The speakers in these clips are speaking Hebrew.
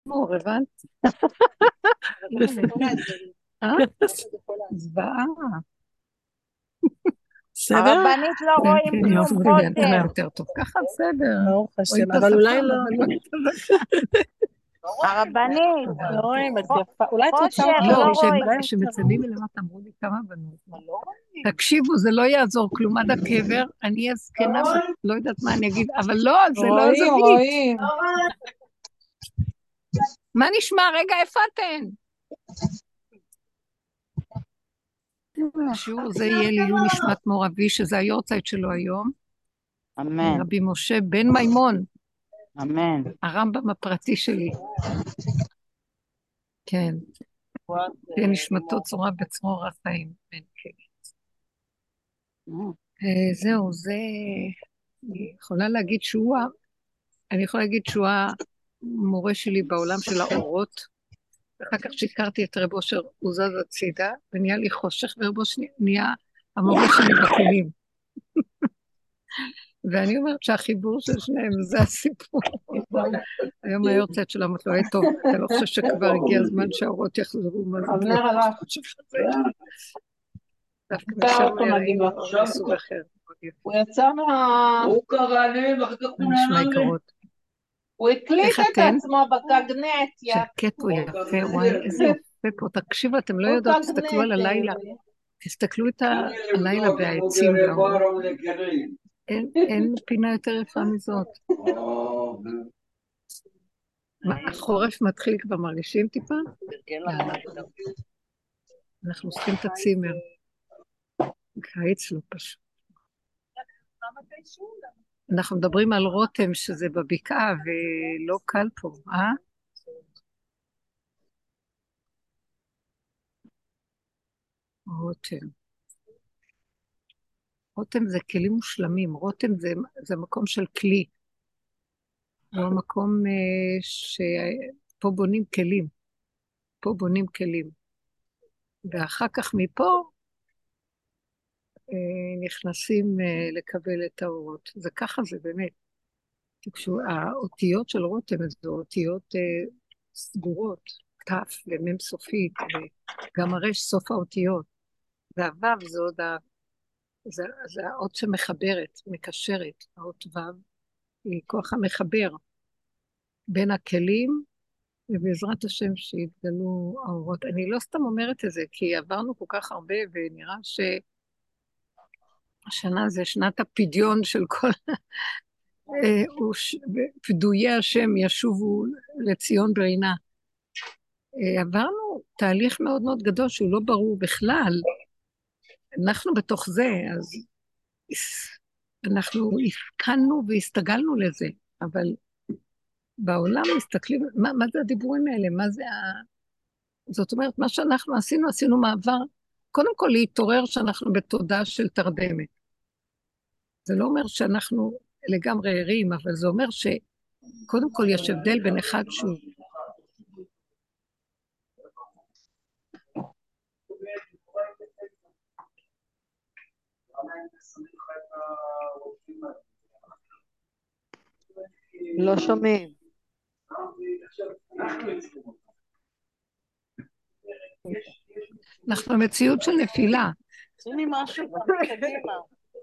מור, הבנת? זוועה. בסדר? הרבנית לא רואים כן, כלום, יופי, אין לה רותם. יותר טוב. ככה בסדר. ברוך רואים השם, את אבל אולי השפם, לא. אבל לא את הזקן. הרבנית, לא רואים, את יפה. אולי את רוצה אושר, אותה לא לא, רואים. כשמצלמים מלמטה אמרו לי כמה בנות. תקשיבו, זה לא יעזור כלום עד הקבר, אני אהיה זקנה, לא יודעת מה אני אגיד, אבל לא, זה לא רואים, זווית. רואים. מה נשמע? רגע, איפה אתן? השיעור זה יהיה לעילוי נשמת מור אבי, שזה היורצייט שלו היום. אמן, רבי משה בן מימון, אמן. הרמב"ם הפרטי שלי. כן, כן, נשמתו צורה בצרור החיים. כן. זהו, אני יכולה להגיד אני יכולה להגיד שהוא המורה שלי בעולם של האורות. ואחר כך שהכרתי את רב אושר, הוא זז הצידה, ונהיה לי חושך, ורב אושר נהיה המורה שלי בכלים. ואני אומרת שהחיבור של שניהם זה הסיפור. היום היורצייט שלו אמרת לו, טוב, אתה לא חושב שכבר הגיע הזמן שהאורות יחזרו? מה זה? אבנר הלך. דווקא אתה משם אותו נגיד ראינו לך. מסוג אחר. הוא יצא הוא קרא לי, ואחר כך הוא נשמע נענה לי. יקרות. הוא הקליט איך את אתן? עצמו בקגנט, שקט הוא יפה, וואי, איזה יפה פה. תקשיבו, אתם לא יודעות, תסתכלו על הלילה. תסתכלו הלילה והעצים והאורות. אין פינה יותר יפה מזאת. החורף מתחיל כבר, מרגישים טיפה? אנחנו עושים את הצימר. קיץ לא פשוט. אנחנו מדברים על רותם שזה בבקעה ולא קל פה, אה? רותם. רותם זה כלים מושלמים, רותם זה מקום של כלי. הוא המקום שפה בונים כלים. פה בונים כלים. ואחר כך מפה נכנסים לקבל את האורות. זה ככה זה באמת. האותיות של רותם זה אותיות סגורות, תף ומם סופית, וגם הרש סוף האותיות. והוו זה עוד זה האות שמחברת, מקשרת, האות וו, היא כוח המחבר בין הכלים, ובעזרת השם שיתגלו האורות. אני לא סתם אומרת את זה, כי עברנו כל כך הרבה, ונראה שהשנה זה שנת הפדיון של כל... פדויי השם ישובו לציון ברינה. עברנו תהליך מאוד מאוד גדול שהוא לא ברור בכלל. אנחנו בתוך זה, אז אנחנו הפקנו והסתגלנו לזה, אבל בעולם מסתכלים, מה זה הדיבורים האלה? מה זה זאת אומרת, מה שאנחנו עשינו מעבר, קודם כל להתעורר שאנחנו בתודעה של תרדמת. זה לא אומר שאנחנו לגמרי ערים, אבל זה אומר שקודם כל יש הבדל בין אחד שהוא לא שומעים. אנחנו במציאות של נפילה. שימי משהו קדימה.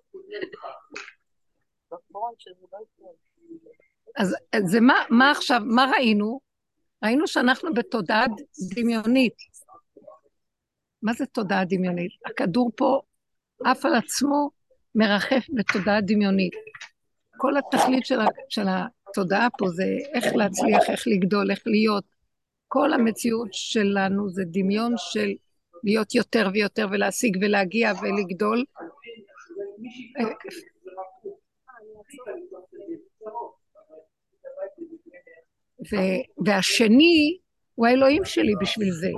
אז זה מה עכשיו, מה ראינו? ראינו שאנחנו בתודעה דמיונית. מה זה תודעה דמיונית? הכדור פה עף על עצמו מרחף בתודעה דמיונית. כל התכלית של התודעה פה זה איך להצליח, איך לגדול, איך להיות. כל המציאות שלנו זה דמיון של להיות יותר ויותר ולהשיג ולהגיע ולגדול. והשני הוא האלוהים שלי בשביל זה.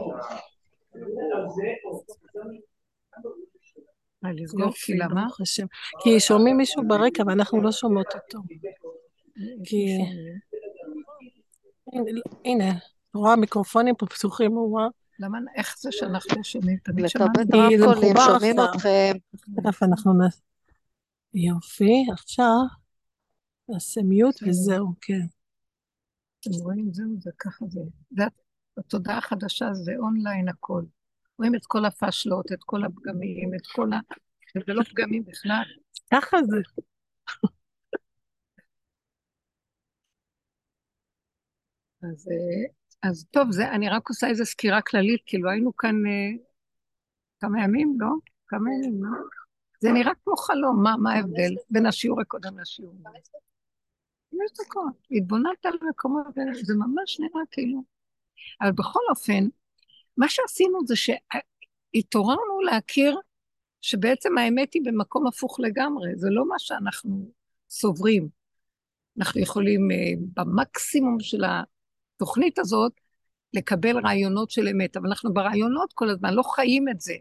יופי, למה? כי שומעים מישהו ברקע ואנחנו לא שומעות אותו. כי... הנה, רואה מיקרופונים פה פתוחים, הוא רואה. למה, איך זה שאנחנו לא שומעים? תמיד לכבד שמענו. רמקולים, שומעים אתכם. איפה אנחנו נעשה? יופי, עכשיו נעשה מיוט וזהו, כן. אתם רואים, זהו, זה ככה זה. זה התודעה החדשה, זה אונליין הכל. רואים את כל הפשלות, את כל הפגמים, את כל ה... זה לא פגמים בכלל. ככה זה. אז טוב, זה, אני רק עושה איזו סקירה כללית, כאילו היינו כאן כמה ימים, לא? כמה ימים, לא? זה נראה כמו חלום, מה ההבדל בין השיעור הקודם לשיעור? יש דקות, התבוננת על מקומות, זה ממש נראה כאילו. אבל בכל אופן, מה שעשינו זה שהתעוררנו להכיר שבעצם האמת היא במקום הפוך לגמרי, זה לא מה שאנחנו סוברים. אנחנו יכולים במקסימום של התוכנית הזאת לקבל רעיונות של אמת, אבל אנחנו ברעיונות כל הזמן לא חיים את זה.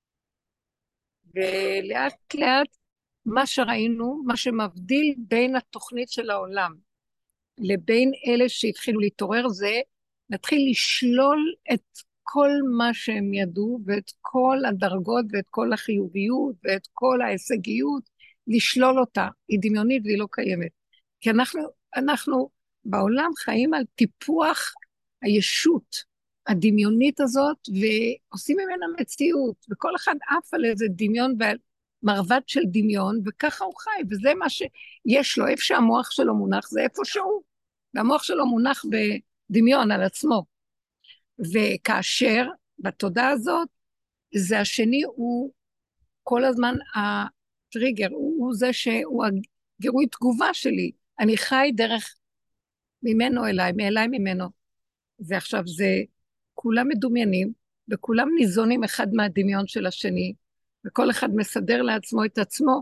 ולאט לאט מה שראינו, מה שמבדיל בין התוכנית של העולם לבין אלה שהתחילו להתעורר זה, נתחיל לשלול את כל מה שהם ידעו, ואת כל הדרגות, ואת כל החיוביות, ואת כל ההישגיות, לשלול אותה. היא דמיונית והיא לא קיימת. כי אנחנו בעולם חיים על טיפוח הישות הדמיונית הזאת, ועושים ממנה מציאות, וכל אחד עף על איזה דמיון ומרבד של דמיון, וככה הוא חי, וזה מה שיש לו, איפה שהמוח שלו מונח, זה איפה שהוא, והמוח שלו מונח בדמיון על עצמו. וכאשר בתודעה הזאת, זה השני הוא כל הזמן הטריגר, הוא זה שהוא הגירוי תגובה שלי, אני חי דרך ממנו אליי, מאליי ממנו. ועכשיו זה, כולם מדומיינים, וכולם ניזונים אחד מהדמיון של השני, וכל אחד מסדר לעצמו את עצמו,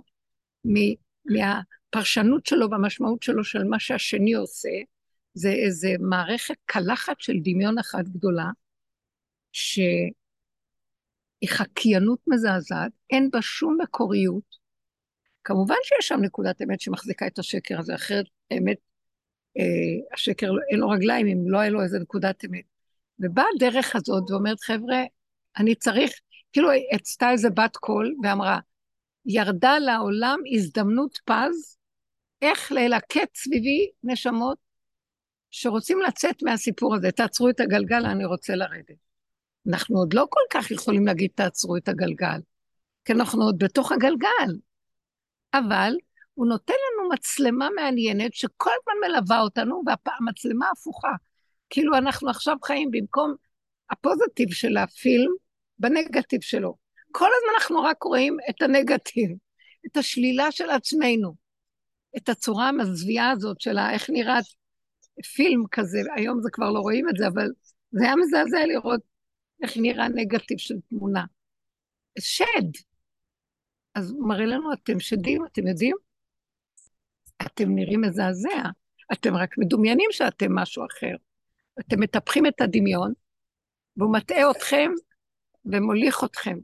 מהפרשנות שלו והמשמעות שלו של מה שהשני עושה, זה איזה מערכת קלחת של דמיון אחת גדולה, שהיא חקיינות מזעזעת, אין בה שום מקוריות, כמובן שיש שם נקודת אמת שמחזיקה את השקר הזה, אחרת אמת, השקר אין לו רגליים, אם לא היה לו איזה נקודת אמת. ובאה הדרך הזאת ואומרת, חבר'ה, אני צריך, כאילו הצתה איזה בת קול ואמרה, ירדה לעולם הזדמנות פז, איך ללקט סביבי נשמות שרוצים לצאת מהסיפור הזה, תעצרו את הגלגל, אני רוצה לרדת. אנחנו עוד לא כל כך יכולים להגיד תעצרו את הגלגל, כי אנחנו עוד בתוך הגלגל, אבל הוא נותן לנו מצלמה מעניינת שכל הזמן מלווה אותנו, והמצלמה הפוכה, כאילו אנחנו עכשיו חיים במקום הפוזיטיב של הפילם, בנגטיב שלו. כל הזמן אנחנו רק רואים את הנגטיב, את השלילה של עצמנו, את הצורה המזוויעה הזאת שלה, איך נראית פילם כזה, היום זה כבר לא רואים את זה, אבל זה היה מזעזע לראות איך נראה נגטיב של תמונה. שד. אז מראה לנו, אתם שדים, אתם יודעים? אתם נראים מזעזע. אתם רק מדומיינים שאתם משהו אחר. אתם מטפחים את הדמיון, והוא מטעה אתכם ומוליך אתכם.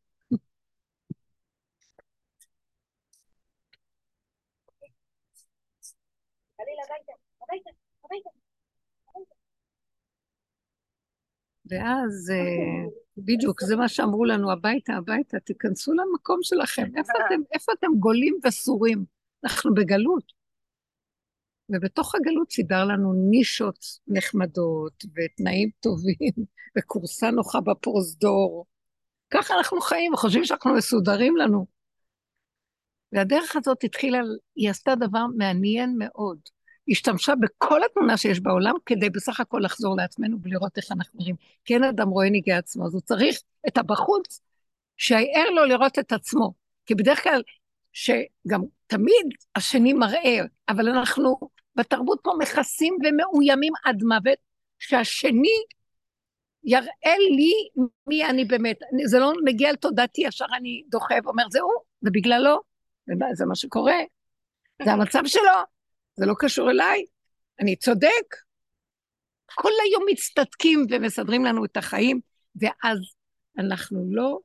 ואז בדיוק זה מה שאמרו לנו, הביתה, תיכנסו למקום שלכם. איפה אתם גולים וסורים? אנחנו בגלות. ובתוך הגלות סידר לנו נישות נחמדות ותנאים טובים וקורסה נוחה בפרוזדור. ככה אנחנו חיים וחושבים שאנחנו מסודרים לנו. והדרך הזאת התחילה, היא עשתה דבר מעניין מאוד. היא השתמשה בכל התמונה שיש בעולם כדי בסך הכל לחזור לעצמנו ולראות איך אנחנו נראים. כי אין אדם רואה ניגי עצמו, אז הוא צריך את הבחוץ שיער לו לראות את עצמו. כי בדרך כלל שגם תמיד השני מראה, אבל אנחנו בתרבות פה מכסים ומאוימים עד מוות, שהשני יראה לי מי אני באמת. זה לא מגיע על תודעתי, ישר אני דוחה ואומר, זהו, זה בגללו, זה מה שקורה, זה המצב שלו, זה לא קשור אליי, אני צודק. כל היום מצטדקים ומסדרים לנו את החיים, ואז אנחנו לא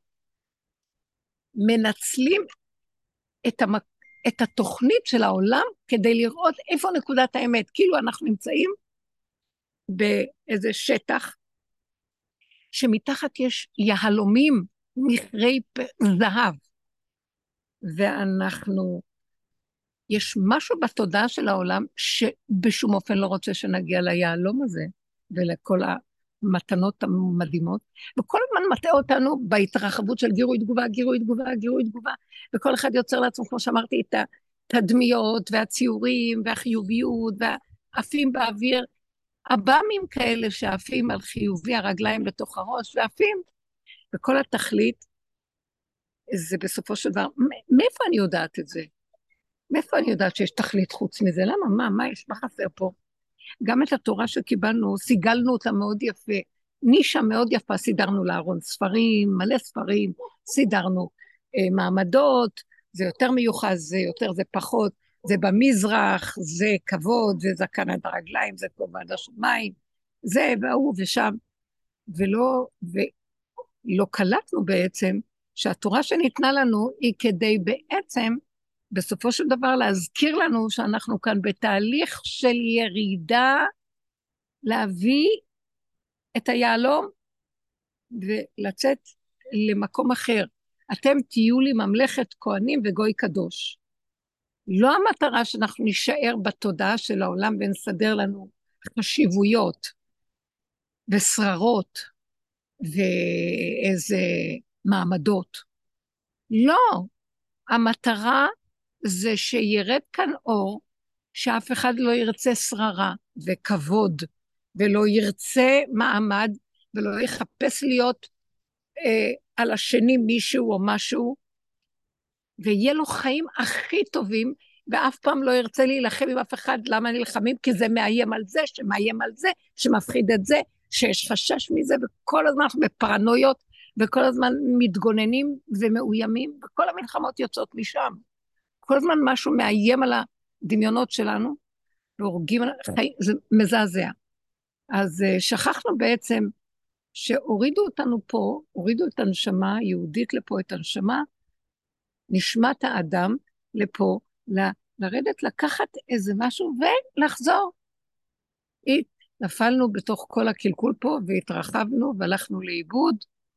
מנצלים את התוכנית של העולם, כדי לראות איפה נקודת האמת. כאילו אנחנו נמצאים באיזה שטח, שמתחת יש יהלומים, מכרי זהב, ואנחנו יש משהו בתודעה של העולם שבשום אופן לא רוצה שנגיע ליהלום הזה, ולכל המתנות המדהימות, וכל הזמן מטעה אותנו בהתרחבות של גירוי תגובה, גירוי תגובה, גירוי תגובה, וכל אחד יוצר לעצמו, כמו שאמרתי, את התדמיות והציורים והחיוביות והעפים באוויר, הבאמים כאלה שעפים על חיובי, הרגליים בתוך הראש, ועפים, וכל התכלית, זה בסופו של דבר, מאיפה אני יודעת את זה? מאיפה אני יודעת שיש תכלית חוץ מזה? למה? מה יש? מה חסר פה? גם את התורה שקיבלנו, סיגלנו אותה מאוד יפה, נישה מאוד יפה, סידרנו לארון ספרים, מלא ספרים, סידרנו מעמדות, זה יותר מיוחד, זה יותר, זה פחות, זה במזרח, זה כבוד, זה זקן עד הרגליים, זה כובע עד השמיים, זה והוא ושם, ולא קלטנו בעצם, שהתורה שניתנה לנו היא כדי בעצם, בסופו של דבר להזכיר לנו שאנחנו כאן בתהליך של ירידה, להביא את היהלום ולצאת למקום אחר. אתם תהיו לי ממלכת כהנים וגוי קדוש. לא המטרה שאנחנו נשאר בתודעה של העולם ונסדר לנו חשיבויות ושררות ואיזה מעמדות. לא, המטרה זה שירד כאן אור, שאף אחד לא ירצה שררה וכבוד, ולא ירצה מעמד, ולא יחפש להיות על השני מישהו או משהו, ויהיה לו חיים הכי טובים, ואף פעם לא ירצה להילחם עם אף אחד. למה נלחמים? כי זה מאיים על זה, שמאיים על זה, שמפחיד את זה, שיש חשש מזה, וכל הזמן אנחנו בפרנויות, וכל הזמן מתגוננים ומאוימים, וכל המלחמות יוצאות משם. כל הזמן משהו מאיים על הדמיונות שלנו, והורגים על החיים, זה מזעזע. אז שכחנו בעצם שהורידו אותנו פה, הורידו את הנשמה, יהודית לפה את הנשמה, נשמת האדם לפה, לרדת לקחת איזה משהו ולחזור. נפלנו בתוך כל הקלקול פה והתרחבנו והלכנו לאיבוד,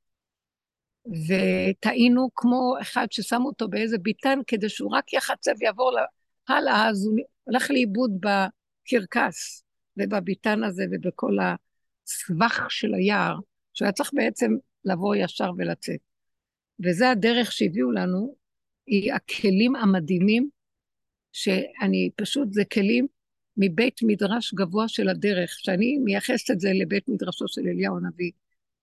וטעינו כמו אחד ששמו אותו באיזה ביטן, כדי שהוא רק יחצה ויעבור הלאה, אז הוא הלך לאיבוד בקרקס, ובביטן הזה ובכל הסבך של היער, שהוא היה צריך בעצם לבוא ישר ולצאת. וזה הדרך שהביאו לנו, היא הכלים המדהימים, שאני פשוט, זה כלים מבית מדרש גבוה של הדרך, שאני מייחסת את זה לבית מדרשו של אליהו הנביא,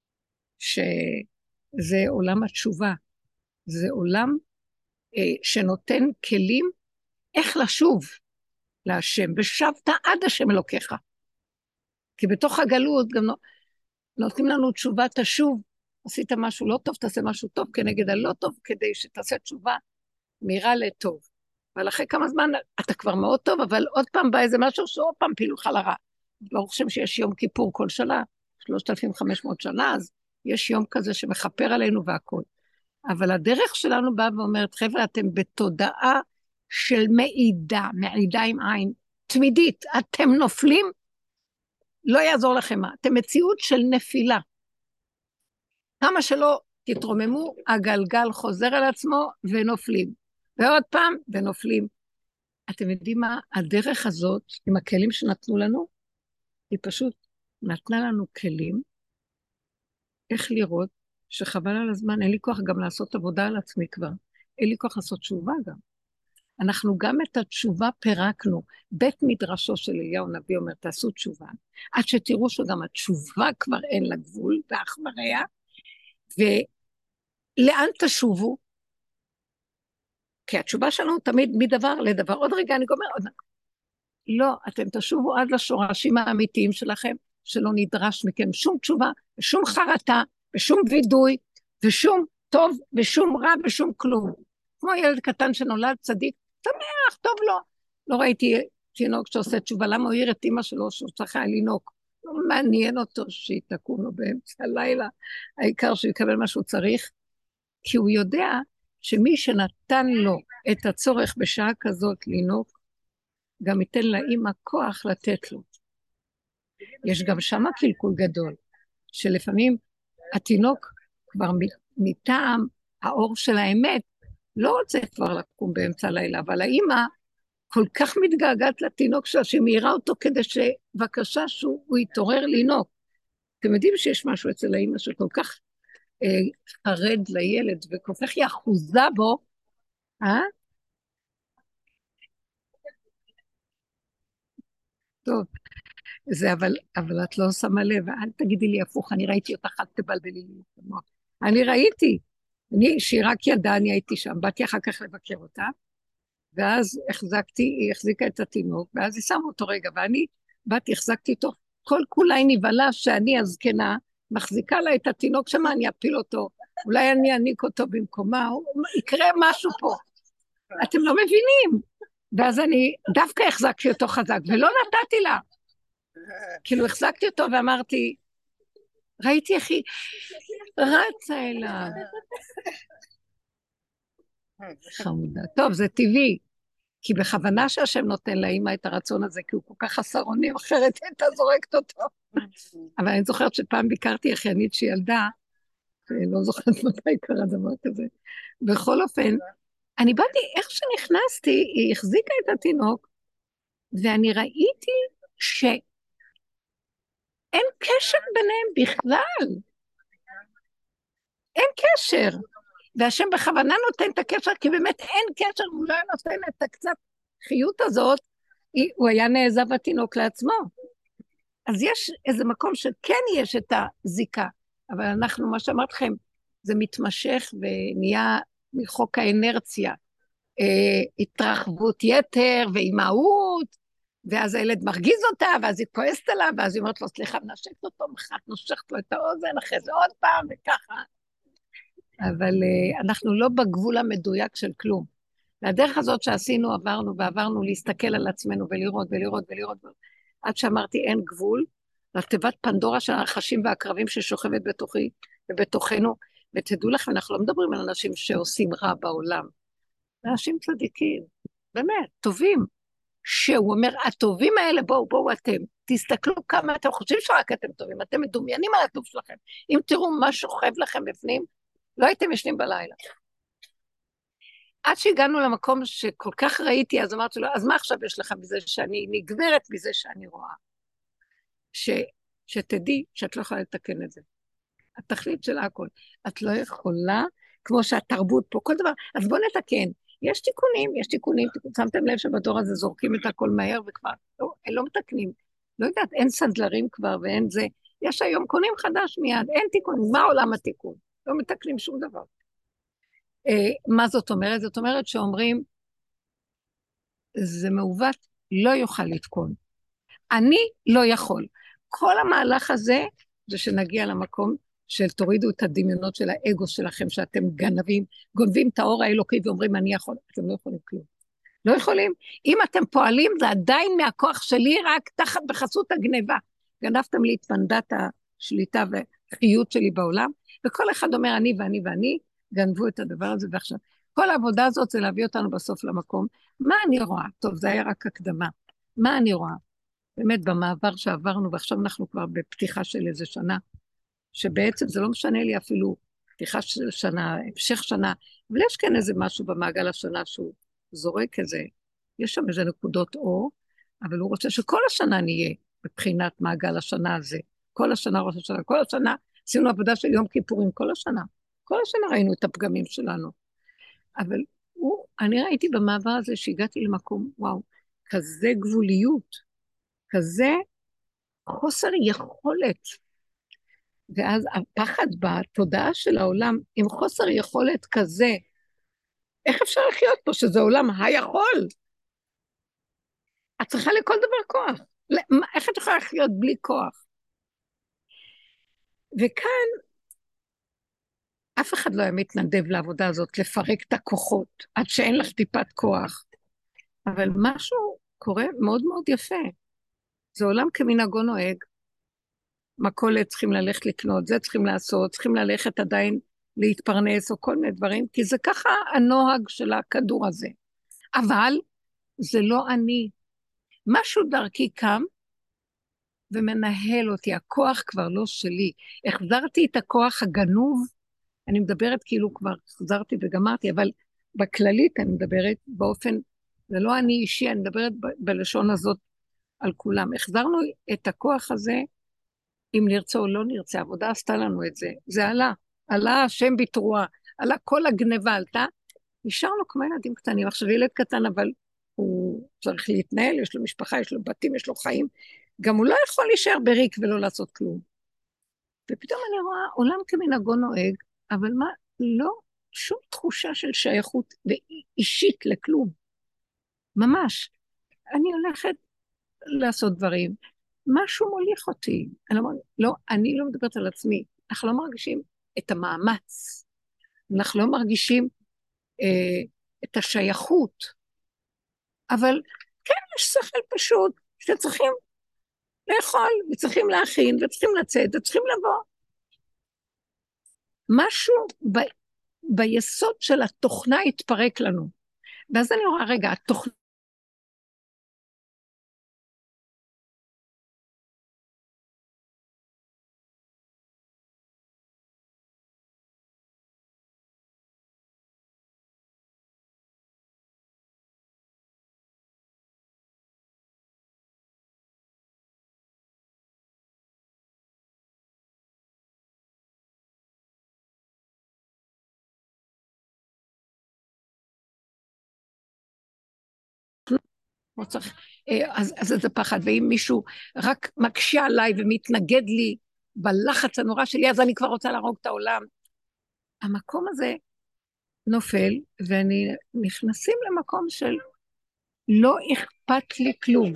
שזה עולם התשובה, זה עולם שנותן כלים איך לשוב להשם, ושבת עד השם אלוקיך. כי בתוך הגלות גם נותנים לנו תשובה, תשוב, עשית משהו לא טוב, תעשה משהו טוב כנגד הלא טוב, כדי שתעשה תשובה מהירה לטוב. אבל אחרי כמה זמן אתה כבר מאוד טוב, אבל עוד פעם בא איזה משהו שעוד פעם פילו לך לרע. ברוך שם שיש יום כיפור כל שנה, 3,500 שנה, אז יש יום כזה שמחפר עלינו והכל. אבל הדרך שלנו באה ואומרת, חבר'ה, אתם בתודעה של מעידה עם עין, תמידית, אתם נופלים, לא יעזור לכם מה, אתם מציאות של נפילה. כמה שלא תתרוממו, הגלגל חוזר על עצמו ונופלים. ועוד פעם, ונופלים. אתם יודעים מה? הדרך הזאת, עם הכלים שנתנו לנו, היא פשוט נתנה לנו כלים, איך לראות שחבל על הזמן, אין לי כוח גם לעשות עבודה על עצמי כבר, אין לי כוח לעשות תשובה גם. אנחנו גם את התשובה פירקנו, בית מדרשו של אליהו הנביא אומר, תעשו תשובה, עד שתראו שגם התשובה כבר אין לה גבול, באחמריה, ולאן תשובו? כי התשובה שלנו תמיד מדבר לדבר, עוד רגע אני גומר, לא, אתם תשובו עד לשורשים האמיתיים שלכם, שלא נדרש מכם שום תשובה, ושום חרטה, ושום וידוי, ושום טוב, ושום רע, ושום כלום. כמו ילד קטן שנולד צדיק, שמח, טוב לו. לא ראיתי תינוק שעושה תשובה, למה הוא העיר את אמא שלו שהוא צריך לינוק? לא מעניין אותו שהיא תקום לו באמצע הלילה, העיקר שהוא יקבל מה שהוא צריך, כי הוא יודע שמי שנתן לו את הצורך בשעה כזאת לינוק, גם ייתן לאמא כוח לתת לו. יש גם שם קלקול גדול, שלפעמים התינוק כבר מטעם האור של האמת, לא רוצה כבר לקום באמצע הלילה, אבל האמא כל כך מתגעגעת לתינוק שלה, שהיא מהירה אותו כדי שבקשה שהוא יתעורר לינוק. אתם יודעים שיש משהו אצל האמא שכל כך חרד לילד, וכל כך היא אחוזה בו, טוב, זה אבל את לא שמה לב, אל תגידי לי הפוך, אני ראיתי אותך, אל תבלבלי לי את המוח. אני ראיתי, שהיא רק ידעה, אני הייתי שם, באתי אחר כך לבקר אותה, ואז היא החזיקה את התינוק, ואז היא שמה אותו רגע, ואני באתי, החזקתי אותו, כל כולה היא נבהלה שאני הזקנה, מחזיקה לה את התינוק שמה, אני אפיל אותו, אולי אני אעניק אותו במקומה, יקרה משהו פה. אתם לא מבינים. ואז אני דווקא החזקתי אותו חזק, ולא נתתי לה. כאילו החזקתי אותו ואמרתי, ראיתי איך היא רצה אליו. חמודה. טוב, זה טבעי, כי בכוונה שהשם נותן לאמא את הרצון הזה, כי הוא כל כך חסר אונים, אחרת הייתה זורקת אותו. אבל אני זוכרת שפעם ביקרתי אחיינית שילדה, לא זוכרת מתי קרה דבר כזה. בכל אופן, אני באתי, איך שנכנסתי, היא החזיקה את התינוק, ואני ראיתי שאין קשר ביניהם בכלל. אין קשר. והשם בכוונה נותן את הקשר, כי באמת אין קשר, הוא לא היה נותן את הקצת חיות הזאת, הוא היה נעזב התינוק לעצמו. אז יש איזה מקום שכן יש את הזיקה, אבל אנחנו, מה שאמרת לכם, זה מתמשך ונהיה מחוק האנרציה, התרחבות יתר ואימהות, ואז הילד מרגיז אותה, ואז היא כועסת עליו, ואז היא אומרת לו, סליחה, נשקת אותו, מחת נושכת לו את האוזן, אחרי זה עוד פעם, וככה. אבל אנחנו לא בגבול המדויק של כלום. והדרך הזאת שעשינו, עברנו להסתכל על עצמנו, ולראות, עד שאמרתי, אין גבול, לתיבת פנדורה של הנחשים והקרבים ששוכבת בתוכי ובתוכנו, ותדעו לכם, אנחנו לא מדברים על אנשים שעושים רע בעולם, אנשים צדיקים, באמת, טובים, שהוא אומר, הטובים האלה, בואו אתם, תסתכלו כמה אתם חושבים שרק אתם טובים, אתם מדומיינים על הטוב שלכם, אם תראו מה שוכב לכם בפנים, לא הייתם ישנים בלילה. עד שהגענו למקום שכל כך ראיתי, אז אמרתי לו, אז מה עכשיו יש לך בזה שאני נגברת מזה שאני רואה? שתדעי שאת לא יכולה לתקן את זה. התכלית של הכל. את לא יכולה, כמו שהתרבות פה, כל דבר, אז בוא נתקן. יש תיקונים, שמתם לב שבדור הזה זורקים את הכל מהר וכבר, לא מתקנים. לא יודעת, אין סנדלרים כבר ואין זה. יש היום קונים חדש מיד, אין תיקונים. מה עולם התיקון? לא מתקנים שום דבר. מה זאת אומרת? זאת אומרת שאומרים, זה מעוות, לא יוכל לתקון. אני לא יכול. כל המהלך הזה, זה שנגיע למקום של תורידו את הדמיונות של האגו שלכם, שאתם גונבים את האור האלוקי ואומרים, אני יכול. אתם לא יכולים כלום. לא יכולים. אם אתם פועלים, זה עדיין מהכוח שלי, רק תחת בחסות הגניבה. גנבתם לי את פנדת השליטה וחיות שלי בעולם, וכל אחד אומר, אני ואני, גנבו את הדבר הזה, ועכשיו, כל העבודה הזאת זה להביא אותנו בסוף למקום. מה אני רואה? טוב, זה היה רק הקדמה. מה אני רואה? באמת, במעבר שעברנו, ועכשיו אנחנו כבר בפתיחה של איזה שנה, שבעצם זה לא משנה לי אפילו פתיחה של שנה, המשך שנה, אבל יש כאן איזה משהו במעגל השנה שהוא זורק איזה, יש שם איזה נקודות אור, אבל הוא רוצה שכל השנה נהיה בבחינת מעגל השנה הזה. כל השנה ראש השנה, כל השנה עשינו עבודה של יום כיפורים, כל השנה ראינו את הפגמים שלנו. אבל אני ראיתי במעבר הזה שהגעתי למקום, וואו, כזה גבוליות, כזה חוסר יכולת. ואז הפחד בתודעה של העולם, עם חוסר יכולת כזה, איך אפשר לחיות פה שזה עולם היכול? את צריכה לכל דבר כוח. איך את יכולה לחיות בלי כוח? וכאן, אף אחד לא היה מתנדב לעבודה הזאת, לפרק את הכוחות, עד שאין לך טיפת כוח. אבל משהו קורה מאוד מאוד יפה. זה עולם כמנהגו נוהג. מכולת צריכים ללכת לקנות, זה צריכים לעשות, צריכים ללכת עדיין להתפרנס, או כל מיני דברים, כי זה ככה הנוהג של הכדור הזה. אבל זה לא אני. משהו דרכי קם, ומנהל אותי, הכוח כבר לא שלי. החזרתי את הכוח הגנוב, אני מדברת כאילו כבר חזרתי וגמרתי, אבל בכללית אני מדברת באופן זה לא אני אישי, אני מדברת בלשון הזאת על כולם. החזרנו את הכוח הזה, אם נרצה או לא נרצה, העבודה עשתה לנו את זה. זה עלה השם בתרועה, עלה כל הגניבה עלתה, נשארנו כמו ילדים קטנים. עכשיו ילד קטן, אבל הוא צריך להתנהל, יש לו משפחה, יש לו בתים, יש לו חיים, גם הוא לא יכול להישאר בריק ולא לעשות כלום. ופתאום אני רואה עולם כמנהגו נוהג, אבל מה, לא שום תחושה של שייכות אישית לכלום. ממש. אני הולכת לעשות דברים, משהו מוליך אותי. אני לא מדברת על עצמי. אנחנו לא מרגישים את המאמץ. אנחנו לא מרגישים את השייכות. אבל כן, יש שכל פשוט, שצריכים לאכול, וצריכים להכין, וצריכים לצאת, וצריכים לבוא. משהו ביסוד של התוכנה התפרק לנו. ואז אני רואה, רגע, התוכנה, לא צריך, אז זה פחד, ואם מישהו רק מקשה עליי ומתנגד לי בלחץ הנורא שלי, אז אני כבר רוצה להרוג את העולם. המקום הזה נופל, ואני נכנסים למקום של לא אכפת לי כלום.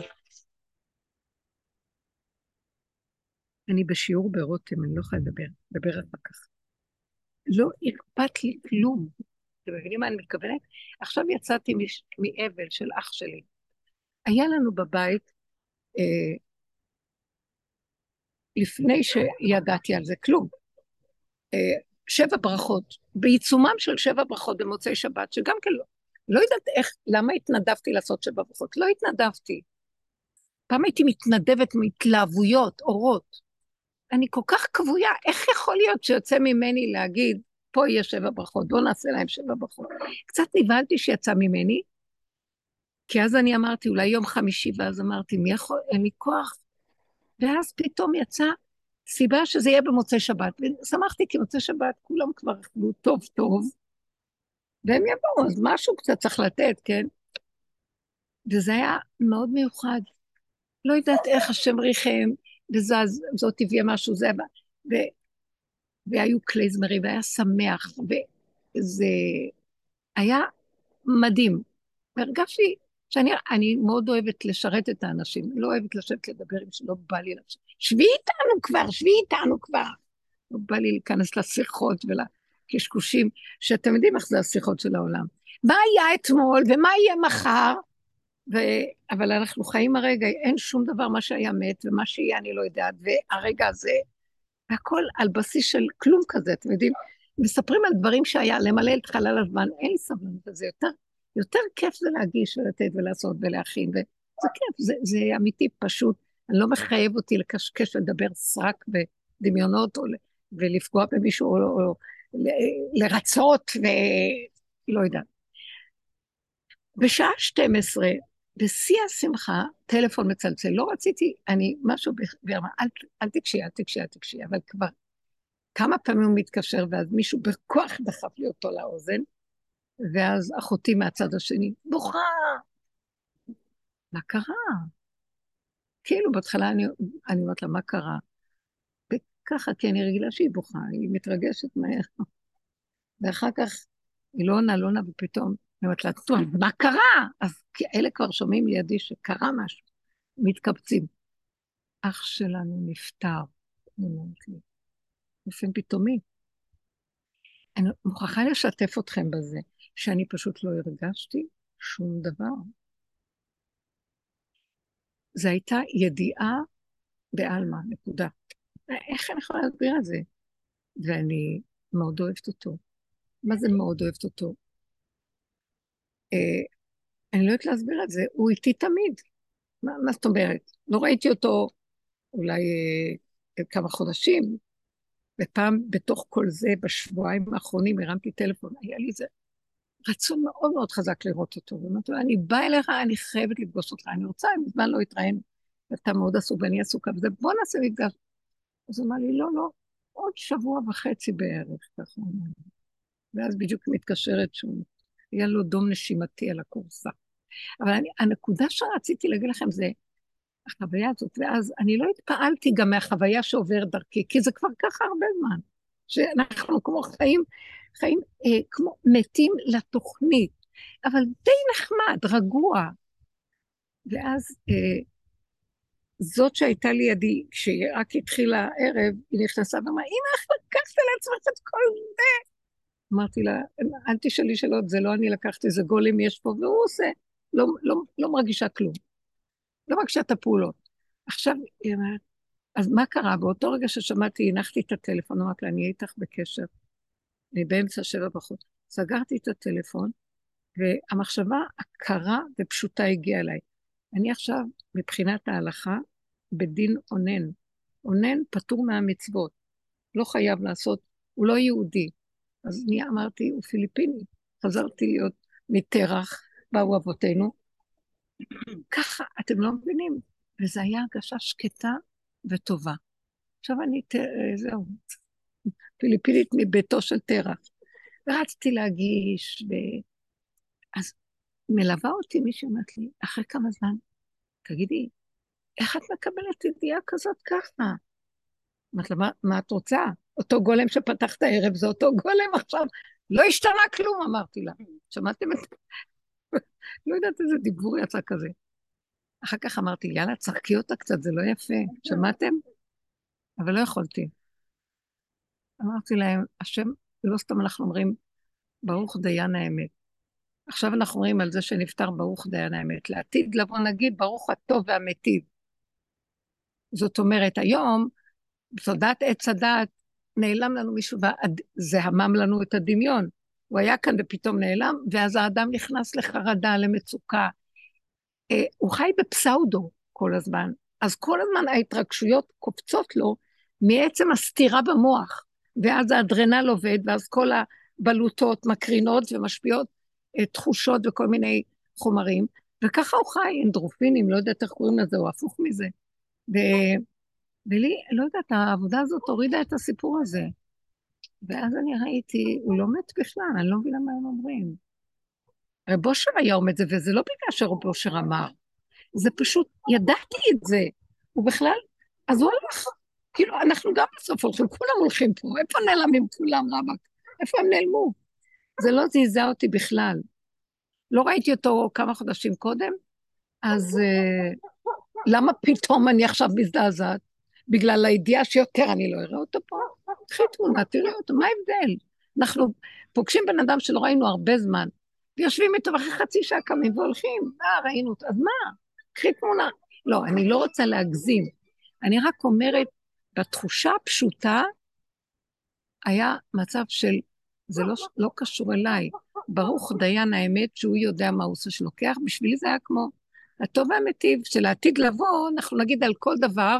אני בשיעור ברותם, אני לא יכולה לדבר אחר כך. לא אכפת לי כלום. אתם מבינים מה אני מתכוונת? עכשיו יצאתי מאבל של אח שלי. היה לנו בבית, לפני שידעתי על זה כלום, 7 ברכות, בעיצומם של 7 ברכות במוצאי שבת, שגם כן לא יודעת למה התנדבתי לעשות 7 ברכות, לא התנדבתי. פעם הייתי מתנדבת מהתלהבויות, אורות. אני כל כך כבויה, איך יכול להיות שיוצא ממני להגיד, פה יהיה 7 ברכות, בואו נעשה להם 7 ברכות. קצת נבהלתי שיצא ממני, כי אז אני אמרתי, אולי יום חמישי, ואז אמרתי, מי יכול, אין לי כוח. ואז פתאום יצא סיבה שזה יהיה במוצאי שבת, ושמחתי כי מוצאי שבת כולם כבר אכלו טוב טוב, והם יבואו, אז משהו קצת צריך לתת, כן? וזה היה מאוד מיוחד. לא יודעת איך השם ריחם, וזאת הביאה משהו, זה הבא. והיו קלייזמרים, והיה שמח, וזה היה מדהים. והרגשתי שאני מאוד אוהבת לשרת את האנשים, לא אוהבת לשבת לדבר עם שלא בא לי לשבת. שבי איתנו כבר. לא בא לי להיכנס לשיחות ולקשקושים, שאתם יודעים איך זה השיחות של העולם. מה היה אתמול ומה יהיה מחר? אבל אנחנו חיים הרגע, אין שום דבר מה שהיה מת, ומה שיהיה אני לא יודעת, והרגע הזה, הכל על בסיס של כלום כזה, אתם יודעים, מספרים על דברים שהיה, למלא את חלל הזמן, אין לי סבלנות לזה, יותר כיף זה להגיש ולתת ולעשות ולהכין, וזה כיף, זה אמיתי פשוט, אני לא מחייב אותי לקשקש לדבר סרק בדמיונות, ולפגוע במישהו, או לרצות, ולא יודעת. בשעה 12, בשיא השמחה, טלפון מצלצל, לא רציתי, אני משהו ברמה, אל תקשי, אבל כבר כמה פעמים הוא מתקשר, ואז מישהו בכוח דחף לי אותו לאוזן, ואז אחותי מהצד השני, בוכה, מה קרה? כאילו בהתחלה אני אומרת לה, מה קרה? וככה, כי אני רגילה שהיא בוכה, היא מתרגשת מהר, ואחר כך היא לא עונה, ופתאום, אני אומרת לה, טוב, מה קרה? אז אלה כבר שומעים לידי שקרה משהו, מתקבצים. אח שלנו נפטר, באופן פתאומי. אני מוכרחה לשתף אתכם בזה, שאני פשוט לא הרגשתי שום דבר. זו הייתה ידיעה בעלמא, נקודה. איך אני יכולה להסביר את זה? ואני מאוד אוהבת אותו. מה זה מאוד אוהבת אותו? אני לא יודעת להסביר את זה, הוא איתי תמיד. מה זאת אומרת? לא ראיתי אותו אולי כמה חודשים, ופעם בתוך כל זה, בשבועיים האחרונים, הרמתי טלפון, היה לי זה רצון מאוד מאוד חזק לראות אותו, ואמרתי לו, אני באה אליך, אני חייבת לפגוש אותך, אני רוצה, מזמן לא התראינו, אתה מאוד עסוק ואני עסוקה, וזה בוא נעשה מפגש. אז הוא אמר לי, לא, לא, עוד שבוע וחצי בערך, ככה הוא אמר לי. ואז בדיוק מתקשרת שהוא, היה לו דום נשימתי על הקורסה. אבל הנקודה שרציתי להגיד לכם זה, החוויה הזאת, ואז אני לא התפעלתי גם מהחוויה שעובר דרכי, כי זה כבר ככה הרבה זמן, שאנחנו כמו חיים כמו מתים לתוכנית, אבל די נחמד, רגוע. ואז זאת שהייתה לידי, כשרק התחילה הערב, היא נכנסה ואמרה, אמא, איך לקחת לעצמך את כל זה? אמרתי לה, אל תשאלי שאלות, זה לא אני לקחתי, זה גולם יש פה, והוא עושה, לא מרגישה כלום. לא מרגישה את הפעולות. עכשיו, היא אומרת, אז מה קרה? באותו רגע ששמעתי, הנחתי את הטלפון, אמרתי לה, אני איתך בקשר, אני באמצע 7 בחוץ. סגרתי את הטלפון, והמחשבה הקרה ופשוטה הגיעה אליי. אני עכשיו, מבחינת ההלכה, בדין אונן. אונן פטור מהמצוות. לא חייב לעשות, הוא לא יהודי. אז אני אמרתי, הוא פיליפיני. חזרתי להיות מתרח, באו אבותינו. ככה, אתם לא מבינים. וזו היה הרגשה שקטה וטובה. עכשיו אני, זהו, פיליפינית מביתו של תרח. ורצתי להגיש, אז מלווה אותי מישהו, אמרת לי, אחרי כמה זמן, תגידי, איך את מקבלת ידיעה כזאת ככה? אמרת לה, מה את רוצה? אותו גולם שפתח את הערב, זה אותו גולם עכשיו, לא השתנה כלום, אמרתי לה. שמעתם את זה? לא יודעת איזה דיבור יצא כזה. אחר כך אמרתי, יאללה, צחקי אותה קצת, זה לא יפה. שמעתם? אבל לא יכולתי. אמרתי להם, השם, לא סתם אנחנו אומרים, ברוך דיין האמת. עכשיו אנחנו אומרים על זה שנפטר ברוך דיין האמת. לעתיד לבוא נגיד, ברוך הטוב והמיטיב. זאת אומרת, היום, בתודעת עץ הדעת, נעלם לנו מישהו, זה המם לנו את הדמיון. הוא היה כאן ופתאום נעלם, ואז האדם נכנס לחרדה, למצוקה. הוא חי בפסאודו כל הזמן. אז כל הזמן ההתרגשויות קופצות לו מעצם הסתירה במוח, ואז האדרנל עובד, ואז כל הבלוטות מקרינות ומשפיעות תחושות וכל מיני חומרים, וככה הוא חי, אנדרופינים, לא יודעת איך קוראים לזה, הוא הפוך מזה. ולי, לא יודעת, העבודה הזאת הורידה את הסיפור הזה. ואז אני ראיתי, הוא לא מת בכלל, אני לא מבינה מה הם אומרים. רב אושר היה עומד זה, וזה לא בגלל שרב אושר אמר. זה פשוט, ידעתי את זה. הוא בכלל, אז הוא הלך. כאילו, אנחנו גם בסוף הולכים, כולם הולכים פה. איפה נעלמים כולם, רבק? איפה הם נעלמו? זה לא זעזע אותי בכלל. לא ראיתי אותו כמה חודשים קודם, אז למה פתאום אני עכשיו מזדעזעת? בגלל הידיעה שיותר אני לא אראה אותו פה? תחי תמונה, תראה אותו, מה ההבדל? אנחנו פוגשים בן אדם שלא ראינו הרבה זמן, ויושבים איתו אחרי חצי שעה קמים והולכים, ראינו אותו, אז מה? תחי תמונה. לא, אני לא רוצה להגזים. אני רק אומרת, בתחושה הפשוטה, היה מצב של, זה לא קשור אליי, ברוך דיין האמת שהוא יודע מה הוא עושה שלוקח, בשבילי זה היה כמו הטוב והמיטיב של העתיד לבוא, אנחנו נגיד על כל דבר,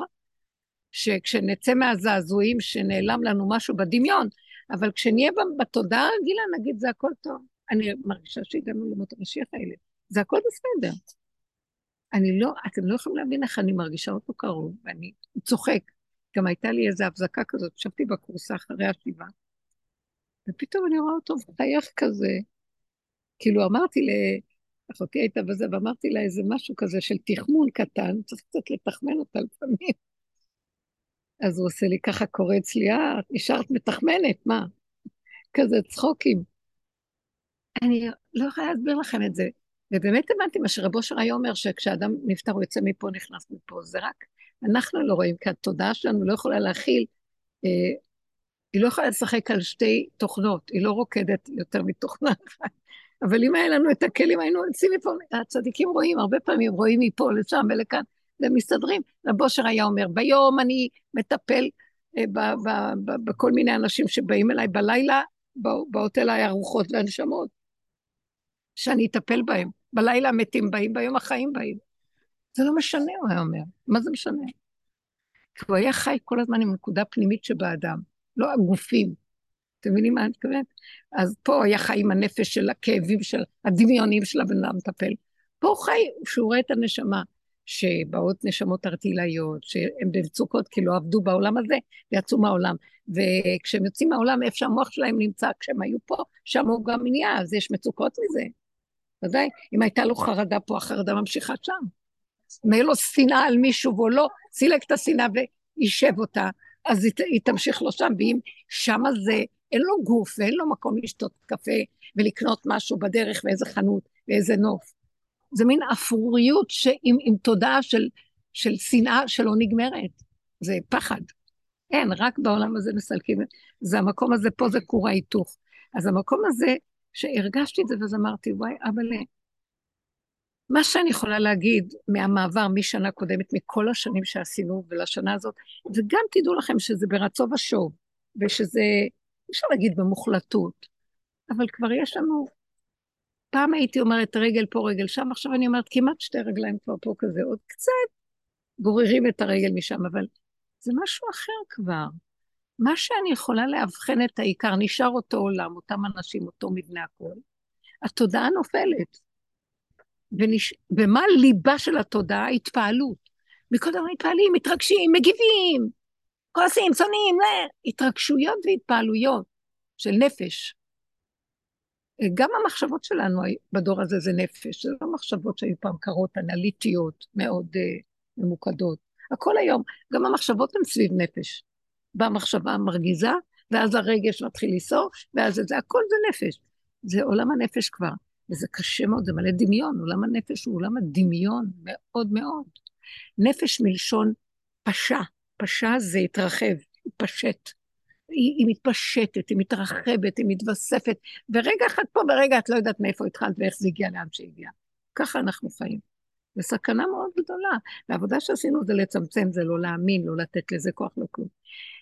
שכשנצא מהזעזועים שנעלם לנו משהו בדמיון, אבל כשנהיה בתודעה הרגילה נגיד זה הכל טוב. אני מרגישה שהגענו למות המשיח האלה, זה הכל בסדר. אתם לא יכולים להבין איך אני מרגישה אותו קרוב, ואני צוחק. גם הייתה לי איזו הבזקה כזאת, שבתי בקורסה אחרי השבעה, ופתאום אני רואה אותו חייך כזה, כאילו אמרתי לאחותי הייתה בזה, ואמרתי לה איזה משהו כזה של תחמון קטן, צריך קצת לתחמן אותה לפעמים. אז הוא עושה לי ככה, קורץ לי, את נשארת מתחמנת, מה? כזה צחוקים. אני לא יכולה להסביר לכם את זה, ובאמת הבנתי מה שרב אושר היה אומר, שכשאדם נפטר הוא יוצא מפה, נכנס מפה, זה רק, אנחנו לא רואים, כי התודעה שלנו לא יכולה להכיל, היא לא יכולה לשחק על 2 תוכנות, היא לא רוקדת יותר מתוכנה אחת, אבל אם היה לנו את הכלים, היינו יוצאים מפה, הצדיקים רואים, הרבה פעמים רואים מפה, לשם ולכאן, ומסתדרים. רב אושר היה אומר, ביום אני מטפל בכל מיני אנשים שבאים אליי בלילה, באות אליי ארוחות והנשמות, שאני אטפל בהם. בלילה המתים באים, ביום החיים באים. זה לא משנה, הוא היה אומר. מה זה משנה? כי הוא היה חי כל הזמן עם נקודה פנימית שבאדם, לא הגופים. אתם מבינים מה אני מתכוונת? אז פה היה חי עם הנפש של הכאבים, של הדמיונים של הבן אדם מטפל. פה הוא חי, שהוא רואה את הנשמה, שבאות נשמות ארטילאיות, שהן במצוקות כי לא עבדו בעולם הזה, ויצאו מהעולם. וכשהם יוצאים מהעולם, איפה שהמוח שלהם נמצא, כשהם היו פה, שם הוא גם נהיה, אז יש מצוקות מזה. ודאי, אם הייתה לו חרדה פה, החרדה ממשיכה שם. אם היה לו שנאה על מישהו, והוא לא סילק את השנאה וישב אותה, אז היא תמשיך לו שם, ואם שמה זה, אין לו גוף, ואין לו מקום לשתות קפה, ולקנות משהו בדרך, ואיזה חנות, ואיזה נוף. זה מין אפוריות עם תודעה של שנאה שלא נגמרת. זה פחד. אין, רק בעולם הזה מסלקים. זה המקום הזה, פה זה כור ההיתוך. אז המקום הזה, שהרגשתי את זה, ואז אמרתי, וואי, אבל מה שאני יכולה להגיד מהמעבר משנה קודמת, מכל השנים שעשינו ולשנה הזאת, וגם תדעו לכם שזה ברצו ושוב, ושזה, אפשר להגיד במוחלטות, אבל כבר יש לנו, פעם הייתי אומרת רגל פה, רגל שם, עכשיו אני אומרת כמעט 2 רגליים כבר פה כזה, עוד קצת גוררים את הרגל משם, אבל זה משהו אחר כבר. מה שאני יכולה להבחן את העיקר, נשאר אותו עולם, אותם אנשים, אותו מבנה הכל, התודעה נופלת. ומה ליבה של התודעה? התפעלות. מקודם מתפעלים, מתרגשים, מגיבים, כועסים, שונאים, התרגשויות והתפעלויות של נפש. גם המחשבות שלנו בדור הזה זה נפש, זה לא מחשבות שהיו פעם קרות, אנליטיות, מאוד ממוקדות. הכל היום, גם המחשבות הן סביב נפש. במחשבה מרגיזה, ואז הרגש מתחיל לסור, ואז זה, הכל זה נפש. זה עולם הנפש כבר. וזה קשה מאוד, זה מלא דמיון, עולם הנפש הוא עולם הדמיון מאוד מאוד. נפש מלשון פשע, פשע זה התרחב, התפשט. היא מתפשטת, היא מתרחבת, היא מתווספת, ורגע אחד פה, ברגע את לא יודעת מאיפה התחלת ואיך זה הגיע לאן שהגיע. ככה אנחנו חיים. זו סכנה מאוד גדולה. והעבודה שעשינו זה לצמצם, זה לא להאמין, לא לתת לזה כוח, לא כלום.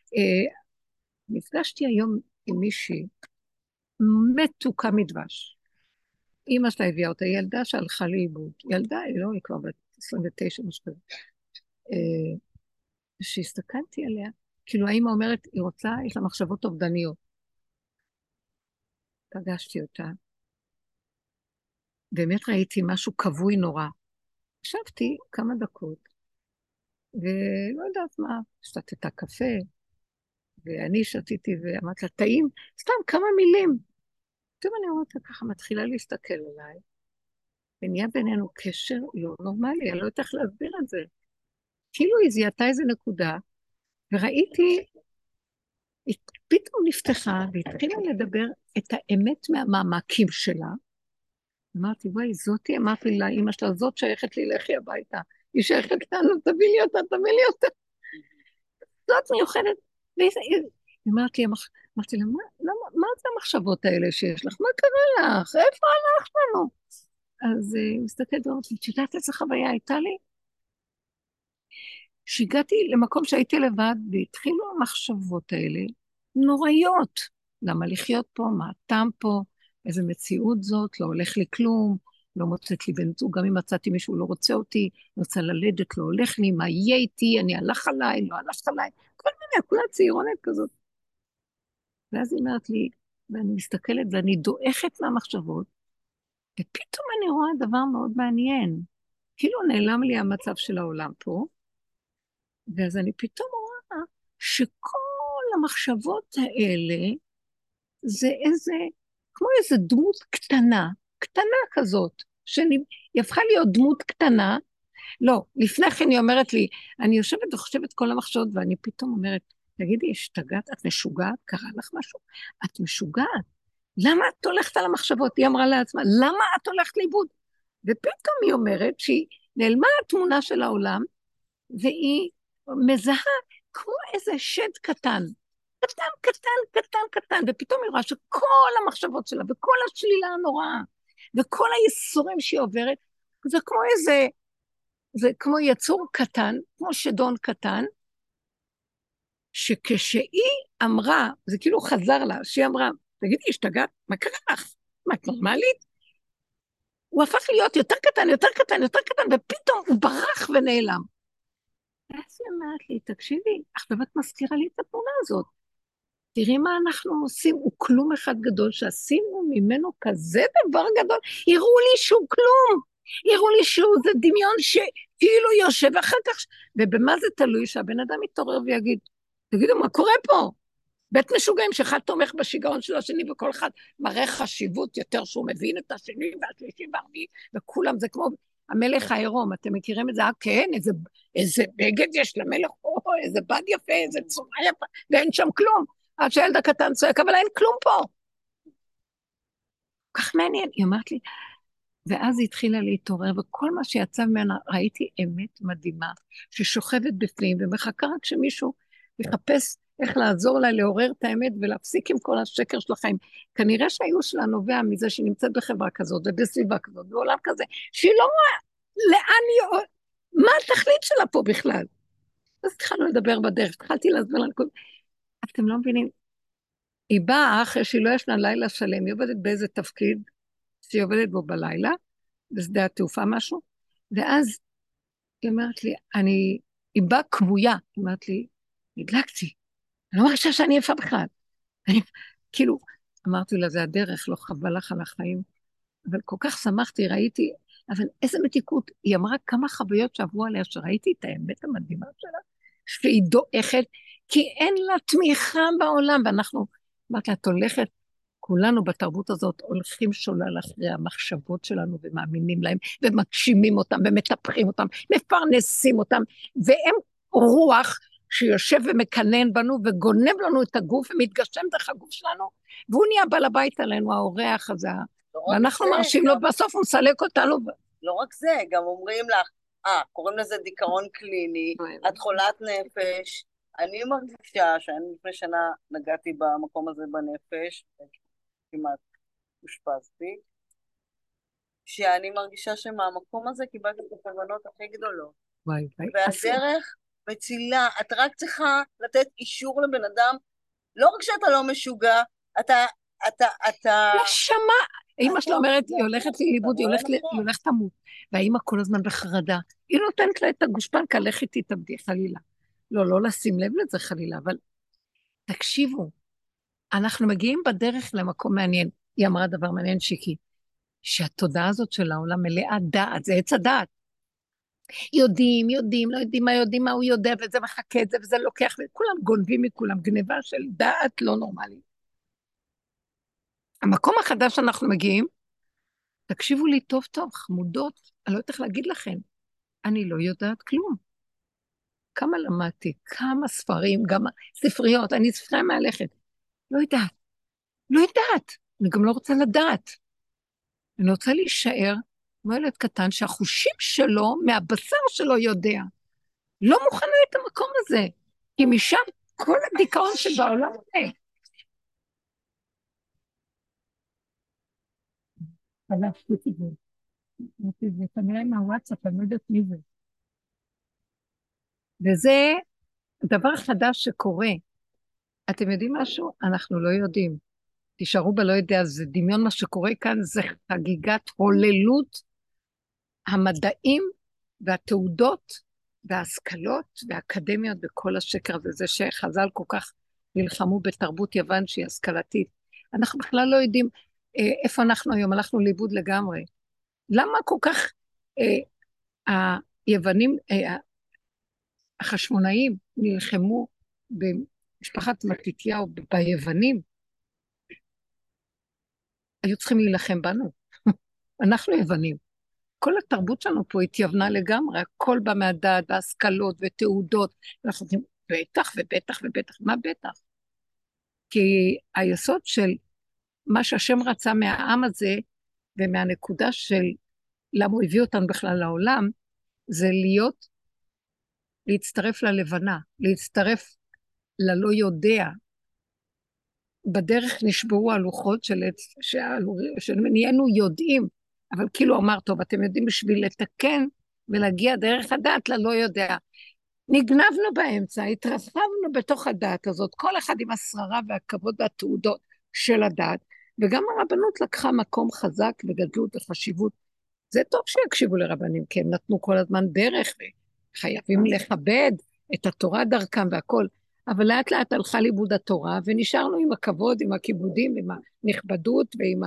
נפגשתי היום עם מישהי, מתוקה מדבש. אמא שלה הביאה אותה, ילדה שהלכה לאיבוד. ילדה, לא, היא כבר בת 29 משהו. שהסתכלתי עליה, כאילו האמא אומרת, היא רוצה, יש לה מחשבות אובדניות. פגשתי אותה, באמת ראיתי משהו קבוי נורא. ישבתי כמה דקות, ולא יודעת מה, שתתה קפה, ואני שתיתי ואמרתי לה, טעים, סתם כמה מילים. פתאום אני אומרת לה ככה, מתחילה להסתכל עליי, ונהיה בינינו קשר לא נורמלי, אני לא יודעת איך להסביר את זה. כאילו היא זיהתה איזה נקודה, וראיתי, היא פתאום נפתחה, והתחילה לדבר את האמת מהמעמקים שלה. אמרתי, וואי, זאתי, אמרתי לה, אמא שלה, זאת שייכת לי, לכי הביתה. היא שייכת לנו, תביא לי אותה, תביא לי אותה. זאת מיוחדת. אמרתי לה, מה זה המחשבות האלה שיש לך? מה קרה לך? איפה הלכנו? אז היא מסתכלת ואומרת, את יודעת איזה חוויה הייתה לי? שהגעתי למקום שהייתי לבד, והתחילו המחשבות האלה נוראיות. למה לחיות פה? מה הטעם פה? איזה מציאות זאת? לא הולך לי כלום, לא מוצאת לי בן זוג, גם אם מצאתי מישהו לא רוצה אותי, רוצה ללדת, לא הולך לי, מה יהיה איתי? אני הלך עליי, לא הלך עליי, כל מיני, כולה צעירונת כזאת. ואז היא אומרת לי, ואני מסתכלת ואני דואכת מהמחשבות, ופתאום אני רואה דבר מאוד מעניין. כאילו נעלם לי המצב של העולם פה, ואז אני פתאום רואה שכל המחשבות האלה, זה איזה, כמו איזה דמות קטנה, קטנה כזאת, שהיא הפכה להיות דמות קטנה, לא, לפני כן היא אומרת לי, אני יושבת וחושבת כל המחשבות, ואני פתאום אומרת, תגידי, השתגעת, את משוגעת? קרה לך משהו? את משוגעת? למה את הולכת על המחשבות? היא אמרה לעצמה, למה את הולכת לאיבוד? ופתאום היא אומרת שהיא נעלמה התמונה של העולם, והיא מזהה כמו איזה שד קטן, קטן, ופתאום היא רואה שכל המחשבות שלה, וכל השלילה הנוראה, וכל היסורים שהיא עוברת, זה כמו איזה, זה כמו יצור קטן, כמו שדון קטן, שכשהיא אמרה, זה כאילו חזר לה, שהיא אמרה, תגידי, השתגעת, מה קרה לך? מה, את נורמלית? הוא הפך להיות יותר קטן, ופתאום הוא ברח ונעלם. אז היא אמרת לי, תקשיבי, עכשיו את מזכירה לי את התמונה הזאת. תראי מה אנחנו עושים, הוא כלום אחד גדול, שעשינו ממנו כזה דבר גדול, יראו לי שהוא כלום, יראו לי שהוא זה דמיון שכאילו יושב אחר כך, ובמה זה תלוי? שהבן אדם יתעורר ויגיד, תגידו, מה קורה פה? בית משוגעים שאחד תומך בשיגעון של השני, וכל אחד מראה חשיבות יותר שהוא מבין את השני והשלישי והרביעי, וכולם זה כמו המלך העירום, אתם מכירים את זה? כן, איזה בגד יש למלך, איזה בד יפה, איזה צורה יפה, ואין שם כלום. עד שהילד הקטן צועק, אבל אין כלום פה. כך מעניין, היא אמרת לי, ואז היא התחילה להתעורר, וכל מה שיצא ממנה, ראיתי אמת מדהימה, ששוכבת בפנים, ומחכה רק שמישהו יחפש איך לעזור לה לעורר את האמת, ולהפסיק עם כל השקר של החיים. כנראה שהאיוש שלה נובע מזה שהיא נמצאת בחברה כזאת, ובסביבה כזאת, בעולם כזה, שהיא לא רואה לאן היא, מה התכלית שלה פה בכלל? אז התחלנו לדבר בדרך, התחלתי להסביר לה, אתם לא מבינים, היא באה אחרי שהיא לא ישנה לילה שלם, היא עובדת באיזה תפקיד שהיא עובדת בו בלילה, בשדה התעופה משהו, ואז היא אומרת לי, היא באה כבויה, היא אומרת לי, הדלקתי, אני לא מרגישה שאני יפה בכלל. כאילו, אמרתי לה, זה הדרך, לא חבל לך על החיים, אבל כל כך שמחתי, ראיתי, אבל איזה מתיקות, היא אמרה כמה חוויות שעברו עליה, שראיתי את האמת המדהימה שלה, שהיא דואכת, כי אין לה תמיכה בעולם, ואנחנו, אמרת לה, את הולכת, כולנו בתרבות הזאת הולכים שולל אחרי המחשבות שלנו, ומאמינים להם, ומגשימים אותם, ומטפחים אותם, מפרנסים אותם, והם רוח שיושב ומקנן בנו, וגונב לנו את הגוף, ומתגשם דרך הגוף שלנו, והוא נהיה בעל הבית עלינו, האורח הזה, ואנחנו מרשים לו, בסוף הוא מסלק אותנו. לא רק זה, גם אומרים לך, קוראים לזה דיכאון קליני, את חולת נפש, אני מרגישה שאני לפני שנה נגעתי במקום הזה בנפש, כמעט הושפזתי, שאני מרגישה שמהמקום הזה קיבלתי את הכוונות הכי גדולות. והדרך מצילה, את רק צריכה לתת אישור לבן אדם, לא רק שאתה לא משוגע, אתה... נשמה, אמא שלה אומרת, היא הולכת לאיבוד, היא הולכת למות, והאמא כל הזמן בחרדה, היא נותנת לה את הגושפנקה, לכי תתאבדי חלילה. לא לשים לב לזה חלילה, אבל תקשיבו, אנחנו מגיעים בדרך למקום מעניין, היא אמרה דבר מעניין שיקי, שהתודעה הזאת של העולם מלאה דעת, זה עץ הדעת. יודעים, לא יודעים מה יודעים, מה הוא יודע, וזה מחכה את זה, וזה לוקח, וכולם גונבים מכולם, גניבה של דעת לא נורמלית. המקום החדש שאנחנו מגיעים, תקשיבו לי טוב טוב, חמודות, אני לא יודעת איך להגיד לכם, אני לא יודעת כלום. כמה למדתי, כמה ספרים, גם ספריות, אני ספריה מהלכת. לא יודעת, אני גם לא רוצה לדעת. אני רוצה להישאר כמו ילד קטן שהחושים שלו, מהבשר שלו יודע. לא מוכן את המקום הזה, כי משם כל הדיכאון שבעולם הזה. חלפתי את זה. זה כנראה מהוואטסאפ, אני לא יודעת מי זה. וזה דבר חדש שקורה. אתם יודעים משהו? אנחנו לא יודעים. תישארו בלא יודע, זה דמיון מה שקורה כאן, זה חגיגת הוללות המדעים והתעודות וההשכלות והאקדמיות וכל השקר הזה, זה שחז"ל כל כך נלחמו בתרבות יוון שהיא השכלתית. אנחנו בכלל לא יודעים איפה אנחנו היום, הלכנו לאיבוד לגמרי. למה כל כך היוונים, החשמונאים נלחמו במשפחת מתתיהו ביוונים? היו צריכים להילחם בנו. אנחנו יוונים. כל התרבות שלנו פה התייוונה לגמרי, הכל בא מהדעת, בהשכלות ותעודות. אנחנו אומרים, בטח, מה בטח? כי היסוד של מה שהשם רצה מהעם הזה, ומהנקודה של למה הוא הביא אותנו בכלל לעולם, זה להצטרף ללבנה, להצטרף ללא יודע. בדרך נשברו הלוחות שנהיינו יודעים, אבל כאילו אמר, טוב, אתם יודעים בשביל לתקן ולהגיע דרך הדעת ללא יודע. נגנבנו באמצע, התרחבנו בתוך הדעת הזאת, כל אחד עם השררה והכבוד והתעודות של הדעת, וגם הרבנות לקחה מקום חזק וגדלות וחשיבות. זה טוב שיקשיבו לרבנים, כי הם נתנו כל הזמן דרך, וחייבים לכבד את התורה דרכם והכל, אבל לאט לאט הלכה לאיבוד התורה, ונשארנו עם הכבוד, עם הכיבודים, עם הנכבדות ועם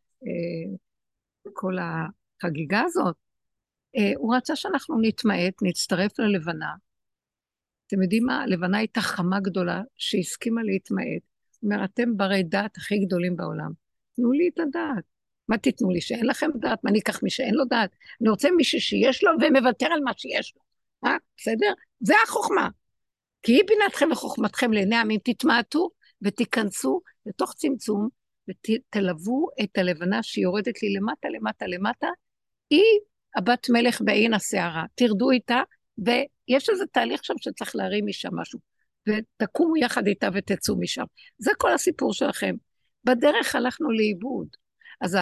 כל החגיגה הזאת. הוא רצה שאנחנו נתמעט, נצטרף ללבנה. אתם יודעים מה? הלבנה הייתה חמה גדולה שהסכימה להתמעט. זאת אומרת, אתם ברי דעת הכי גדולים בעולם. תנו לי את הדעת. מה תיתנו לי? שאין לכם דעת? מה אני אקח מי שאין לו דעת? אני רוצה מישהו שיש לו ומוותר על מה שיש לו. בסדר? זה החוכמה. כי היא בינתכם וחוכמתכם לעיני העמים, תתמעטו ותיכנסו לתוך צמצום, ותלוו את הלבנה שיורדת לי למטה, למטה, למטה. היא הבת מלך בעין השערה. תרדו איתה, ויש איזה תהליך שם שצריך להרים משם משהו. ותקומו יחד איתה ותצאו משם. זה כל הסיפור שלכם. בדרך הלכנו לאיבוד. אז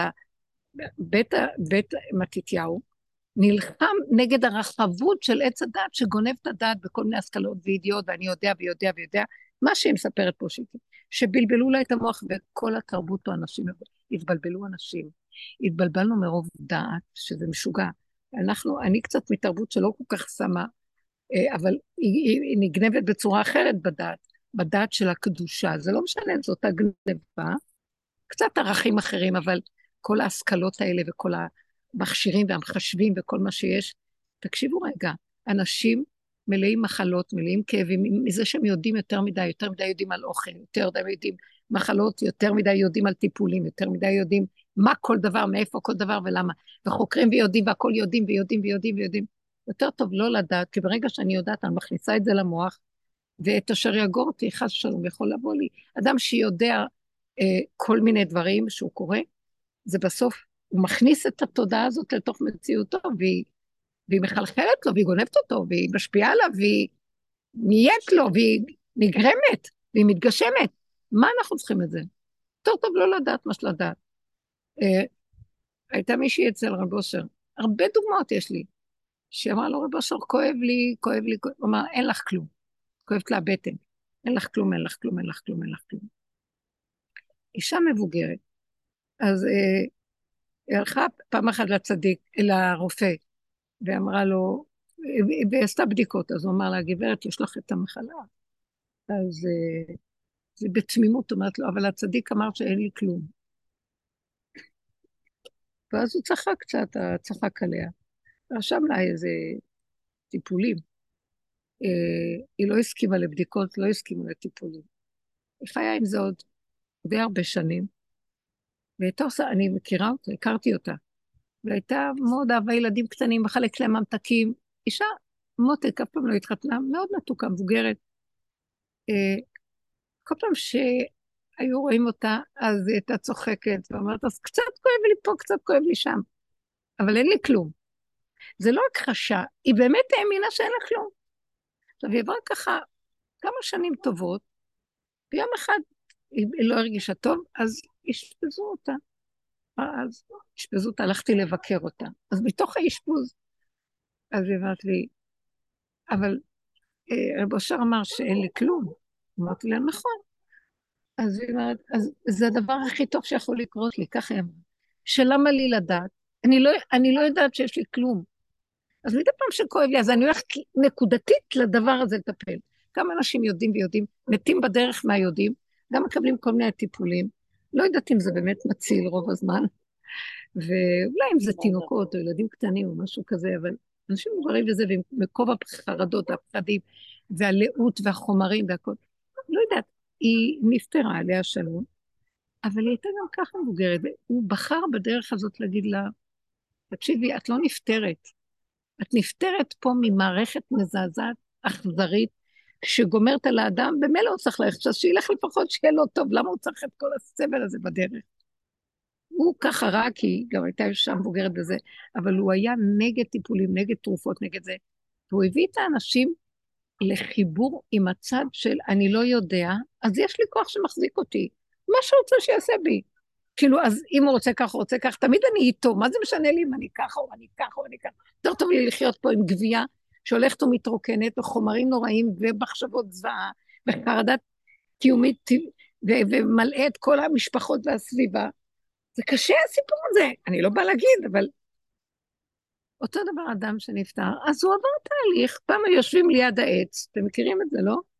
בית מתתיהו נלחם נגד הרחבות של עץ הדת, שגונב את הדת בכל מיני השכלות וידיעות, ואני יודע ויודע ויודע, מה שהיא מספרת פה שבלבלו לה את המוח, וכל התרבות או אנשים, התבלבלו אנשים. התבלבלנו מרוב דעת, שזה משוגע. אני קצת מתרבות שלא כל כך שמה, אבל היא נגנבת בצורה אחרת בדעת של הקדושה. זה לא משנה, זאת הגנבה, קצת ערכים אחרים, אבל כל ההשכלות האלה וכל המכשירים והמחשבים וכל מה שיש, תקשיבו רגע, אנשים מלאים מחלות, מלאים כאבים, מזה שהם יודעים יותר מדי יודעים על אוכל, יותר מדי יודעים מחלות, יותר מדי יודעים על טיפולים, יותר מדי יודעים מה כל דבר, מאיפה כל דבר ולמה, וחוקרים ויודעים והכל יודעים ויודעים ויודעים ויודעים. יותר טוב לא לדעת, כי ברגע שאני יודעת, אני מכניסה את זה למוח, ואת אשר יגור אותי, חס שלום, יכול לבוא לי. אדם שיודע כל מיני דברים שהוא קורא, זה בסוף, הוא מכניס את התודעה הזאת לתוך מציאותו, והיא מחלחלת לו, והיא גונבת אותו, והיא משפיעה עליו, והיא נהיית לו, והיא נגרמת, והיא מתגשמת. מה אנחנו צריכים את זה? יותר טוב לא לדעת מה שלדעת. הייתה מישהי אצל רב אושר, הרבה דוגמאות יש לי, שאמרה לו רב אושר, כואב לי, הוא אמר, אין לך כלום, כואבת לה הבטן, אין לך כלום, אין לך כלום, אין לך כלום, אין לך כלום. אישה מבוגרת, אז היא הלכה פעם אחת לצדיק, לרופא, ואמרה לו, ועשתה בדיקות, אז הוא אמר לה, גברת, יש לך את המחלה. אז זה בתמימות, אומרת לו, אבל הצדיק אמר שאין לי כלום. ואז הוא צחק קצת, צחק עליה. רשם לה איזה טיפולים. היא לא הסכימה לבדיקות, לא הסכימה לטיפולים. היא חיה עם זה עוד די הרבה שנים. והייתה עושה, אני מכירה אותה, הכרתי אותה. והייתה מאוד אהבה ילדים קטנים, מחלק להם ממתקים. אישה מותק, אף פעם לא התחתנה, מאוד מתוקה, מבוגרת. כל פעם שהיו רואים אותה, אז היא הייתה צוחקת, ואומרת, אז קצת כואב לי פה, קצת כואב לי שם. אבל אין לי כלום. זה לא הכחשה, היא באמת האמינה שאין לה כלום. עכשיו, היא עברה ככה כמה שנים טובות, ויום אחד היא לא הרגישה טוב, אז השפזו אותה. הלכתי לבקר אותה. אז מתוך האשפוז, אז היא אמרת לי, אבל רב אושר אמר שאין לי כלום. אמרתי לה, נכון. אז היא אומרת, אז זה הדבר הכי טוב שיכול לקרות לי, ככה היא אמרה. שלמה לי לדעת? אני לא יודעת שיש לי כלום. אז מדי פעם שכואב לי, אז אני הולכת נקודתית לדבר הזה לטפל. כמה אנשים יודעים ויודעים, מתים בדרך מה יודעים, גם מקבלים כל מיני טיפולים. לא יודעת אם זה באמת מציל רוב הזמן, ואולי אם זה תינוקות או ילדים קטנים או משהו כזה, אבל אנשים מבוגרים וזה, ועם כובע חרדות, הפחדים, והלאות והחומרים והכל. לא יודעת, היא נפטרה עליה שלום, אבל היא הייתה גם ככה מבוגרת, והוא בחר בדרך הזאת להגיד לה, תקשיבי, את לא נפטרת, את נפטרת פה ממערכת מזעזעת, אכזרית, שגומרת על האדם, במילא הוא צריך ללכת, אז שילך לפחות שיהיה לו טוב, למה הוא צריך את כל הסבל הזה בדרך? הוא ככה רע, כי גם הייתה שם מבוגרת בזה, אבל הוא היה נגד טיפולים, נגד תרופות, נגד זה, והוא הביא את האנשים לחיבור עם הצד של אני לא יודע, אז יש לי כוח שמחזיק אותי, מה שרוצה שיעשה בי. כאילו, אז אם הוא רוצה כך, הוא רוצה כך, תמיד אני איתו, מה זה משנה לי אם אני ככה או אני ככה או אני ככה? יותר טוב לי לחיות פה עם גבייה שהולכת ומתרוקנת, וחומרים נוראים ומחשבות זוועה, וחרדת קיומית, ומלאה את כל המשפחות והסביבה. זה קשה הסיפור הזה, אני לא באה להגיד, אבל אותו דבר אדם שנפטר, אז הוא עבר תהליך, פעם יושבים ליד העץ, אתם מכירים את זה, לא?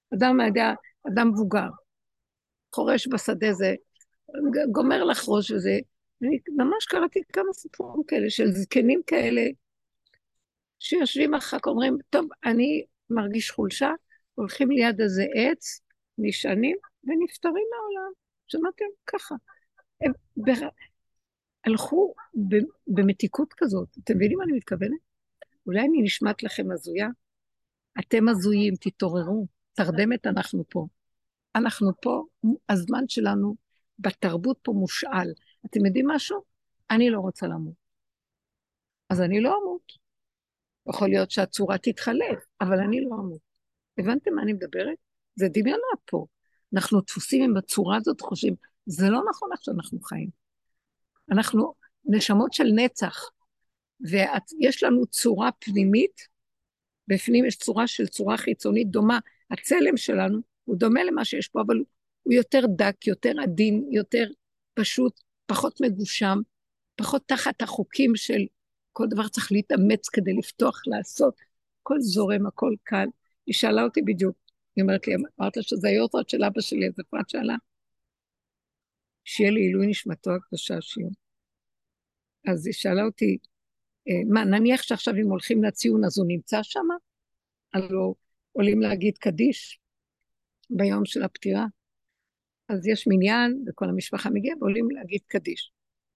אדם מבוגר, חורש בשדה זה, גומר לחרוש וזה, אני ממש קראתי כמה סיפורים כאלה, של זקנים כאלה, שיושבים אחר כך, אומרים, טוב, אני מרגיש חולשה, הולכים ליד איזה עץ, נשענים ונפטרים מהעולם. שמעתם? ככה. הם הלכו במתיקות כזאת. אתם מבינים מה אני מתכוונת? אולי אני נשמעת לכם הזויה? אתם הזויים, תתעוררו. תרדמת, אנחנו פה. אנחנו פה, הזמן שלנו בתרבות פה מושאל. אתם יודעים משהו? אני לא רוצה למות. אז אני לא אמות. יכול להיות שהצורה תתחלף, אבל אני לא אמות. הבנתם מה אני מדברת? זה דמיונות פה. אנחנו תפוסים עם בצורה הזאת, חושבים, זה לא נכון איך שאנחנו חיים. אנחנו נשמות של נצח, ויש לנו צורה פנימית, בפנים יש צורה חיצונית דומה, הצלם שלנו הוא דומה למה שיש פה, אבל הוא יותר דק, יותר עדין, יותר פשוט, פחות מגושם, פחות תחת החוקים של כל דבר צריך להתאמץ כדי לפתוח, לעשות, הכל זורם, הכל קל. היא שאלה אותי בדיוק, היא אומרת לי, אמרת שזה היורצות של אבא שלי, אז אפרת שאלה, שיהיה לי עילוי נשמתו הקדושה שיום. אז היא שאלה אותי, מה, נניח שעכשיו אם הולכים לציון, אז הוא נמצא שם? הלוא עולים להגיד קדיש ביום של הפטירה, אז יש מניין, וכל המשפחה מגיעה, ועולים להגיד קדיש.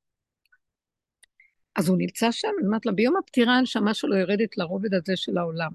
אז הוא נמצא שם, אני אומרת לה, ביום הפטירה הנשמה שלו יורדת לרובד הזה של העולם.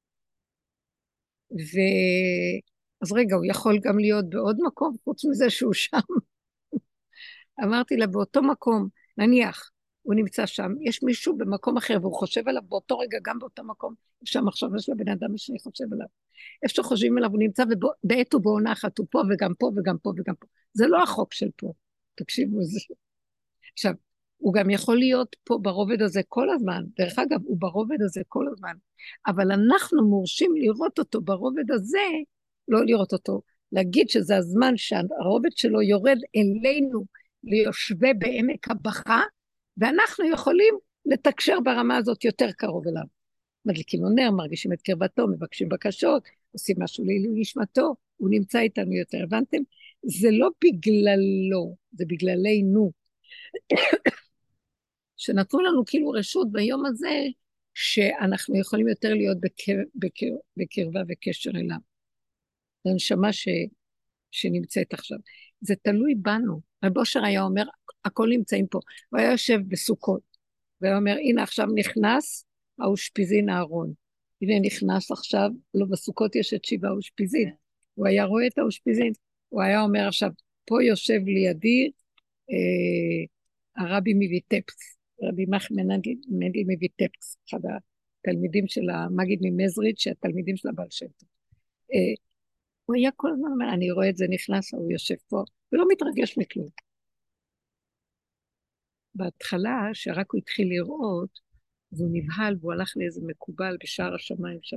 אז רגע, הוא יכול גם להיות בעוד מקום, חוץ מזה שהוא שם. אמרתי לה, באותו מקום, נניח, הוא נמצא שם, יש מישהו במקום אחר, והוא חושב עליו באותו רגע, גם באותו מקום, שם עכשיו יש לבן אדם שאני חושב עליו. איפה שחושבים עליו, הוא נמצא, ובעת ובעונה אחת, הוא פה וגם פה וגם פה וגם פה. זה לא החוק של פה, תקשיבו זה. עכשיו, הוא גם יכול להיות פה ברובד הזה כל הזמן, דרך אגב, הוא ברובד הזה כל הזמן, אבל אנחנו מורשים לראות אותו ברובד הזה, לא לראות אותו, להגיד שזה הזמן שהרובד שלו יורד אלינו, ליושבי בעמק הבכה, ואנחנו יכולים לתקשר ברמה הזאת יותר קרוב אליו. מדליקים לו נר, מרגישים את קרבתו, מבקשים בקשות, עושים משהו לעילוי נשמתו, הוא נמצא איתנו יותר, הבנתם? זה לא בגללו, זה בגללנו. שנתנו לנו כאילו רשות ביום הזה, שאנחנו יכולים יותר להיות בקרבה וקשר אליו. זו הנשמה שנמצאת עכשיו. זה תלוי בנו. רב אושר היה אומר, הכל נמצאים פה. הוא היה יושב בסוכות, והוא אומר, הנה עכשיו נכנס האושפיזין הארון. הנה נכנס עכשיו, לא בסוכות יש את 7 האושפיזין. הוא היה רואה את האושפיזין, הוא היה אומר עכשיו, פה יושב לידי הרבי מויטפס, רבי מנדל מויטפס, אחד התלמידים של המגיד ממזריץ', שהתלמידים של הבעל שם טוב. הוא היה כל הזמן אומר, אני רואה את זה נכנס, הוא יושב פה, ולא מתרגש מכלום. בהתחלה, שרק הוא התחיל לראות, אז הוא נבהל, והוא הלך לאיזה מקובל בשער השמיים שם,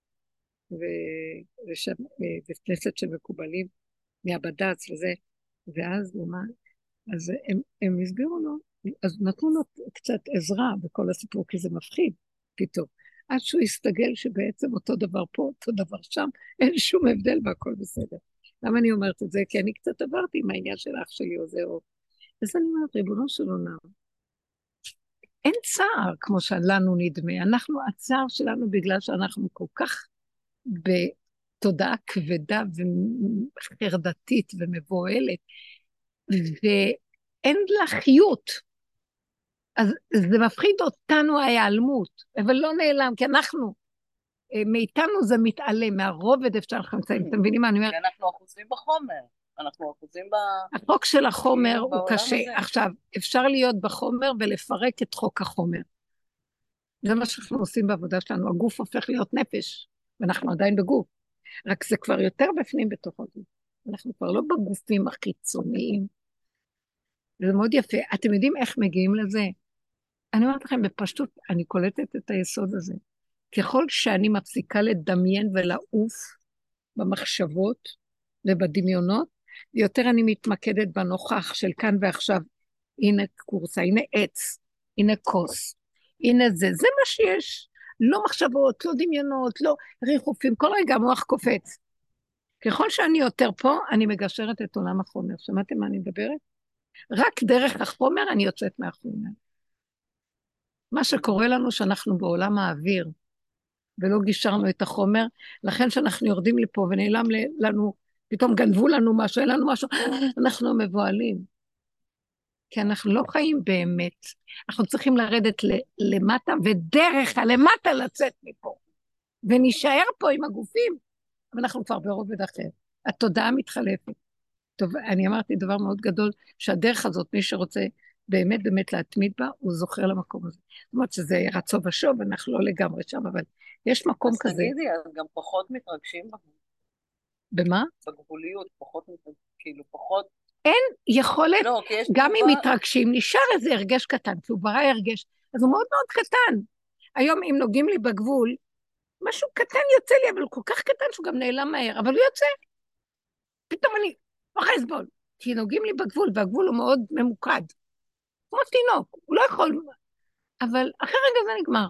וכנסת של מקובלים, מהבד"ץ וזה, ואז הוא אמר, אז הם הסבירו לו, אז נתנו לו קצת עזרה בכל הסיפור, כי זה מפחיד פתאום. עד שהוא הסתגל שבעצם אותו דבר פה, אותו דבר שם, אין שום הבדל והכל בסדר. למה אני אומרת את זה? כי אני קצת עברתי עם העניין של אח שלי או זה או... אז אני אומרת, ריבונו של עולם, אין צער כמו שלנו נדמה. הצער שלנו בגלל שאנחנו כל כך בתודעה כבדה וחרדתית ומבוהלת, ואין לה חיות. אז זה מפחיד אותנו ההיעלמות, אבל לא נעלם, כי אנחנו, מאיתנו זה מתעלם, מהרובד אפשר לחמצאים, אתם מבינים מה אני אומרת? כי אנחנו אחוזים בחומר, אנחנו אחוזים החוק של החומר הוא קשה. עכשיו, אפשר להיות בחומר ולפרק את חוק החומר. זה מה שאנחנו עושים בעבודה שלנו, הגוף הופך להיות נפש, ואנחנו עדיין בגוף. רק זה כבר יותר בפנים בתוך הגוף. אנחנו כבר לא בגופים החיצוניים. זה מאוד יפה. אתם יודעים איך מגיעים לזה? אני אומרת לכם, בפשטות, אני קולטת את היסוד הזה. ככל שאני מפסיקה לדמיין ולעוף במחשבות ובדמיונות, יותר אני מתמקדת בנוכח של כאן ועכשיו. הנה קורסה, הנה עץ, הנה כוס, הנה זה מה שיש. לא מחשבות, לא דמיונות, לא ריחופים, כל רגע המוח קופץ. ככל שאני יותר פה, אני מגשרת את עולם החומר. שמעתם מה אני מדברת? רק דרך החומר אני יוצאת מהחומר. מה שקורה לנו שאנחנו בעולם האוויר, ולא גישרנו את החומר, לכן שאנחנו יורדים לפה ונעלם לנו, פתאום גנבו לנו משהו, אין לנו משהו, אנחנו מבועלים. כי אנחנו לא חיים באמת. אנחנו צריכים לרדת למטה, ודרך הלמטה לצאת מפה. ונשאר פה עם הגופים, אבל אנחנו כבר ברובד אחר. התודעה מתחלפת. טוב, אני אמרתי דבר מאוד גדול, שהדרך הזאת, מי שרוצה באמת באמת להתמיד בה, הוא זוכר למקום הזה. זאת אומרת שזה רצו ושוב, אנחנו לא לגמרי שם, אבל יש מקום כזה. אז תגידי, אז גם פחות מתרגשים במה? בגבוליות, פחות מתרגשים, כאילו פחות... אין יכולת, לא, גם אם מתרגשים, נשאר איזה הרגש קטן, כי הוא ברא הרגש, אז הוא מאוד מאוד קטן. היום אם נוגעים לי בגבול, משהו קטן יוצא לי, אבל הוא כל כך קטן שהוא גם נעלם מהר, אבל הוא יוצא. פתאום אני אוחז בו, כי נוגעים לי בגבול, והגבול הוא מאוד ממוקד. כמו תינוק, הוא לא יכול, אבל אחרי רגע זה נגמר.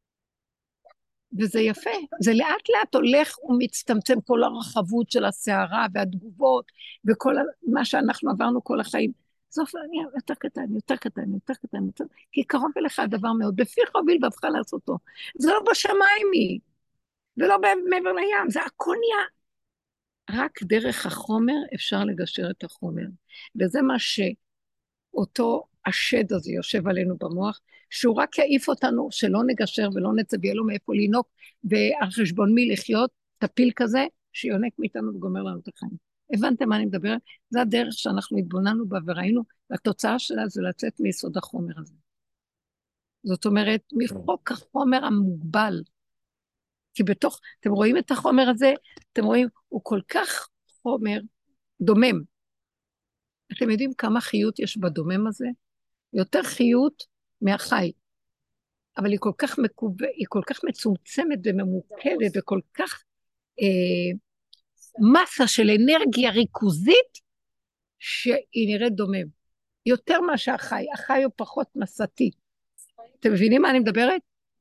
וזה יפה, זה לאט לאט הולך ומצטמצם כל הרחבות של הסערה והתגובות, וכל מה שאנחנו עברנו כל החיים. סוף אני יותר קטן, יותר קטן, יותר קטן, יותר... כי קרוב אליך הדבר מאוד, בפיך הוביל ואבך לעשותו. זה לא בשמיים היא, ולא מעבר לים, זה הכל נהיה. רק דרך החומר אפשר לגשר את החומר. וזה מה שאותו השד הזה יושב עלינו במוח, שהוא רק יעיף אותנו, שלא נגשר ולא נצא, ויהיה לו מאיפה לינוק, ועל חשבון מי לחיות, תפיל כזה, שיונק מאיתנו וגומר לנו את החיים. הבנתם מה אני מדברת? זה הדרך שאנחנו התבוננו בה וראינו, והתוצאה שלה זה לצאת מיסוד החומר הזה. זאת אומרת, מחוק החומר המוגבל, כי בתוך, אתם רואים את החומר הזה, אתם רואים, הוא כל כך חומר דומם. אתם יודעים כמה חיות יש בדומם הזה? יותר חיות מהחי. אבל היא כל כך מצומצמת וממוקדת, וכל כך מסה של אנרגיה ריכוזית, שהיא נראית דומם. יותר מה שהחי, החי הוא פחות מסתי. אתם מבינים מה אני מדברת?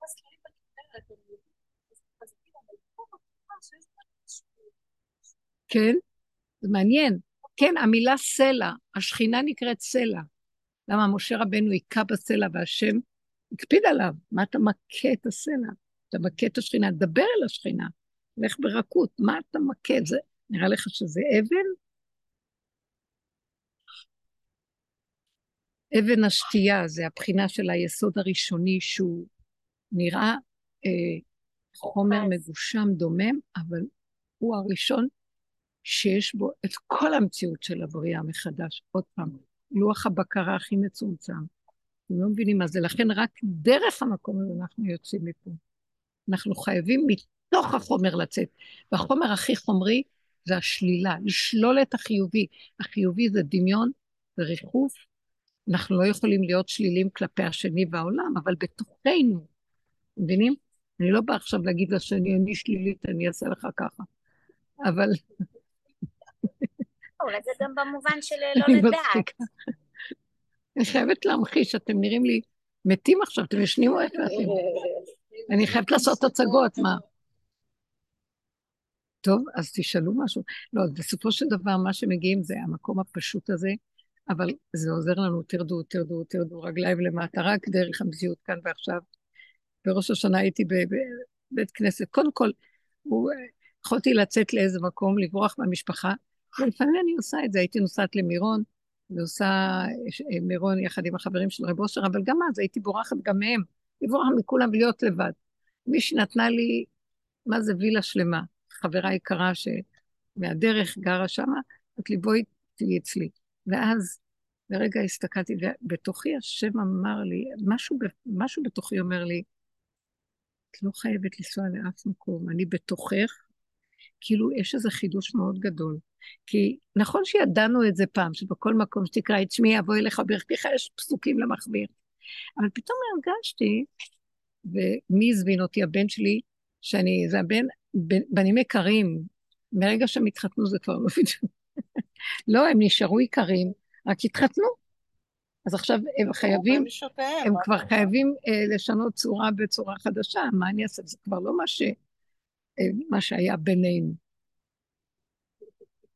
כן, זה מעניין. כן, המילה סלע, השכינה נקראת סלע. למה משה רבנו היכה בסלע והשם הקפיד עליו? מה אתה מכה את הסלע? אתה מכה את השכינה, דבר אל השכינה, לך ברכות, מה אתה מכה? זה נראה לך שזה אבן? אבן השתייה, זה הבחינה של היסוד הראשוני, שהוא נראה חומר מגושם דומם, אבל הוא הראשון שיש בו את כל המציאות של הבריאה מחדש. עוד פעם, לוח הבקרה הכי מצומצם. אתם לא מבינים מה זה, לכן רק דרך המקום הזה אנחנו יוצאים מפה. אנחנו חייבים מתוך החומר לצאת, והחומר הכי חומרי זה השלילה, לשלול את החיובי. החיובי זה דמיון, זה ריחוף. אנחנו לא יכולים להיות שלילים כלפי השני והעולם, אבל בתוכנו, מבינים? אני לא באה עכשיו להגיד לשני, אני שלילית, אני אעשה לך ככה. אבל... אולי זה גם במובן של לא לדעת. אני חייבת להמחיש, אתם נראים לי מתים עכשיו, אתם ישנים או איפה אתם? אני חייבת לעשות הצגות, מה? טוב, אז תשאלו משהו. לא, בסופו של דבר, מה שמגיעים זה המקום הפשוט הזה, אבל זה עוזר לנו, תרדו רגליים למטה, רק דרך המציאות כאן ועכשיו. בראש השנה הייתי בבית כנסת. קודם כל, יכולתי לצאת לאיזה מקום, לברוח מהמשפחה, ולפעמים אני עושה את זה, הייתי נוסעת למירון, ועושה מירון יחד עם החברים של רב אושר, אבל גם אז הייתי בורחת גם מהם, לברוח מכולם ולהיות לבד. מי שנתנה לי, מה זה וילה שלמה, חברה יקרה שמהדרך גרה שמה, את לי בואי תהיי אצלי. ואז ברגע הסתכלתי, ובתוכי השם אמר לי, משהו בתוכי אומר לי, את לא חייבת לנסוע לאף מקום, אני בתוכך, כאילו יש איזה חידוש מאוד גדול. כי נכון שידענו את זה פעם, שבכל מקום שתקרא את שמי, אבוא אליך ברכתיך, יש פסוקים למחביר. אבל פתאום הרגשתי, ומי הזמין אותי, הבן שלי, זה בנים יקרים, מרגע שהם התחתנו זה כבר לא פתאום. לא, הם נשארו יקרים, רק התחתנו. אז עכשיו הם חייבים, הם כבר חייבים לשנות צורה בצורה חדשה, מה אני אעשה? זה כבר לא מה שהיה בינינו.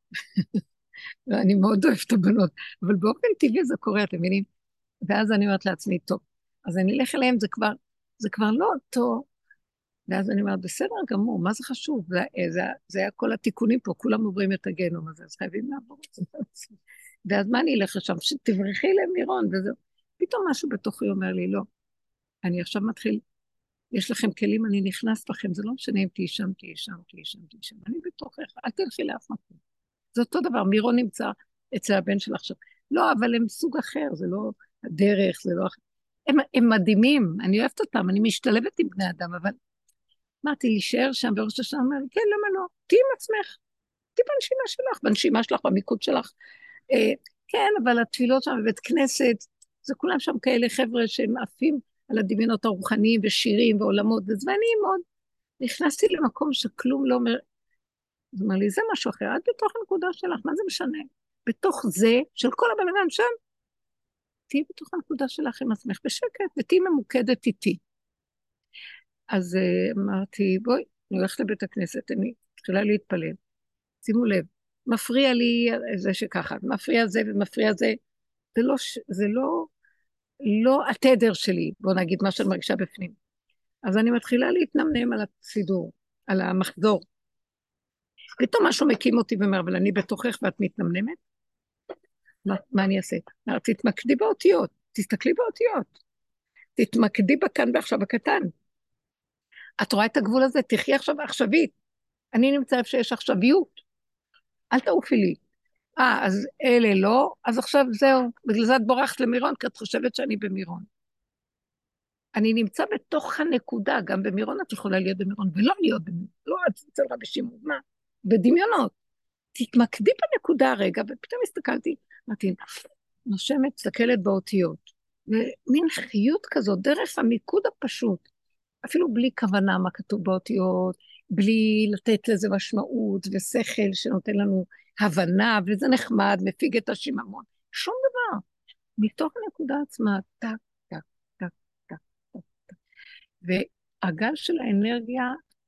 אני מאוד אוהבת את הבנות, אבל באופן טבעי זה קורה, אתם מבינים? ואז אני אומרת לעצמי, טוב, אז אני אלך אליהם, זה כבר לא אותו, ואז אני אומרת, בסדר גמור, מה זה חשוב? זה היה כל התיקונים פה, כולם עוברים את הגנום הזה, אז חייבים לעבור את זה. ואז מה אני אלך לשם? שתברכי למירון, וזהו. פתאום משהו בתוכי אומר לי, לא, אני עכשיו מתחיל, יש לכם כלים, אני נכנס בכם, זה לא משנה אם תהי שם, אני בתוכך, אל תלכי לאף מקום. זה אותו דבר, מירון נמצא אצל הבן של עכשיו. לא, אבל הם סוג אחר, זה לא הדרך, זה לא אחר. הם מדהימים, אני אוהבת אותם, אני משתלבת עם בני אדם, אבל אמרתי, להישאר שם בראש השנה, אמר לי, כן, למה לא? תהי עם עצמך, תהי בנשימה שלך, בנשימה שלך, במיקוד שלך. כן, אבל התפילות שם בבית כנסת, זה כולם שם כאלה חבר'ה שהם עפים על הדמיונות הרוחניים ושירים ועולמות, ואני מאוד נכנסתי למקום שכלום לא אומר, זאת אומרת לי, זה משהו אחר, את בתוך הנקודה שלך, מה זה משנה? בתוך זה, של כל הבן אדם שם, תהי בתוך הנקודה שלך עם עצמך בשקט, ותהי ממוקדת איתי. אז אמרתי, בואי, אני הולכת לבית הכנסת, אני מתחילה להתפלל. שימו לב, מפריע לי זה שככה, מפריע זה ומפריע זה, זה לא התדר שלי, בוא נגיד מה שאני מרגישה בפנים. אז אני מתחילה להתנמנם על הסידור, על המחזור. פתאום משהו מקים אותי ואומר, אבל אני בתוכך ואת מתנמנמת? מה אני אעשה? תתמקדי באותיות, תסתכלי באותיות, תתמקדי בכאן ועכשיו הקטן. את רואה את הגבול הזה? תחי עכשיו עכשווית. אני נמצא איפה שיש עכשוויות. אל תעופי לי. אז אלה לא, אז עכשיו זהו. בגלל זה את בורחת למירון, כי את חושבת שאני במירון. אני נמצא בתוך הנקודה, גם במירון את יכולה להיות במירון, ולא להיות במירון, לא אצל רבי שמעון, מה? בדמיונות. תתמקדי בנקודה הרגע, ופתאום הסתכלתי, אמרתי, נושמת, מסתכלת באותיות, ומין חיות כזאת, דרך המיקוד הפשוט, אפילו בלי כוונה מה כתוב באותיות, בלי לתת לזה משמעות ושכל שנותן לנו הבנה, וזה נחמד, מפיג את השיממון, שום דבר. מתוך הנקודה עצמה, טק, טק, טק, טק, טק, טק. והגל של האנרגיה,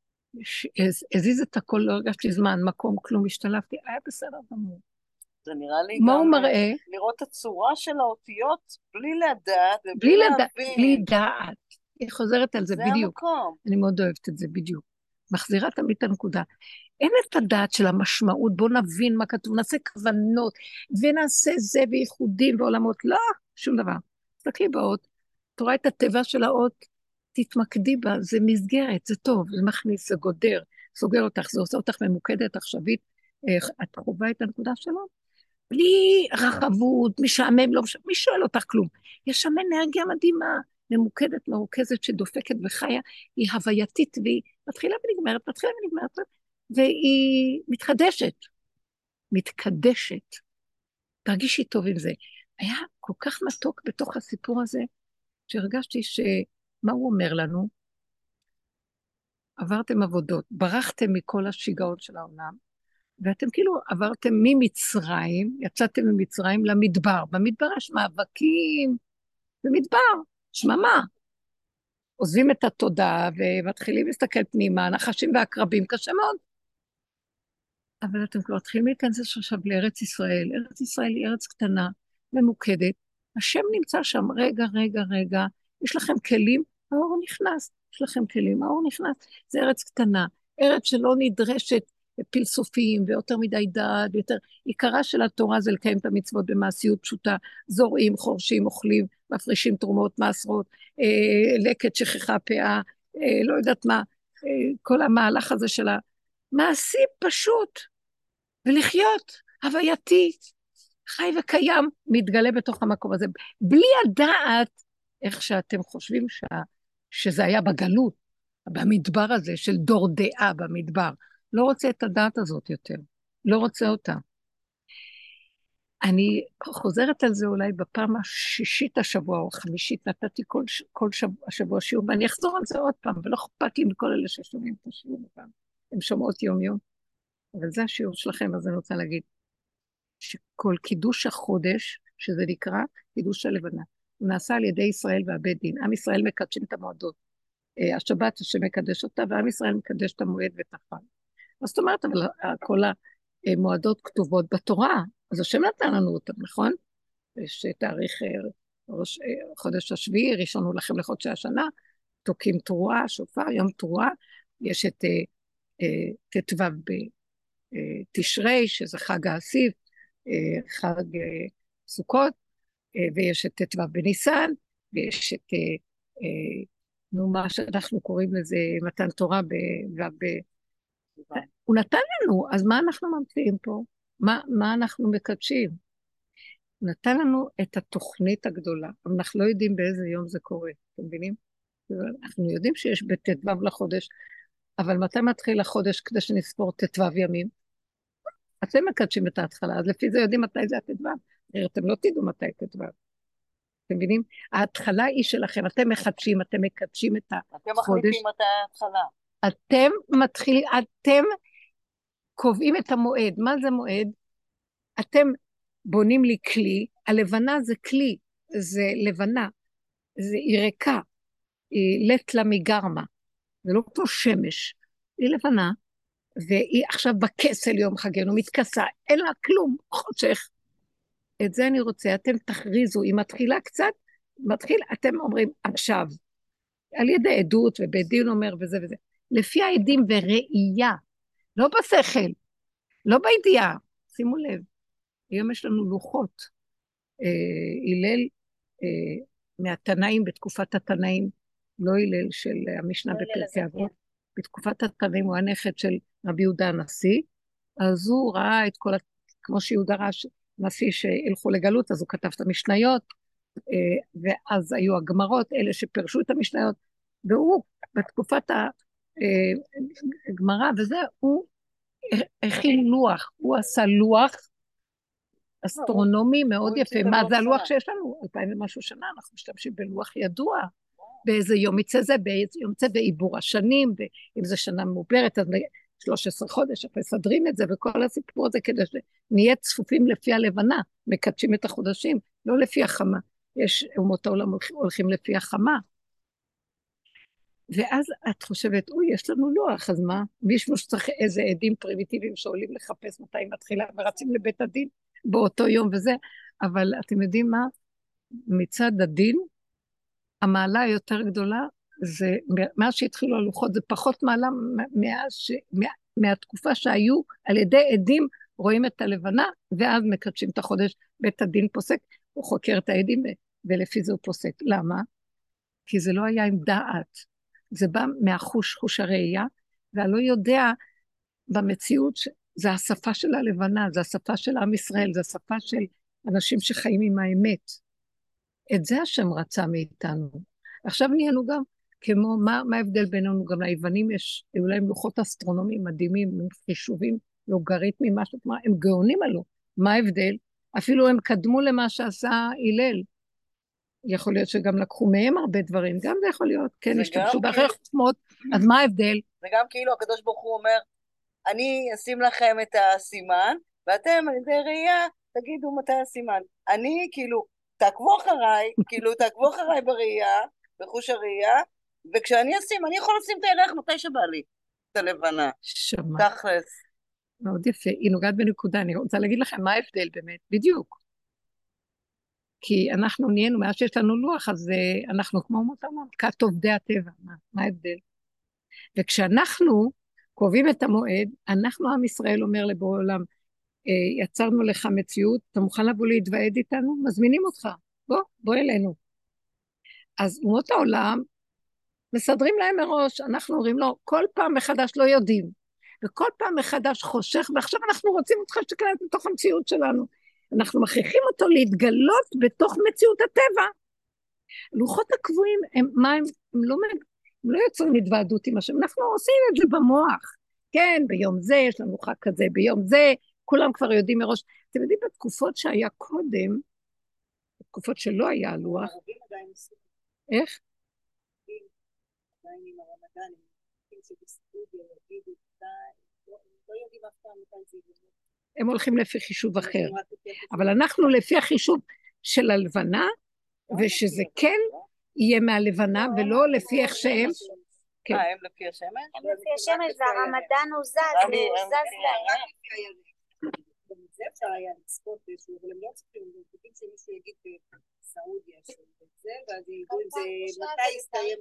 הזיז את הכל, לא הרגשתי זמן, מקום, כלום, השתלפתי, היה בסדר גמור. זה נראה לי מה גם הוא מראה? לראות את הצורה של האותיות בלי לדעת ובלי בלי להבין. בלי דעת. היא חוזרת על זה בדיוק. זה המקום. אני מאוד אוהבת את זה בדיוק. מחזירה תמיד את הנקודה. אין את הדעת של המשמעות, בוא נבין מה כתוב, נעשה כוונות, ונעשה זה וייחודים ועולמות. לא, שום דבר. תסתכלי באות, תראה את הטבע של האות, תתמקדי בה, זה מסגרת, זה טוב, זה מכניס, זה גודר, סוגר אותך, זה עושה אותך ממוקדת עכשווית, את חובה את הנקודה שלו, בלי רחבות, משעמם, לא משעמם, מי שואל אותך כלום. יש שם אנרגיה מדהימה, ממוקדת, מרוכזת, שדופקת וחיה, היא הווייתית, והיא מתחילה ונגמרת, והיא מתקדשת. תרגישי טוב עם זה. היה כל כך מתוק בתוך הסיפור הזה, שהרגשתי מה הוא אומר לנו? עברתם עבודות, ברחתם מכל השיגעות של העולם, ואתם כאילו עברתם ממצרים, יצאתם ממצרים למדבר. במדבר יש מאבקים, במדבר, שממה. עוזבים את התודעה ומתחילים להסתכל פנימה, נחשים ועקרבים, קשה מאוד. אבל אתם כבר מתחילים להיכנס עכשיו לארץ ישראל. ארץ ישראל היא ארץ קטנה, ממוקדת. השם נמצא שם, רגע. יש לכם כלים, האור נכנס. יש לכם כלים, האור נכנס. זה ארץ קטנה, ארץ שלא נדרשת פילסופים ויותר מדי דעת, ויותר עיקרה של התורה זה לקיים את המצוות במעשיות פשוטה, זורעים, חורשים, אוכלים, מפרישים תרומות, מעשרות, לקט, שכחה, פאה, לא יודעת מה, כל המהלך הזה של המעשי פשוט, ולחיות הווייתית, חי וקיים, מתגלה בתוך המקום הזה, בלי הדעת איך שאתם חושבים שזה היה בגלות, במדבר הזה של דור דעה במדבר, לא רוצה את הדעת הזאת יותר, לא רוצה אותה. אני חוזרת על זה אולי בפעם השישית השבוע או החמישית, נתתי כל השבוע שיעור, ואני אחזור על זה עוד פעם, ולא אכפת לי מכל אלה ששומעים את השיעור פעם. הם שומעות יום יום, אבל זה השיעור שלכם, אז אני רוצה להגיד, שכל קידוש החודש, שזה נקרא קידוש הלבנה, הוא נעשה על ידי ישראל והבית דין. עם ישראל מקדשים את המועדות. השבת השם מקדש אותה, ועם ישראל מקדש את המועד ואת החג. אז זאת אומרת, אבל כל מועדות כתובות בתורה, אז השם נתן לנו אותם, נכון? יש תאריך חודש השביעי, ראשון הוא לכם לחודשי השנה, תוקים תרועה, שופר, יום תרועה, יש את ט"ו בתשרי, שזה חג האסיף, חג סוכות, ויש את ט"ו בניסן, ויש את, מה שאנחנו קוראים לזה, מתן תורה, הוא נתן לנו, אז מה אנחנו ממציאים פה? מה אנחנו מקדשים? הוא נתן לנו את התוכנית הגדולה, אבל אנחנו לא יודעים באיזה יום זה קורה, אתם מבינים? אנחנו יודעים שיש בט"ו לחודש, אבל מתי מתחיל החודש כדי שנספור ט"ו ימים? אתם מקדשים את ההתחלה, אז לפי זה יודעים מתי זה הט"ו, אתם לא תדעו מתי ט"ו. אתם מבינים? ההתחלה היא שלכם, אתם מחדשים, אתם מקדשים את החודש. אתם מחליטים מתי ההתחלה. אתם מתחילים, אתם קובעים את המועד. מה זה מועד? אתם בונים לי כלי, הלבנה זה כלי, זה לבנה, זה ירקה, היא לט לה מגרמה, זה לא כמו שמש, היא לבנה, והיא עכשיו בכסל יום חגנו, מתכסה, אין לה כלום, חושך. את זה אני רוצה, אתם תכריזו, היא מתחילה קצת, אתם אומרים עכשיו, על ידי עדות ובית דין אומר וזה וזה, לפי העדים וראייה, לא בשכל, לא בידיעה, שימו לב, היום יש לנו לוחות, הלל מהתנאים, בתקופת התנאים, לא הלל של המשנה בפרקי אבות, בתקופת התנאים הוא הנכד של רבי יהודה הנשיא, אז הוא ראה את כל, כמו שיהודה ראה נשיא שהלכו לגלות, אז הוא כתב את המשניות, ואז היו הגמרות, אלה שפרשו את המשניות, והוא בתקופת הגמרא, וזה, הוא הכין לוח, הוא עשה לוח אסטרונומי מאוד יפה. מה זה הלוח שיש לנו? 2000 ומשהו שנה, אנחנו משתמשים בלוח ידוע, באיזה יום יצא זה, באיזה יום יצא בעיבור השנים, ואם זה שנה מעוברת, אז 13 חודש, אנחנו מסדרים את זה, וכל הסיפור הזה כדי שנהיה צפופים לפי הלבנה, מקדשים את החודשים, לא לפי החמה. יש אומות העולם הולכים לפי החמה. ואז את חושבת, אוי, יש לנו לוח, אז מה? מישהו שצריך איזה עדים פרימיטיביים שעולים לחפש מתי מתחילה, ורצים לבית הדין באותו יום וזה, אבל אתם יודעים מה? מצד הדין, המעלה היותר גדולה, זה, מאז שהתחילו הלוחות, זה פחות מעלה מהתקופה שהיו על ידי עדים, רואים את הלבנה, ואז מקדשים את החודש, בית הדין פוסק, הוא חוקר את העדים, ולפי זה הוא פוסק. למה? כי זה לא היה עם דעת, זה בא מהחוש, חוש הראייה, והלא יודע במציאות, זה השפה של הלבנה, זה השפה של עם ישראל, זה השפה של אנשים שחיים עם האמת. את זה השם רצה מאיתנו. עכשיו נהיינו גם, כמו, מה ההבדל בינינו? גם ליוונים יש, היו להם לוחות אסטרונומיים מדהימים, חישובים, לוגריתמים, משהו, הם גאונים עלו. מה ההבדל? אפילו הם קדמו למה שעשה הלל. יכול להיות שגם לקחו מהם הרבה דברים, גם זה יכול להיות, כן, השתמשו באחרי חוכמות, אז מה ההבדל? זה גם כאילו הקדוש ברוך הוא אומר, אני אשים לכם את הסימן, ואתם על ידי ראייה תגידו מתי הסימן. אני כאילו, תעקבו אחריי בראייה, בחוש הראייה, וכשאני אשים, אני יכול לשים את הירח מתי שבא לי, את הלבנה. שמע. תכלס. מאוד יפה, היא נוגעת בנקודה, אני רוצה להגיד לכם מה ההבדל באמת, בדיוק. כי אנחנו נהיינו, מאז שיש לנו לוח, אז אנחנו כמו מותמות, כת עובדי הטבע, מה ההבדל? וכשאנחנו קובעים את המועד, אנחנו עם ישראל אומר לבורא עולם, יצרנו לך מציאות, אתה מוכן לבוא להתוועד איתנו? מזמינים אותך, בוא אלינו. אז אומות העולם מסדרים להם מראש, אנחנו אומרים לו, כל פעם מחדש לא יודעים, וכל פעם מחדש חושך, ועכשיו אנחנו רוצים אותך שתכנס בתוך המציאות שלנו. אנחנו מכריחים אותו להתגלות בתוך מציאות הטבע. לוחות הקבועים, הם לא יוצרים התוועדות עם השם, אנחנו עושים את זה במוח. כן, ביום זה יש לנו חג כזה, ביום זה, כולם כבר יודעים מראש. אתם יודעים, בתקופות שהיה קודם, בתקופות שלא היה לוח, איך? הם הולכים לפי חישוב אחר, אבל אנחנו לפי החישוב של הלבנה, ושזה כן יהיה מהלבנה, ולא לפי איך שהם. הם לפי השמש? הם לפי השמש, והרמדאן הוא זז להם. זה אפשר היה לצפות באיזשהו, אבל הם לא צריכים, הם חושבים שמישהו יגיד בסעודיה שזה, ואז ידעו אם זה, מתי יסתיים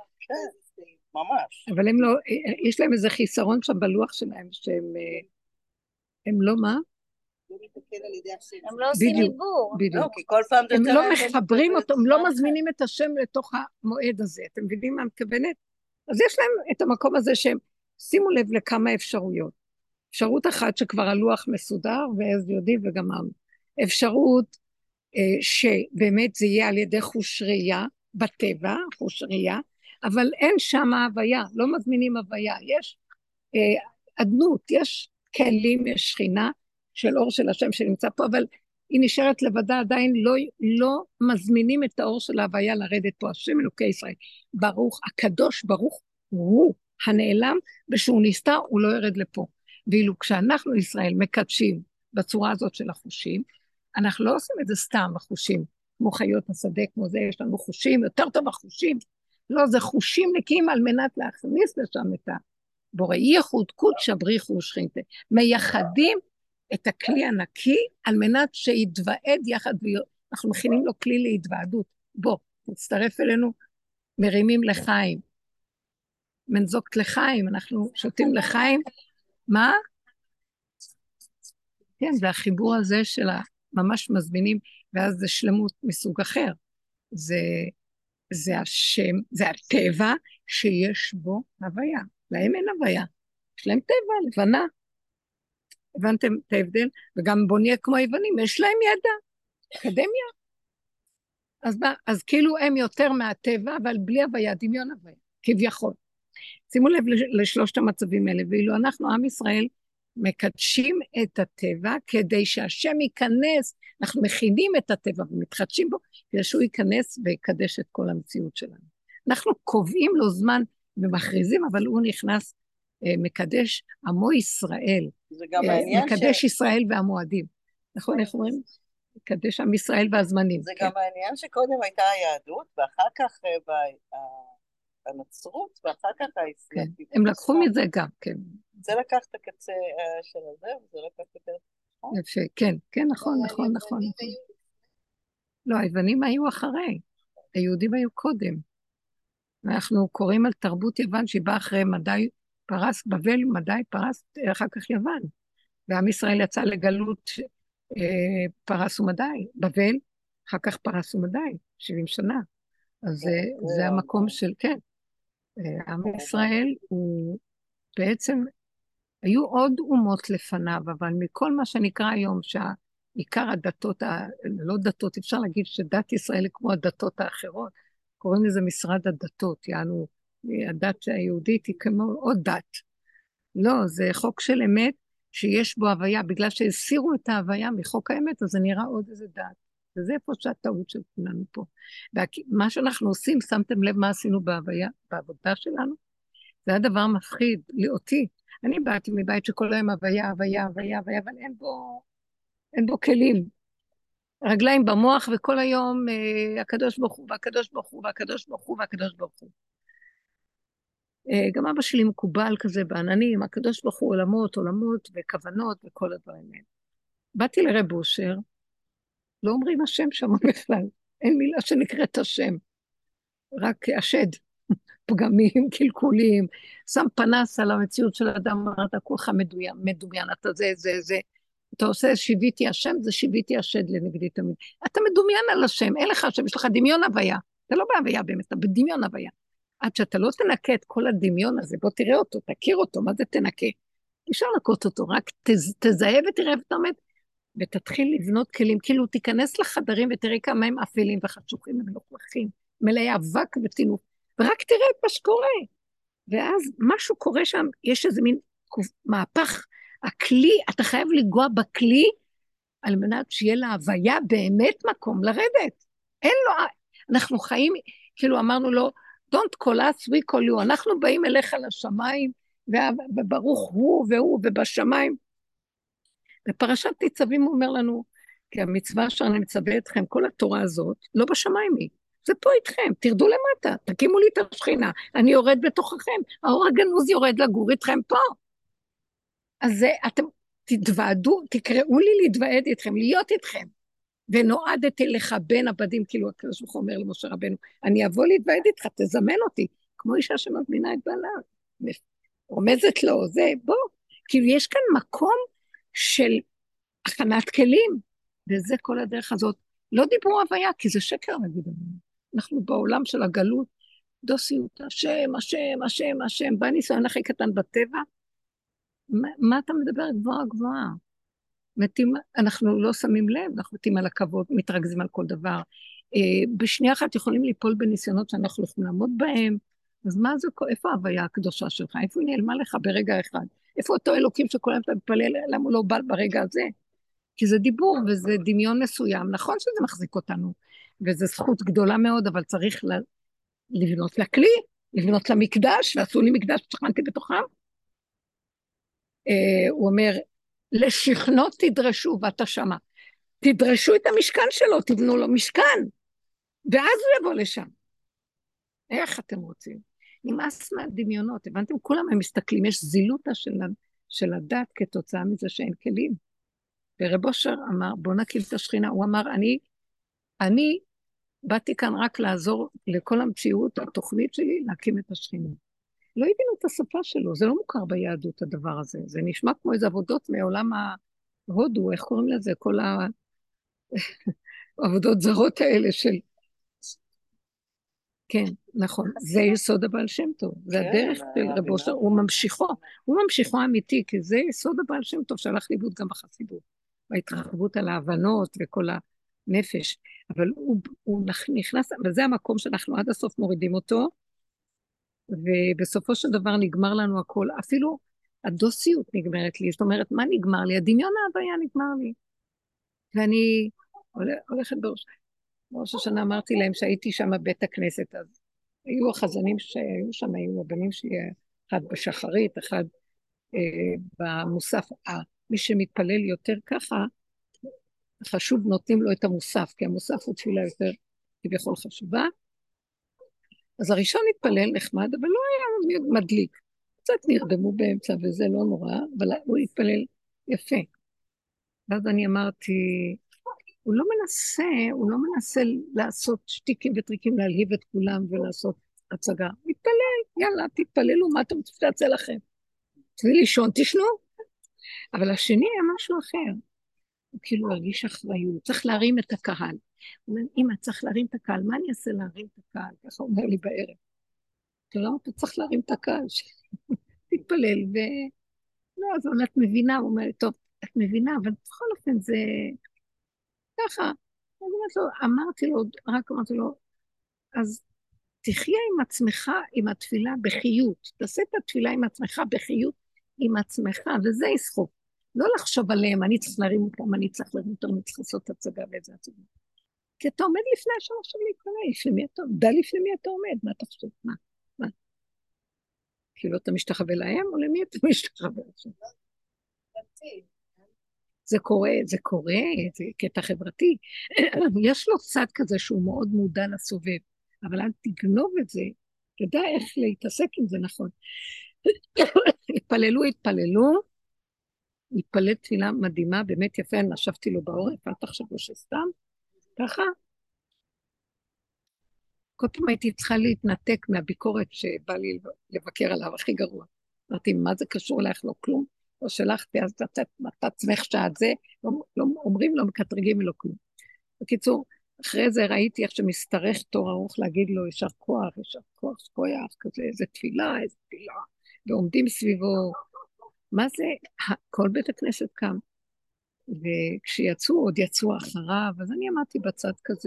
ממש. אבל הם לא, יש להם איזה חיסרון שם בלוח שלהם, שהם הם לא מה? לא מתקן על ידי השם. הם לא עושים עיבור. בדיוק. כי כל פעם הם לא מחברים אותו, הם לא מזמינים את השם לתוך המועד הזה. אתם מבינים מה אני מתכוונת? אז יש להם את המקום הזה שהם, שימו לב לכמה אפשרויות. אפשרות אחת שכבר הלוח מסודר, ואז יודעים וגמרנו. אפשרות שבאמת זה יהיה על ידי חוש ראייה, בטבע, חוש ראייה, אבל אין שם הוויה, לא מזמינים הוויה. יש עדנות, יש כלים, יש שכינה של אור של השם שנמצא פה, אבל היא נשארת לבדה, עדיין לא מזמינים את האור של ההוויה לרדת פה. השם אלוקי ישראל, ברוך, הקדוש ברוך הוא הנעלם, ושהוא נסתר, הוא לא ירד לפה. ואילו כשאנחנו ישראל מקדשים בצורה הזאת של החושים, אנחנו לא עושים את זה סתם החושים, כמו חיות השדה, כמו זה, יש לנו חושים, יותר טוב החושים, לא, זה חושים נקיים על מנת להכניס לשם את הבורא, ייחוד קודש בריחו ושכינתה, מייחדים את הכלי הנקי על מנת שיתוועד יחד, אנחנו מכינים לו כלי להתוועדות, בוא, תצטרף אלינו, מרימים לחיים, מנזוקת לחיים, אנחנו שותים לחיים, מה? כן, זה החיבור הזה של ממש מזמינים, ואז זה שלמות מסוג אחר. זה השם, זה הטבע שיש בו הוויה. להם אין הוויה. יש להם טבע, לבנה. הבנתם את ההבדל? וגם בוא נהיה כמו היוונים, יש להם ידע, אקדמיה. אז כאילו הם יותר מהטבע, אבל בלי הוויה, דמיון הוויה, כביכול. שימו לב לשלושת המצבים האלה, ואילו אנחנו, עם ישראל, מקדשים את הטבע כדי שהשם ייכנס, אנחנו מכינים את הטבע ומתחדשים בו, כדי שהוא ייכנס ויקדש את כל המציאות שלנו. אנחנו קובעים לו זמן ומכריזים, אבל הוא נכנס, מקדש עמו ישראל, מקדש ישראל והמועדים. נכון, איך אומרים? מקדש עם ישראל והזמנים. זה גם העניין שקודם הייתה היהדות, ואחר כך הנצרות, ואחר כך האסלאם. הם לקחו מזה גם, כן. זה לקח את הקצה של הזה, וזה לקח יותר. יפה, כן, כן, נכון. לא, היוונים היו אחרי, היהודים היו קודם. אנחנו קוראים על תרבות יוון שהיא באה אחרי מדי פרס, בבל מדי פרס, אחר כך יוון. ועם ישראל יצא לגלות פרס ומדי, בבל, אחר כך פרס ומדי, 70 שנה. אז זה המקום של, כן. עם ישראל הוא בעצם, היו עוד אומות לפניו, אבל מכל מה שנקרא היום, שעיקר הדתות, לא דתות, אפשר להגיד שדת ישראל היא כמו הדתות האחרות, קוראים לזה משרד הדתות, יענו, הדת היהודית היא כמו עוד דת. לא, זה חוק של אמת שיש בו הוויה, בגלל שהסירו את ההוויה מחוק האמת, אז זה נראה עוד איזה דת. וזה פה שהטעות של כולנו פה. ומה שאנחנו עושים, שמתם לב מה עשינו בהוויה, בעבודה שלנו? זה הדבר מפחיד, אותי. אני באתי מבית שכל היום הוויה, אבל אין בו כלים. רגליים במוח, וכל היום הקדוש ברוך הוא, והקדוש ברוך הוא, והקדוש ברוך הוא, והקדוש ברוך הוא. גם אבא שלי מקובל כזה בעננים, הקדוש ברוך הוא עולמות וכוונות וכל הדברים האלה. באתי לרב אושר, לא אומרים השם שם בכלל, אין מילה שנקראת השם, רק השד, פגמים, קלקולים, שם פנס על המציאות של האדם, אתה כולך מדומיין, אתה זה, אתה עושה שיביתי השם, זה שיביתי השד לנגדי תמיד, אתה מדומיין על השם, אין לך השם, יש לך דמיון הוויה, אתה לא בהוויה באמת, אתה בדמיון הוויה, עד שאתה לא תנקה את כל הדמיון הזה, בוא תראה אותו, תכיר אותו, מה זה תנקה? אפשר לקות אותו, רק תזהה ותראה ואתה עומד, ותתחיל לבנות כלים, כאילו תיכנס לחדרים ותראה כמה הם אפלים וחשוכים ומלוכלכים, מלאי אבק וטינוף, ורק תראה את מה שקורה. ואז משהו קורה שם, יש איזה מין מהפך, הכלי, אתה חייב לגוע בכלי, על מנת שיהיה לה הוויה באמת מקום לרדת. אין לו, אנחנו חיים, כאילו אמרנו לו, don't call us, we call you, אנחנו באים אליך לשמיים, וברוך הוא והוא ובשמיים, בפרשת ניצבים הוא אומר לנו, כי המצווה שאני מצווה אתכם, כל התורה הזאת, לא בשמיים היא, זה פה איתכם, תרדו למטה, תקימו לי את השכינה, אני יורד בתוככם, האור הגנוז יורד לגור איתכם פה. אז זה, תתוועדו, תקראו לי להתוועד איתכם, להיות איתכם. ונועדתי לך בין עבדים, כאילו הקדוש ברוך הוא אומר למשה רבנו, אני אבוא להתוועד איתך, תזמן אותי, כמו אישה שמזמינה את בעלה, רומזת לו, זה, בוא, כאילו יש כאן מקום של הכנת כלים, וזה כל הדרך הזאת, לא דיברו הוויה, כי זה שקר נגיד, אנחנו בעולם של הגלות, דוסיות, השם, השם, השם, השם, בא ניסיון הכי קטן בטבע, מה אתה מדבר גבוהה גבוהה? מתים, אנחנו לא שמים לב, אנחנו מתים על הכבוד, מתרכזים על כל דבר. בשנייה אחת יכולים ליפול בניסיונות שאנחנו יכולים לעמוד בהם, אז מה זה, איפה ההוויה הקדושה שלך? איפה היא נעלמה לך ברגע אחד? איפה אותו אלוקים שכל היום אתה מתפלל, למה הוא לא בא ברגע הזה? כי זה דיבור וזה דמיון מסוים, נכון שזה מחזיק אותנו, וזו זכות גדולה מאוד, אבל צריך לבנות לכלי, לבנות למקדש, ועשו לי מקדש ששכנתי בתוכם. הוא אומר, לשכנות תדרשו, ואתה שמה. תדרשו את המשכן שלו, תבנו לו משכן, ואז הוא יבוא לשם. איך אתם רוצים? נמאס מהדמיונות, הבנתם? כולם הם מסתכלים, יש זילותה של הדת כתוצאה מזה שאין כלים. ורב אושר אמר, בוא נקים את השכינה, הוא אמר, אני באתי כאן רק לעזור לכל המציאות, התוכנית שלי, להקים את השכינה. לא הבינו את השפה שלו, זה לא מוכר ביהדות הדבר הזה, זה נשמע כמו איזה עבודות מעולם ההודו, איך קוראים לזה, כל העבודות זרות האלה של... כן, נכון, זה יסוד הבעל שם טוב, זה הדרך של רב אושר, הוא ממשיכו אמיתי, כי זה יסוד הבעל שם טוב, שהלך לאיבוד גם בחסידות, בהתרחבות על ההבנות וכל הנפש, אבל הוא נכנס, וזה המקום שאנחנו עד הסוף מורידים אותו, ובסופו של דבר נגמר לנו הכל, אפילו הדוסיות נגמרת לי, זאת אומרת, מה נגמר לי? הדמיון ההוויה נגמר לי. ואני הולכת בראש השנה, אמרתי להם שהייתי שם בבית הכנסת, אז היו החזנים שהיו שם, היו הבנים שלי, אחד בשחרית, אחד במוסף, מי שמתפלל יותר ככה, חשוב נותנים לו את המוסף, כי המוסף הוא תפילה יותר כביכול חשובה, אז הראשון התפלל נחמד, אבל לא היה מדליק. קצת נרדמו באמצע, וזה לא נורא, אבל הוא התפלל יפה. ואז אני אמרתי, הוא לא מנסה לעשות שטיקים וטריקים, להלהיב את כולם ולעשות הצגה. מתפלל, יאללה, תתפללו, מה אתם רוצים שתעשה לכם? תביא לישון, תשנו. אבל השני היה משהו אחר. הוא כאילו הרגיש אחריות, צריך להרים את הקהל. הוא אומר, אמא, צריך להרים את הקהל, מה אני אעשה להרים את הקהל? ככה הוא אומר לי בערב. לא, אתה צריך להרים את הקהל, תתפלל, לא, אז את מבינה, הוא אומר, טוב, את מבינה, אבל בכל אופן זה ככה. אז אמרתי לו, אז תחיה עם עצמך, עם התפילה בחיות, תעשה את התפילה עם עצמך בחיות, עם עצמך, וזה יסחוק. לא לחשוב עליהם, אני צריך להרים אותם, אני צריך לעשות הצגה ואיזה הצגה. כי אתה עומד לפני השם עכשיו להתפלל, דע לפני מי אתה עומד, מה אתה חושב? מה? כאילו אתה משתחווה להם, או למי אתה משתחווה עכשיו? זה קורה, זה קטע חברתי. יש לו צד כזה שהוא מאוד מודע לסובב, אבל אל תגנוב את זה, תדע איך להתעסק עם זה נכון. התפללו, התפלל תפילה מדהימה, באמת יפה, אני נשבתי לו בעורף, אל תחשבו שסתם, ככה. כל פעם הייתי צריכה להתנתק מהביקורת שבא לי לבקר עליו, הכי גרוע. אמרתי, מה זה קשור לך? לא כלום. לא שלחתי, אז אתה עצמך שעד זה, לא אומרים, לא מקטרגים ולא כלום. בקיצור, אחרי זה ראיתי איך שמסתרך תור ארוך להגיד לו, יישר כוח, כזה, איזה תפילה, ועומדים סביבו. מה זה? כל בית הכנסת קם. וכשיצאו, עוד יצאו אחריו, אז אני אמרתי בצד כזה,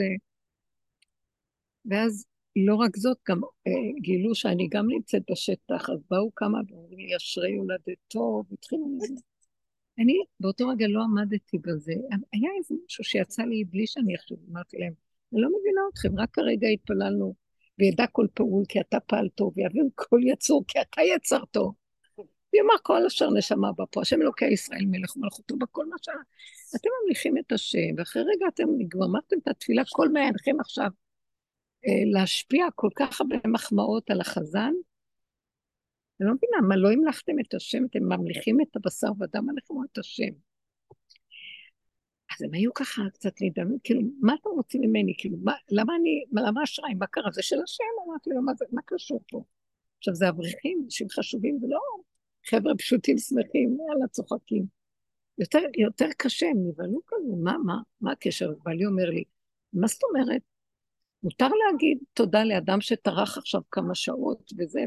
ואז לא רק זאת, גם גילו שאני גם נמצאת בשטח, אז באו כמה ואומרים לי, אשרי הולדתו, והתחילו מזה. אני באותו רגע לא עמדתי בזה, היה איזה משהו שיצא לי בלי שאני עכשיו, אמרתי להם, אני לא מבינה אתכם, רק כרגע התפללנו, וידע כל פעול כי אתה פעל טוב, ויבין כל יצור כי אתה יצר טוב. ויאמר כל אשר נשמה בפה, השם אלוקי ישראל מלך ומלכותו בכל מה שעה. אתם ממליכים את השם, ואחרי רגע אתם גמרתם את התפילה, כל מעיינכם עכשיו, להשפיע כל כך הרבה מחמאות על החזן, אני לא מבינה, מה לא המלכתם את השם, אתם ממליכים את הבשר ודם עליכם או את השם. אז הם היו ככה קצת להידמות, כאילו, מה אתם רוצים ממני? כאילו, למה אשראי? מה קרה? זה של השם? אמרתי לו, מה קשור פה? עכשיו, זה אברכים, אנשים חשובים, ולא חבר'ה פשוטים שמחים, יאללה, צוחקים. יותר קשה, הם נבהלו כזה, מה הקשר? בעלי אומר לי, מה זאת אומרת? מותר להגיד תודה לאדם שטרח עכשיו כמה שעות וזה,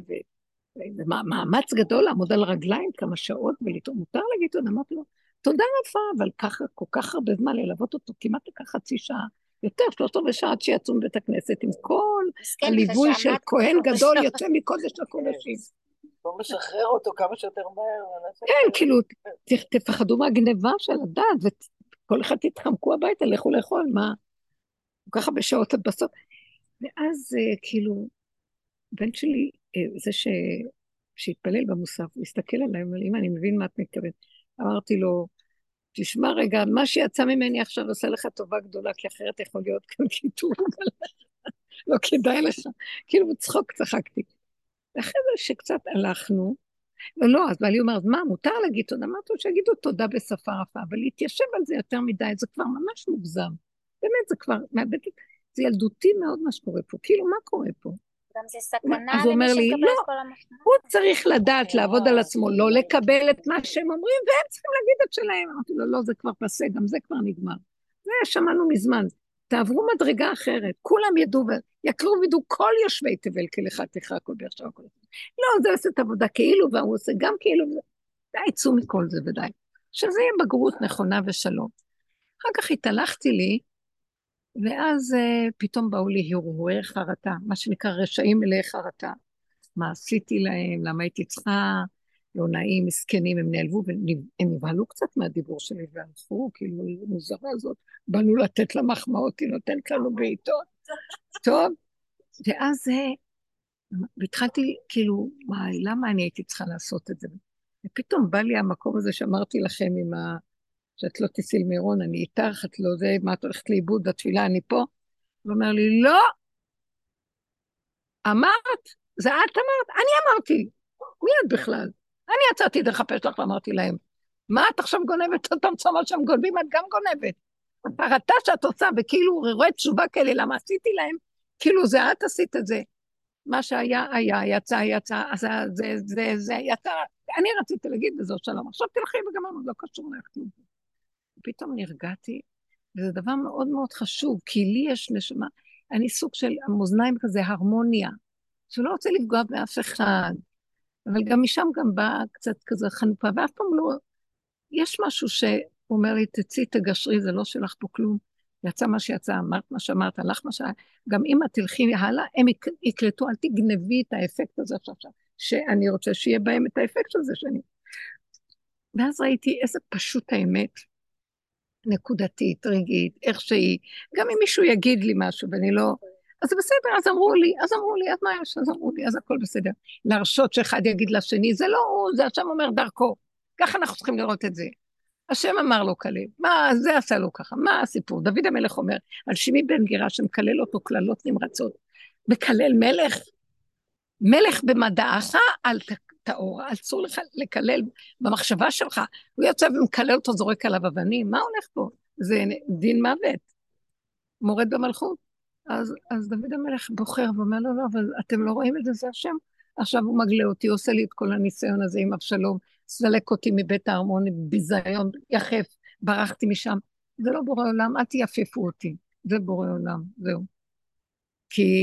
ומאמץ גדול לעמוד על רגליים כמה שעות ולטעום, מותר להגיד תודה, אמרתי לו, תודה רבה, אבל ככה, כל כך הרבה זמן ללוות אותו, כמעט חצי שעה, יותר, 13 שעה עד שיצאו מבית הכנסת, עם כל הליווי של כהן גדול יוצא מקודש לקודשים. בוא משחרר אותו כמה שיותר מהר. כן, כאילו, תפחדו מהגניבה של הדת, וכל אחד תתחמקו הביתה, לכו לאכול, מה? ככה בשעות עד בסוף. ואז כאילו, בן שלי, זה שהתפלל במוסף, הוא הסתכל עליי, אבל אם אני מבין מה את מתכוונת, אמרתי לו, תשמע רגע, מה שיצא ממני עכשיו עושה לך טובה גדולה, כי אחרת יכול להיות כאן קיטור, לא כדאי לך. כאילו בצחוק צחקתי. ואחרי זה שקצת הלכנו, ולא, אז בעלי אומר, אז מה, מותר להגיד תודה? אמרתי לו שיגידו תודה בשפה רפה, אבל להתיישב על זה יותר מדי, זה כבר ממש מוגזם. באמת, זה כבר, זה ילדותי מאוד מה שקורה פה. כאילו, מה קורה פה? גם זה סכנה אז הוא אומר לי, לא, המשמעות. הוא צריך לדעת לעבוד על עצמו, לא לקבל את מה שהם אומרים, והם צריכים להגיד את שלהם. אמרתי לו, לא, זה כבר פסה, גם זה כבר נגמר. זה שמענו מזמן. תעברו מדרגה אחרת, כולם ידעו ויקלו וידעו כל יושבי תבל כלכתך, כל בעכשיו הכל. לא, זה עושה את העבודה כאילו, והוא עושה גם כאילו, די, צאו מכל זה ודי. שזה יהיה בגרות נכונה ושלום. אחר כך התהלכתי לי, ואז פתאום באו לי הרהורי חרטה, מה שנקרא רשעים מלאי חרטה. מה עשיתי להם, למה הייתי צריכה, לא נעים, מסכנים, הם נעלבו, והם נבהלו קצת מהדיבור שלי, והלכו, כאילו, מוזרה הזאת, באנו לתת לה מחמאות, היא נותנת לנו בעיתות. טוב, ואז והתחלתי, כאילו, למה אני הייתי צריכה לעשות את זה? ופתאום בא לי המקום הזה שאמרתי לכם, שאת לא תיסעי למירון, אני איתך, את לא זה, מה את הולכת לאיבוד, התפילה, אני פה. הוא אומר לי, לא, אמרת, זה את אמרת, אני אמרתי, מי את בכלל? אני יצאתי לחפש לך ואמרתי להם, מה את עכשיו גונבת אותם צומות שהם גונבים, את גם גונבת. הפרטה שאת עושה, וכאילו רואה תשובה כאלה, למה עשיתי להם, כאילו זה את עשית את זה. מה שהיה, היה, יצא, אז זה יצא, אני רציתי להגיד בזו שלום, עכשיו תלכי וגמרנו, לא קשור להכתוב. פתאום נרגעתי, וזה דבר מאוד מאוד חשוב, כי לי יש נשמה, אני סוג של המאזניים כזה, הרמוניה, שלא רוצה לפגוע באף אחד, אבל גם משם גם באה קצת כזה חנופה, ואף פעם לא, יש משהו שהוא אומר לי, תצאי, תגשרי, זה לא שלך פה כלום, יצא מה שיצא, אמרת מה שאמרת, הלך מה שהיה, גם אם את תלכי הלאה, הם יקלטו, אל תגנבי את האפקט הזה עכשיו, שאני רוצה שיהיה בהם את האפקט הזה שאני. ואז ראיתי איזה פשוט האמת, נקודתית, רגעית, איך שהיא, גם אם מישהו יגיד לי משהו ואני לא, אז בסדר, אז אמרו לי, אז מה יש, אז אמרו לי, אז הכל בסדר. להרשות שאחד יגיד לשני, זה לא הוא, זה השם אומר דרכו, ככה אנחנו צריכים לראות את זה. השם אמר לו כלב, מה זה עשה לו ככה, מה הסיפור? דוד המלך אומר, על שמי בן גירה שמקלל אותו כללות נמרצות, מקלל מלך במדעך, אל תאור, אסור לך לקלל במחשבה שלך, הוא יוצא ומקלל אותו, זורק עליו אבנים, מה הולך פה? זה דין מוות, מורד במלכות. אז דוד המלך בוחר ואומר לו, לא, אבל אתם לא רואים את זה, זה השם. עכשיו הוא מגלה אותי, עושה לי את כל הניסיון הזה עם אבשלום, סלק אותי מבית הארמון, ביזיון, יחף, ברחתי משם. זה לא בורא עולם, אל תייפפו אותי, זה בורא עולם, זהו. כי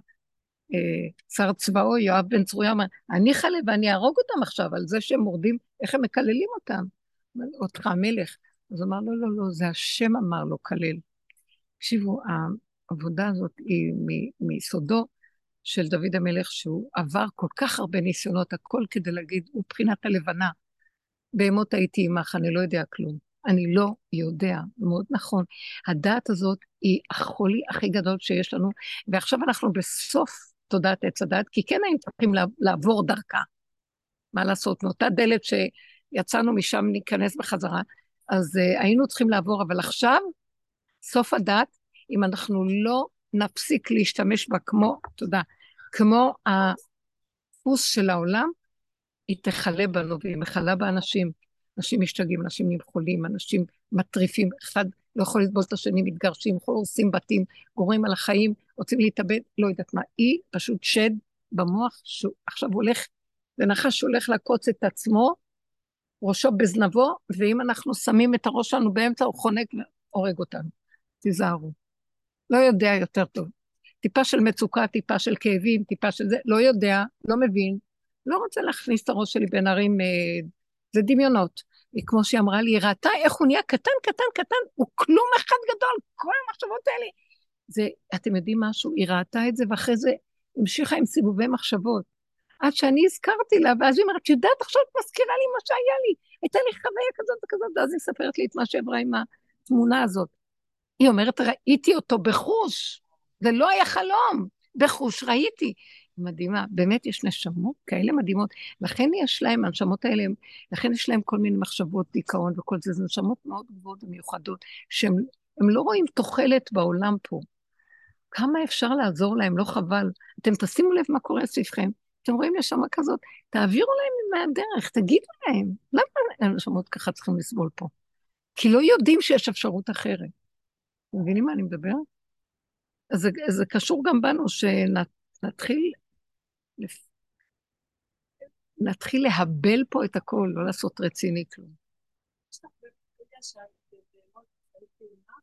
שר צבאו, יואב בן צרויה, אמר, אני חלה ואני ארוג אותם עכשיו, על זה שהם מורדים, איך הם מקללים אותם? אותך המלך. אז אמר, לא, זה השם אמר לו כלל. תקשיבו, העבודה הזאת היא מיסודו של דוד המלך, שהוא עבר כל כך הרבה ניסיונות, הכל כדי להגיד, הוא בחינת הלבנה. בהמות הייתי עמך, אני לא יודע כלום. אני לא יודע, מאוד נכון. הדעת הזאת היא החולי הכי גדול שיש לנו, ועכשיו אנחנו בסוף תודעת עץ הדעת, כי כן היינו צריכים לעבור דרכה. מה לעשות? מאותה דלת שיצאנו משם ניכנס בחזרה, אז היינו צריכים לעבור, אבל עכשיו, סוף הדעת, אם אנחנו לא נפסיק להשתמש בה כמו, תודה, כמו הדפוס של העולם, היא תחלה בנו, והיא מחלה באנשים. אנשים משתגעים, אנשים נהיים חולים, אנשים מטריפים, אחד לא יכול לסבול את השני, מתגרשים, הורסים בתים, גורמים על החיים, רוצים להתאבד, לא יודעת מה. היא פשוט שד במוח, עכשיו הוא הולך, זה נחש שהולך לעקוץ את עצמו, ראשו בזנבו, ואם אנחנו שמים את הראש שלנו באמצע, הוא חונק והורג אותנו. תיזהרו. לא יודע יותר טוב. טיפה של מצוקה, טיפה של כאבים, טיפה של זה, לא יודע, לא מבין, לא רוצה להכניס את הראש שלי בין ערים, זה דמיונות. כמו שהיא אמרה לי, היא ראתה איך הוא נהיה קטן, קטן, קטן, הוא כלום אחד גדול, כל המחשבות האלה. זה, אתם יודעים משהו, היא ראתה את זה, ואחרי זה המשיכה עם סיבובי מחשבות. עד שאני הזכרתי לה, ואז היא אומרת, יודעת, עכשיו את מזכירה לי מה שהיה לי, הייתה לי חוויה כזאת וכזאת, ואז היא מספרת לי את מה שעברה עם התמונה הזאת. היא אומרת, ראיתי אותו בחוש, זה לא היה חלום, בחוש ראיתי. מדהימה, באמת יש נשמות כאלה מדהימות, לכן יש להם, הנשמות האלה, לכן יש להם כל מיני מחשבות, דיכאון וכל זה, זה נשמות מאוד גבוהות ומיוחדות, שהם לא רואים תוחלת בעולם פה. כמה אפשר לעזור להם, לא חבל. אתם תשימו לב מה קורה סביבכם, אתם רואים נשמה כזאת, תעבירו להם מהדרך, תגידו להם, למה הנשמות ככה צריכים לסבול פה? כי לא יודעים שיש אפשרות אחרת. אתם מבינים מה אני מדבר? אז זה קשור גם בנו, נתחיל להבל פה את הכל, לא לעשות רציני כלום. יש לך ברגע שאת באמת הייתי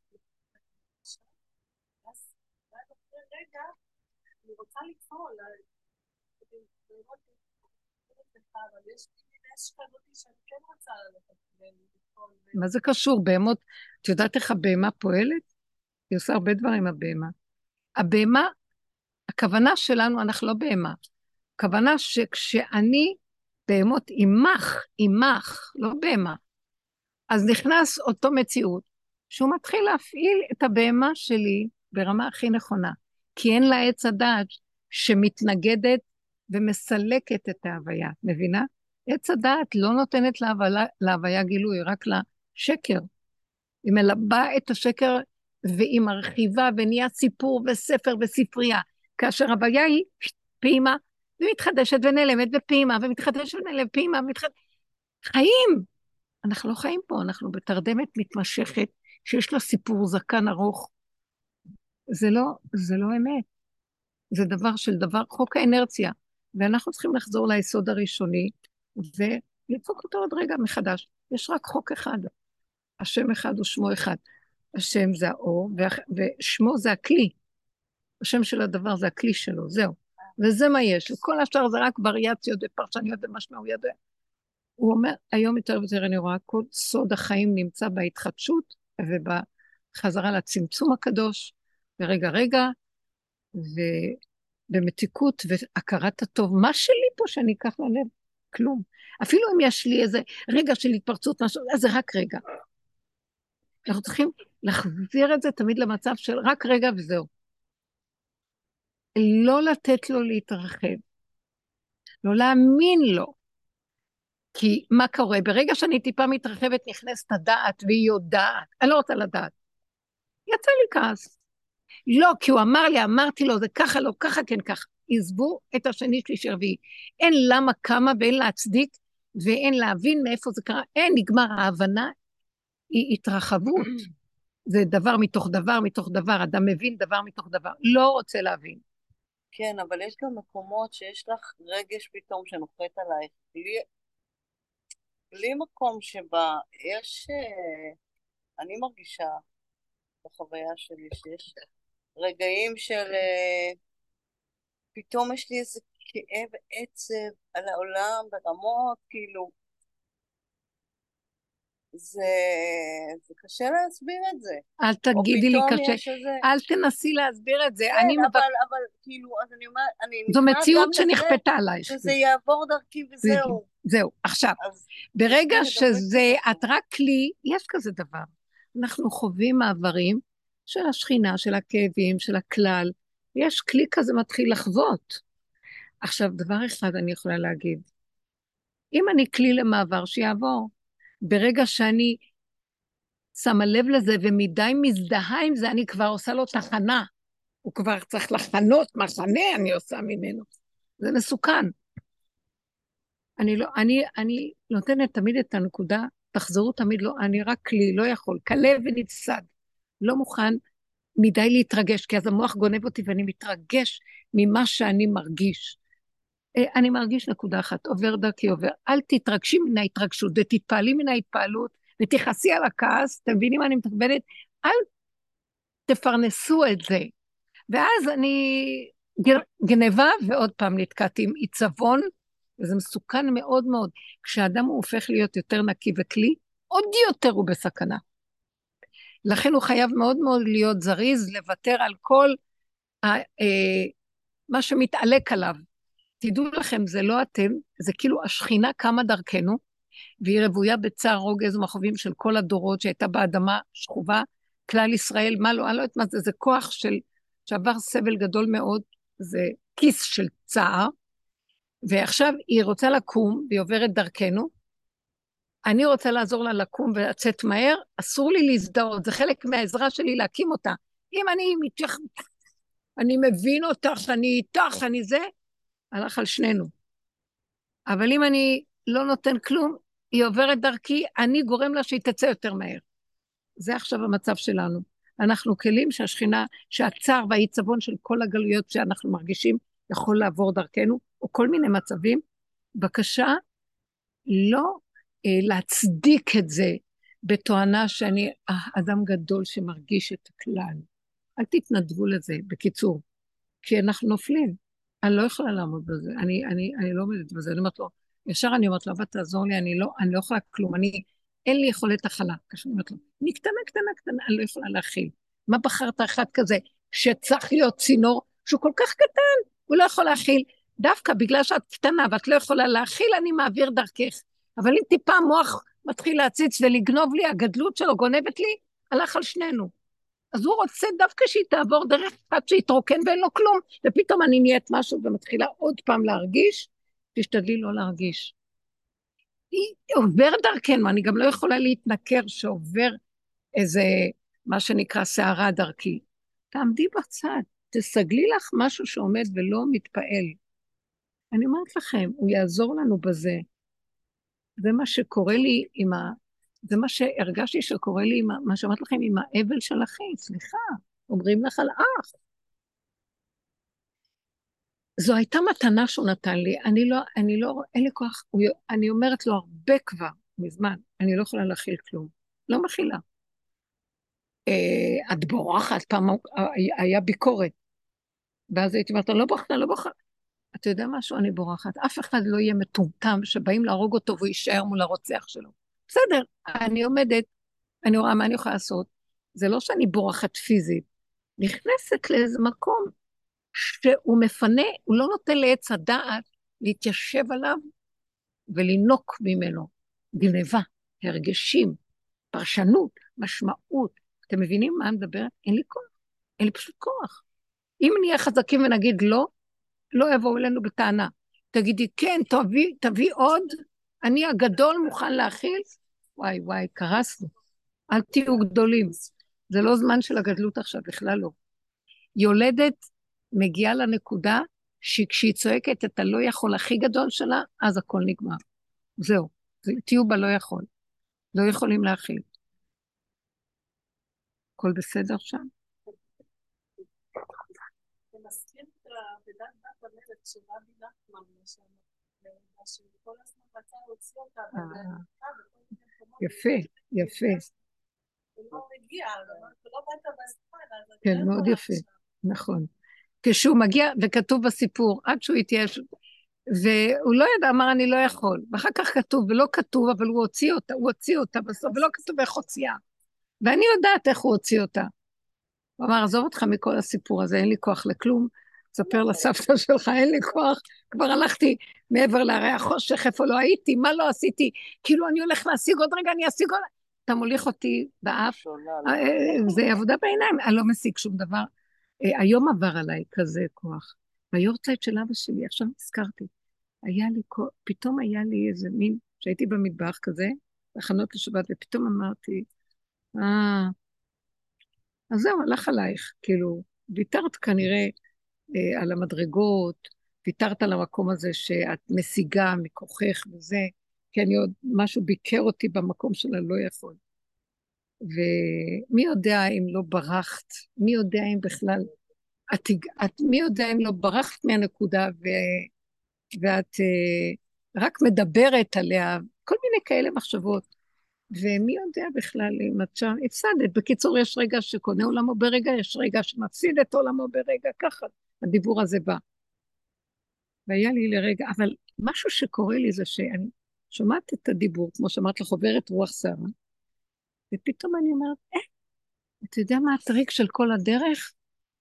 אז אחרי רגע אני רוצה לפעול לראות את לך, אבל יש לי נש כזאת שאני כן רוצה ללכת ולפעול. מה זה קשור? בהמות, את יודעת איך הבהמה פועלת? היא עושה הרבה דברים הבהמה. הבהמה, הכוונה שלנו, אנחנו לא בהמה. הכוונה שכשאני בהמות עמך, לא בהמה, אז נכנס אותו מציאות, שהוא מתחיל להפעיל את הבהמה שלי ברמה הכי נכונה, כי אין לה עץ הדעת שמתנגדת ומסלקת את ההוויה, מבינה? עץ הדעת לא נותנת להוויה גילוי, רק לשקר. היא מלבה את השקר והיא מרחיבה ונהיה סיפור וספר וספרייה, כאשר ההוויה היא פעימה, ומתחדשת ונעלמת בפעימה, ומתחדשת ונעלמת בפעימה, חיים! אנחנו לא חיים פה, אנחנו בתרדמת מתמשכת, שיש לה סיפור זקן ארוך. זה לא אמת. זה דבר של דבר, חוק האנרציה. ואנחנו צריכים לחזור ליסוד הראשוני, ולדפוק אותו עוד רגע מחדש. יש רק חוק אחד. השם אחד ושמו אחד. השם זה האור, ושמו זה הכלי. השם של הדבר זה הכלי שלו, זהו. וזה מה יש. וכל השאר זה רק וריאציות ופרשניות ומה הוא יודע. הוא אומר, היום יותר ויותר אני רואה, כל סוד החיים נמצא בהתחדשות ובחזרה לצמצום הקדוש, ורגע, ובמתיקות והכרת הטוב. מה שלי פה שאני אקח ללב? כלום. אפילו אם יש לי איזה רגע של התפרצות משהו, אז זה רק רגע. אנחנו צריכים להחזיר את זה תמיד למצב של רק רגע וזהו. לא לתת לו להתרחב. לא להאמין לו. כי מה קורה? ברגע שאני טיפה מתרחבת נכנסת הדעת והיא יודעת. אני לא רוצה לדעת. יצא לי כעס. לא, כי הוא אמר לי, אמרתי לו, זה ככה, לא ככה, כן ככה. עזבו את השני שלישי רביעי. אין למה כמה ואין להצדיק, ואין להבין מאיפה זה קרה. אין, נגמר ההבנה, היא התרחבות. זה דבר מתוך דבר מתוך דבר. אדם מבין דבר מתוך דבר. לא רוצה להבין. כן, אבל יש גם מקומות שיש לך רגש פתאום שנוחת עלייך. בלי מקום שבה יש, אני מרגישה בחוויה שלי שיש רגעים של פתאום יש לי איזה כאב עצב על העולם ברמות, כאילו זה קשה להסביר את זה. אל תגידי לי קשה, אל תנסי להסביר את זה. כן, אבל כאילו, אז אני אומרת, זו מציאות שנכפתה עלייך. שזה יעבור דרכי וזהו. זהו, עכשיו, ברגע שזה, את רק כלי, יש כזה דבר. אנחנו חווים מעברים של השכינה, של הכאבים, של הכלל. יש כלי כזה מתחיל לחוות. עכשיו, דבר אחד אני יכולה להגיד. אם אני כלי למעבר, שיעבור. ברגע שאני שמה לב לזה ומדי מזדהה עם זה, אני כבר עושה לו תחנה. הוא כבר צריך לחנות, מחנה אני עושה ממנו. זה מסוכן. אני נותנת תמיד את הנקודה, תחזרו תמיד, לא, אני רק כלי, לא יכול, כלב ונפסד, לא מוכן מדי להתרגש, כי אז המוח גונב אותי ואני מתרגש ממה שאני מרגיש. אני מרגיש נקודה אחת, עובר דרכי עובר, אל תתרגשי מן ההתרגשות, ותתפעלי מן ההתפעלות, ותכעסי על הכעס, אתם מבינים מה אני מתכוונת? אל תפרנסו את זה. ואז אני גנבה, ועוד פעם נתקעתי עם עיצבון, וזה מסוכן מאוד מאוד. כשאדם הוא הופך להיות יותר נקי וכלי, עוד יותר הוא בסכנה. לכן הוא חייב מאוד מאוד להיות זריז, לוותר על כל מה שמתעלק עליו. תדעו לכם, זה לא אתם, זה כאילו השכינה קמה דרכנו, והיא רבויה בצער רוגז ומחובים של כל הדורות, שהייתה באדמה שכובה, כלל ישראל, מה לא, אני לא יודעת מה זה, זה כוח שעבר סבל גדול מאוד, זה כיס של צער, ועכשיו היא רוצה לקום, והיא עוברת דרכנו, אני רוצה לעזור לה לקום ולצאת מהר, אסור לי להזדהות, זה חלק מהעזרה שלי להקים אותה. אם אני מבין אותך, אני איתך, אני זה, הלך על שנינו. אבל אם אני לא נותן כלום, היא עוברת דרכי, אני גורם לה שהיא תצא יותר מהר. זה עכשיו המצב שלנו. אנחנו כלים שהשכינה, שהצער והעיצבון של כל הגלויות שאנחנו מרגישים, יכול לעבור דרכנו, או כל מיני מצבים. בבקשה, לא להצדיק את זה, בתואנה שאני אדם גדול שמרגיש את הכלל. אל תתנדבו לזה, בקיצור, כי אנחנו נופלים. אני לא יכולה לעמוד בזה, אני לא עומדת בזה, אני אומרת לו, ישר אני אומרת לו, אבל תעזור לי, אני לא יכולה כלום, אין לי יכולת הכלה, כשאני אומרת לו, אני קטנה, אני לא יכולה להכיל. מה בחרת אחד כזה, שצריך להיות צינור, שהוא כל כך קטן, הוא לא יכול להכיל, דווקא בגלל שאת קטנה, ואת לא יכולה להכיל, אני מעביר דרכך, אבל אם טיפה המוח מתחיל להציץ ולגנוב לי, הגדלות שלו גונבת לי, הלך על שנינו. אז הוא רוצה דווקא שהיא תעבור דרך אחת שהתרוקן ואין לו כלום, ופתאום אני נהיית משהו ומתחילה עוד פעם להרגיש, תשתדלי לא להרגיש. היא עובר דרכנו, אני גם לא יכולה להתנכר שעובר איזה, מה שנקרא שערה דרכי. תעמדי בצד, תסגלי לך משהו שעומד ולא מתפעל. אני אומרת לכם, הוא יעזור לנו בזה. זה מה שקורה לי זה מה שהרגשתי שקורה לי, מה שאמרת לכם עם האבל של אחי, סליחה, אומרים לך על אח. זו הייתה מתנה שהוא נתן לי, אין לי כוח, אני אומרת לו הרבה כבר, מזמן, אני לא יכולה להכיל כלום, לא מכילה. את בורחת, פעם היה ביקורת, ואז הייתי אומרת, אני לא בורחת, אתה יודע משהו, אני בורחת, אף אחד לא יהיה מטומטם, שבאים להרוג אותו והוא יישאר מול הרוצח שלו. בסדר, אני עומדת, אני רואה מה אני יכולה לעשות, זה לא שאני בורחת פיזית, נכנסת לאיזה מקום, שהוא מפנה, הוא לא נותן לעץ הדעת להתיישב עליו ולנוק ממנו. גנבה, הרגשים, פרשנות, משמעות. אתם מבינים מה אני מדברת? אין לי כוח, אין לי פשוט כוח. אם נהיה חזקים ונגיד לא, לא יבואו אלינו בטענה. תגידי, כן, תביא עוד, אני הגדול מוכן להכיל. וואי, קרסנו. אל תהיו גדולים. זה לא זמן של הגדלות עכשיו, בכלל לא. יולדת מגיעה לנקודה שכשהיא צועקת את הלא יכול הכי גדול שלה, אז הכל נגמר. זהו, תהיו בה לא יכול. לא יכולים להכיל. הכל בסדר שם? זה מזכיר את בדת בת המלך של רבי נחמן, שכל הזמן רצה להוציא אותה, יפה. הוא לא מגיע, הוא לא באת בזמן. כן, מאוד יפה, נכון. כשהוא מגיע, וכתוב בסיפור, עד שהוא התייש, והוא לא ידע, אמר אני לא יכול, ואחר כך כתוב, ולא כתוב, אבל הוא הוציא אותה בסוף, ולא כתוב איך הוציאה, ואני יודעת איך הוא הוציא אותה. הוא אמר, עזוב אותך מכל הסיפור הזה, אין לי כוח לכלום, תספר לסבתא שלך, אין לי כוח, כבר הלכתי מעבר להרי החושך, איפה לא הייתי, מה לא עשיתי, כאילו אני הולך להשיג עוד רגע, אני אשיג עוד, אתה מוליך אותי באף, זה עבודה בעיניים, אני לא משיג שום דבר, היום עבר עליי כזה כוח, ביורצייט של אבא שלי, עכשיו הזכרתי, פתאום היה לי איזה מין, שהייתי במטבח כזה, הכנות לשבת, ופתאום אמרתי, אז זהו, הלך עלייך, כאילו, ויתרת כנראה על המדרגות, ויתרת על המקום הזה שאת משיגה מכוחך וזה, כי אני עוד משהו ביקר אותי במקום של הלא יכול. ומי יודע אם לא ברחת, מי יודע אם בכלל, מי יודע אם לא ברחת מהנקודה ואת רק מדברת עליה, כל מיני כאלה מחשבות, ומי יודע בכלל אם את שם הפסדת. בקיצור, יש רגע שקונה עולמו ברגע, יש רגע שמפסיד את עולמו ברגע, ככה הדיבור הזה בא. והיה לי לרגע, אבל משהו שקורה לי זה שאני שומעת את הדיבור, כמו שאמרת לך, עוברת רוח סערה, ופתאום אני אומרת, אתה יודע מה הטריק של כל הדרך?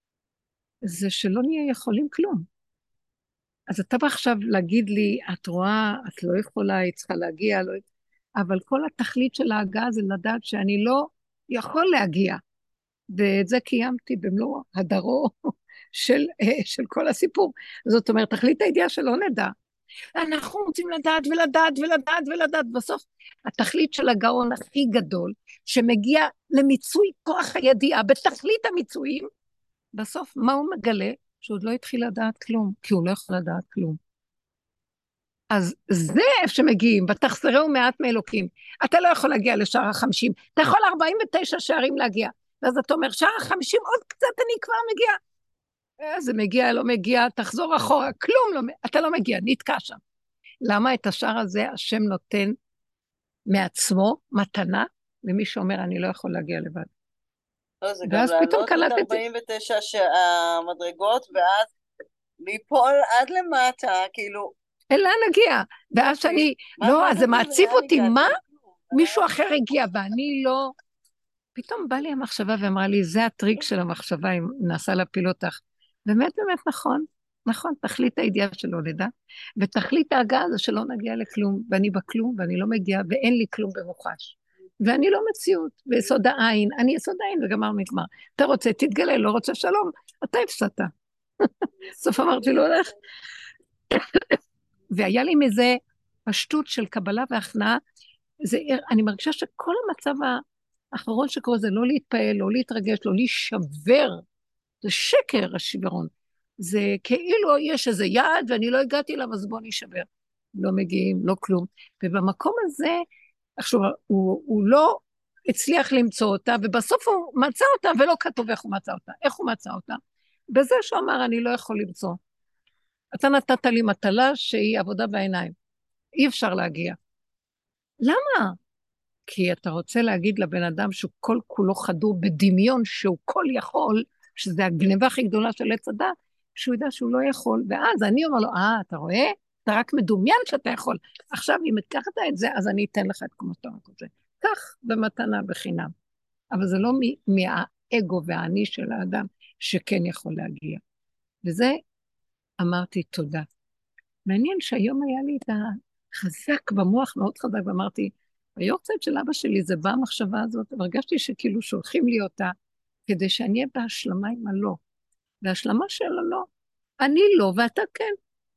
זה שלא נהיה יכולים כלום. אז אתה בא עכשיו להגיד לי, את רואה, את לא יכולה, היא צריכה להגיע, לא... אבל כל התכלית של ההגעה זה לדעת שאני לא יכול להגיע. ואת זה קיימתי במלוא הדרו של כל הסיפור. זאת אומרת, תכלית הידיעה שלא נדע. אנחנו רוצים לדעת ולדעת ולדעת ולדעת. בסוף, התכלית של הגאון הכי גדול, שמגיע למיצוי כוח הידיעה, בתכלית המיצויים, בסוף, מה הוא מגלה? שהוא עוד לא התחיל לדעת כלום, כי הוא לא יכול לדעת כלום. אז זה איפה שמגיעים, בתחסרהו מעט מאלוקים. אתה לא יכול להגיע לשער ה-50, אתה יכול 49 שערים להגיע. ואז אתה אומר, שער ה-50 עוד קצת אני כבר מגיע. זה מגיע, לא מגיע, תחזור אחורה, כלום לא, אתה לא מגיע, נתקע שם. למה את השער הזה השם נותן מעצמו, מתנה, למי שאומר, אני לא יכול להגיע לבד. לא, זה גם לעלות את 49 המדרגות, ואז ליפול עד למטה, כאילו... אלא נגיע, ואז שאני, לא, אז זה מעציב אותי, מה? מישהו אחר הגיע, ואני לא... פתאום בא לי המחשבה ואמרה לי, זה הטריק של המחשבה, אם נעשה להפיל אותך. באמת, באמת נכון, נכון, תכלית הידיעה שלא נדע, ותכלית ההגעה זה שלא נגיע לכלום, ואני בכלום, ואני לא מגיעה, ואין לי כלום במוחש. ואני לא מציאות, ויסוד העין, אני יסוד העין, וגמר נגמר. אתה רוצה, תתגלה, לא רוצה שלום, אתה הפסדת. סוף אמרתי לו, הולך. והיה לי מזה פשטות של קבלה והכנעה, אני מרגישה שכל המצב האחרון שקורה זה לא להתפעל, לא להתרגש, לא להישבר, זה שקר השברון, זה כאילו יש איזה יעד ואני לא הגעתי אליו, אז בוא נשבר, לא מגיעים, לא כלום, ובמקום הזה, עכשיו הוא לא הצליח למצוא אותה, ובסוף הוא מצא אותה ולא כתוב איך הוא מצא אותה, איך הוא מצא אותה, בזה שהוא אמר אני לא יכול למצוא, אתה נתת לי מטלה שהיא עבודה בעיניים, אי אפשר להגיע. למה? כי אתה רוצה להגיד לבן אדם שהוא כל כולו חדור בדמיון שהוא כל יכול, שזה הגניבה הכי גדולה של עץ הדת, שהוא יודע שהוא לא יכול, ואז אני אומר לו, אתה רואה? אתה רק מדומיין שאתה יכול. עכשיו אם לקחת את זה, אז אני אתן לך את כמו שאתה רוצה. כך במתנה בחינם. אבל זה לא מהאגו והאני של האדם שכן יכול להגיע. וזה אמרתי תודה. מעניין שהיום היה לי את החזק במוח מאוד חזק, ואמרתי, היורצייט של אבא שלי זה בא המחשבה הזאת, והרגשתי שכאילו שולחים לי אותה, כדי שאני אהיה בהשלמה עם הלא. וההשלמה של הלא, אני לא ואתה כן.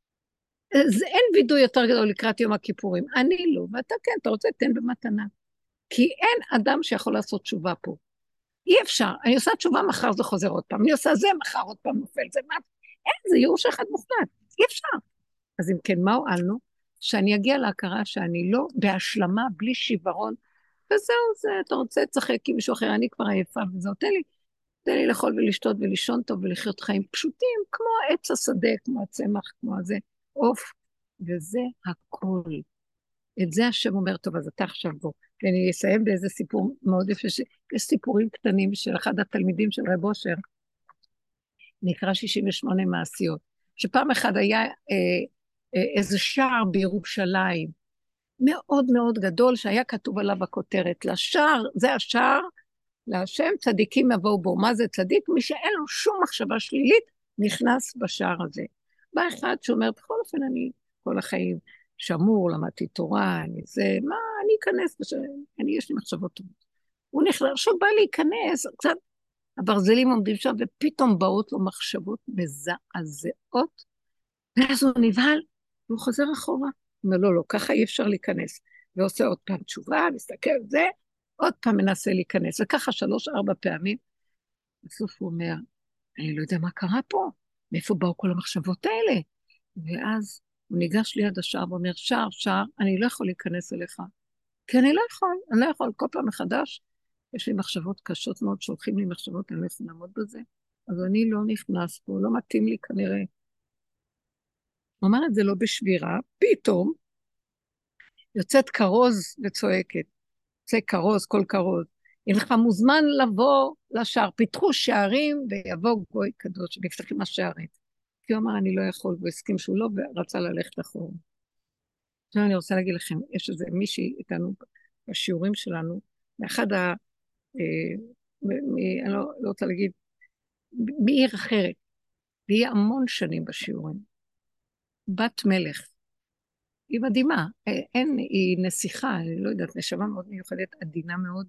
זה אין וידוי יותר גדול לקראת יום הכיפורים, אני לא ואתה כן, אתה רוצה תן במתנה. כי אין אדם שיכול לעשות תשובה פה. אי אפשר, אני עושה תשובה מחר זה חוזר עוד פעם, אני עושה זה מחר עוד פעם נופל, זה מה? אין, זה ייאוש אחד מוחלט, אי אפשר. אז אם כן, מה הועלנו? שאני אגיע להכרה שאני לא בהשלמה, בלי שיוורון, וזהו זה, אתה רוצה לצחק עם מישהו אחר, אני כבר עייפה, וזהו, תן לי לאכול ולשתות ולישון טוב ולחיות חיים פשוטים, כמו עץ השדה, כמו הצמח, כמו הזה, עוף, וזה הכל. את זה השם אומר, טוב, אז אתה עכשיו בוא, ואני אסיים באיזה סיפור מאוד יפה, יש סיפורים קטנים של אחד התלמידים של רב אושר, נקרא 68 מעשיות, שפעם אחד היה איזה שער בירושלים, מאוד מאוד גדול, שהיה כתוב עליו הכותרת, לשער, זה השער, להשם צדיקים יבואו בו, מה זה צדיק? מי שאין לו שום מחשבה שלילית, נכנס בשער הזה. בא אחד שאומר, בכל אופן אני כל החיים שמור, למדתי תורה, אני אכנס, יש לי מחשבות טובות. הוא נכנס, עכשיו בא להיכנס, קצת, הברזלים עומדים שם, ופתאום באות לו מחשבות מזעזעות, ואז הוא נבהל, והוא חוזר אחורה. הוא אומר, לא, ככה אי אפשר להיכנס. ועושה עוד פעם תשובה, מסתכל על זה, עוד פעם מנסה להיכנס, וככה 3-4 פעמים. בסוף הוא אומר, אני לא יודע מה קרה פה, מאיפה באו כל המחשבות האלה? ואז הוא ניגש ליד השער ואומר, שער, אני לא יכול להיכנס אליך. כי אני לא יכול, כל פעם מחדש, יש לי מחשבות קשות מאוד, שולחים לי מחשבות, אני לא יכול לעמוד בזה, אז אני לא נכנס פה, לא מתאים לי כנראה. הוא אמר את זה לא בשבירה, פתאום יוצאת כרוז וצועקת, יוצא כרוז, כל כרוז, אינך מוזמן לבוא לשער, פיתחו שערים ויבוא גוי קדוש, ונפתחים השערים. כי הוא אמר, אני לא יכול, והוא הסכים שהוא לא, ורצה ללכת אחורה. עכשיו אני רוצה להגיד לכם, יש איזה מישהי איתנו בשיעורים שלנו, מאחד אני לא רוצה להגיד, מעיר אחרת, והיא המון שנים בשיעורים, בת מלך, היא מדהימה, היא נסיכה, אני לא יודעת, נשמה מאוד מיוחדת, עדינה מאוד,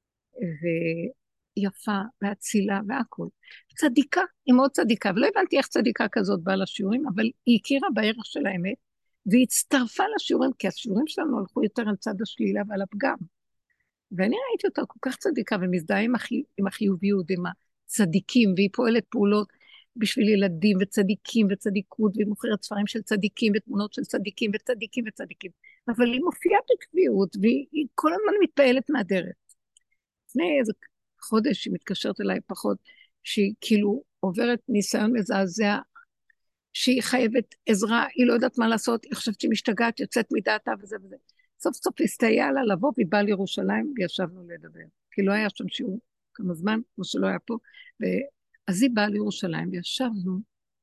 ויפה, והצילה, והכל. צדיקה, היא מאוד צדיקה, ולא הבנתי איך צדיקה כזאת באה לשיעורים, אבל היא הכירה בערך של האמת, והיא הצטרפה לשיעורים, כי השיעורים שלנו הלכו יותר על צד השלילה ועל הפגם. ואני ראיתי אותה כל כך צדיקה, ומזדהה עם החיוביות, עם הצדיקים, והיא פועלת פעולות בשביל ילדים וצדיקים וצדיקות, והיא מוכרת ספרים של צדיקים ותמונות של צדיקים וצדיקים וצדיקים. אבל היא מופיעה בקביעות, והיא כל הזמן מתפעלת מהדרך. לפני איזה חודש היא מתקשרת אליי פחות, שהיא כאילו עוברת ניסיון מזעזע, שהיא חייבת עזרה, היא לא יודעת מה לעשות, היא חושבת שהיא משתגעת, יוצאת מדעתה וזה וזה. סוף סוף הסתייעה לה לבוא, והיא באה לירושלים, וישבנו לדבר. כי לא היה שם שיעור כמה זמן, כמו שלא היה פה, אז היא באה לירושלים, וישבנו,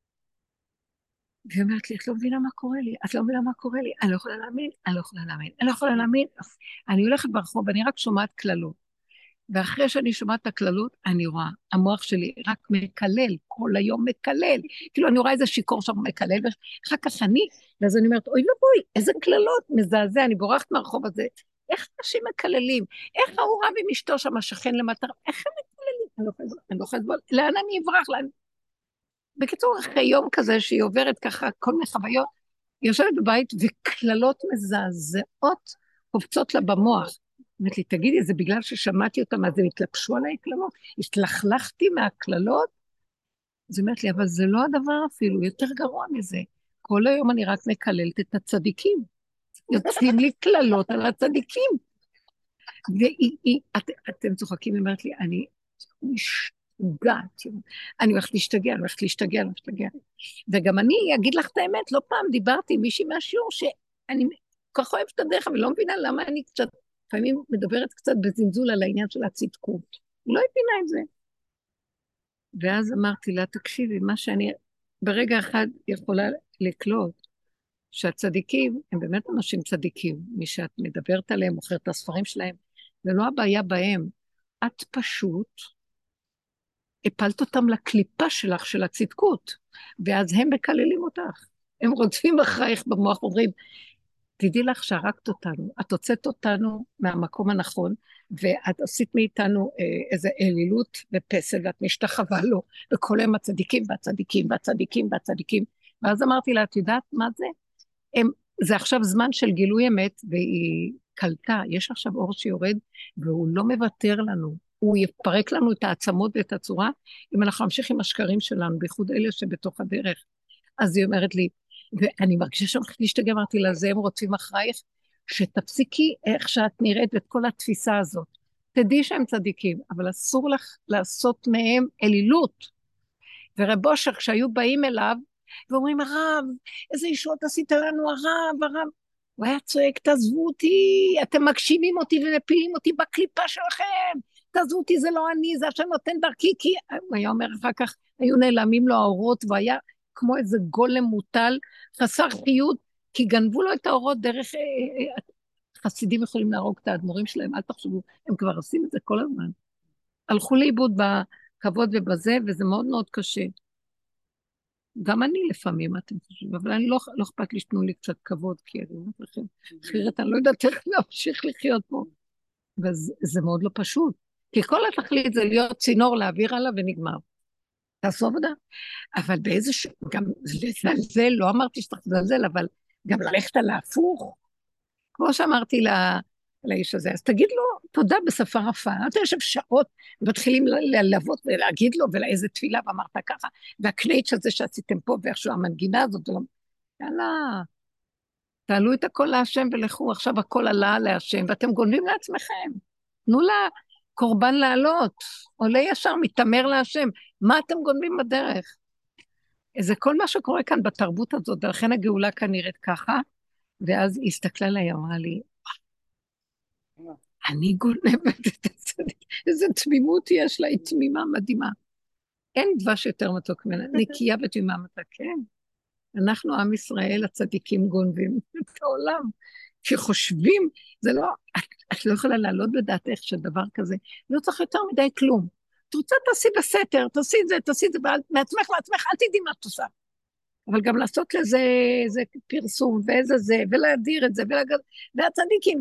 והיא אומרת לי, את לא מבינה מה קורה לי, אני לא יכולה להאמין, אני הולכת ברחוב, ואני רק שומעת כללות. ואחרי שאני שומעת את הכללות, אני רואה, המוח שלי רק מקלל, כל היום מקלל. כאילו אני רואה איזה שיקור שם מקלל, ואחר כך ואז אני אומרת, אוי ובוי, איזה כללות, מזעזע, אני בורחת מהרחוב הזה. איך אנשים מקללים? איך ההוא רב עם אשתו שם, השכן למטר? איך הם מקללים? אני לא יכולה, לאן אני אברח? בקיצור, אחרי יום כזה שהיא עוברת ככה, כל מיני חוויות, היא יושבת בבית, וכללות מזעזעות קופצות לה במוח. אומרת לי, תגידי, זה בגלל ששמעתי אותם, אז הם התלבשו עליי כללות? השתלחלכתי מהכללות? אז היא אומרת לי, אבל זה לא הדבר אפילו, יותר גרוע מזה. כל היום אני רק מקללת את הצדיקים. יוצאים לי כללות על הצדיקים. אתם צוחקים, היא אומרת לי, אני משתגעת. אני הולכת להשתגע. וגם אני אגיד לך את האמת, לא פעם דיברתי עם מישהי מהשיעור, שאני כל כך אוהבת את הדרך, אבל לא מבינה למה אני קצת, לפעמים מדברת קצת בזלזול על העניין של הצדקות. היא לא הבינה את זה. ואז אמרתי לה, תקשיבי, מה שאני ברגע אחד יכולה לקלוט, שהצדיקים הם באמת אנשים צדיקים, מי שאת מדברת עליהם, מוכרת את הספרים שלהם, זה לא הבעיה בהם. את פשוט הפלת אותם לקליפה שלך, של הצדקות, ואז הם מקללים אותך. הם רודפים אחרייך במוח, אומרים, תדעי לך שהרגת אותנו, את הוצאת אותנו מהמקום הנכון, ואת עשית מאיתנו איזה אלילות ופסל, ואת משתחווה לו, וכל הם הצדיקים והצדיקים. ואז אמרתי לה, את יודעת מה זה? זה עכשיו זמן של גילוי אמת, והיא קלטה, יש עכשיו אור שיורד, והוא לא מוותר לנו, הוא יפרק לנו את העצמות ואת הצורה, אם אנחנו נמשיך עם השקרים שלנו, בייחוד אלה שבתוך הדרך. אז היא אומרת לי, ואני מרגישה שאני הולכת להשתגע, אמרתי לה, זה הם רוצים אחרייך, שתפסיקי איך שאת נראית ואת כל התפיסה הזאת. תדעי שהם צדיקים, אבל אסור לך לעשות מהם אלילות. ורב אושר, כשהיו באים אליו, ואומרים, הרב, איזה ישועות עשית לנו, הרב. הוא היה צועק, תעזבו אותי, אתם מגשימים אותי ומפילים אותי בקליפה שלכם, תעזבו אותי, זה לא אני, זה השם נותן דרכי, כי הוא היה אומר אחר כך, היו נעלמים לו האורות, והיה כמו איזה גולם מוטל, חסר חיות, כי גנבו לו את האורות דרך, חסידים יכולים להרוג את האדמו"רים שלהם, אל תחשבו, הם כבר עושים את זה כל הזמן. הלכו לאיבוד בכבוד ובזה, וזה מאוד מאוד קשה. גם אני לפעמים, אתם חושבים, אבל אני לא אכפת לי שתנו לי קצת כבוד, כי אני אומרת לכם, אחרת אני לא יודעת איך להמשיך לחיות פה. וזה מאוד לא פשוט, כי כל התכלית זה להיות צינור להעביר עליו ונגמר. תעשו עבודה. אבל באיזשהו, גם זה, לא אמרתי שצריך לזלזל, אבל גם ללכת על ההפוך, כמו שאמרתי לאיש הזה, אז תגיד לו תודה בשפה רפה, אתה יושב שעות, ומתחילים ללוות ולהגיד לו, ולאיזה תפילה, ואמרת ככה, והקנייץ' הזה שעשיתם פה, ואיכשהו המנגינה הזאת, יאללה, תעלו את הכל להשם ולכו, עכשיו הכל עלה להשם, ואתם גונבים לעצמכם. תנו לה קורבן לעלות, עולה ישר, מתאמר להשם. מה אתם גונבים בדרך? זה כל מה שקורה כאן בתרבות הזאת, ולכן הגאולה כאן נראית ככה, ואז היא הסתכלה עליי, אמרה לי, אני גונבת את הצדיק, איזו תמימות יש לה, היא תמימה מדהימה. אין דבש יותר מתוק ממנה, נקייה ותמימה מתוק, כן. אנחנו, עם ישראל, הצדיקים גונבים את העולם, כי חושבים, זה לא, את לא יכולה לעלות בדעתך שדבר כזה, לא צריך יותר מדי כלום. את רוצה תעשי בסתר, תעשי את זה, מעצמך לעצמך, אל תדעי מה את עושה. אבל גם לעשות לזה איזה פרסום, ואיזה זה, ולהדיר את זה, והצדיקים.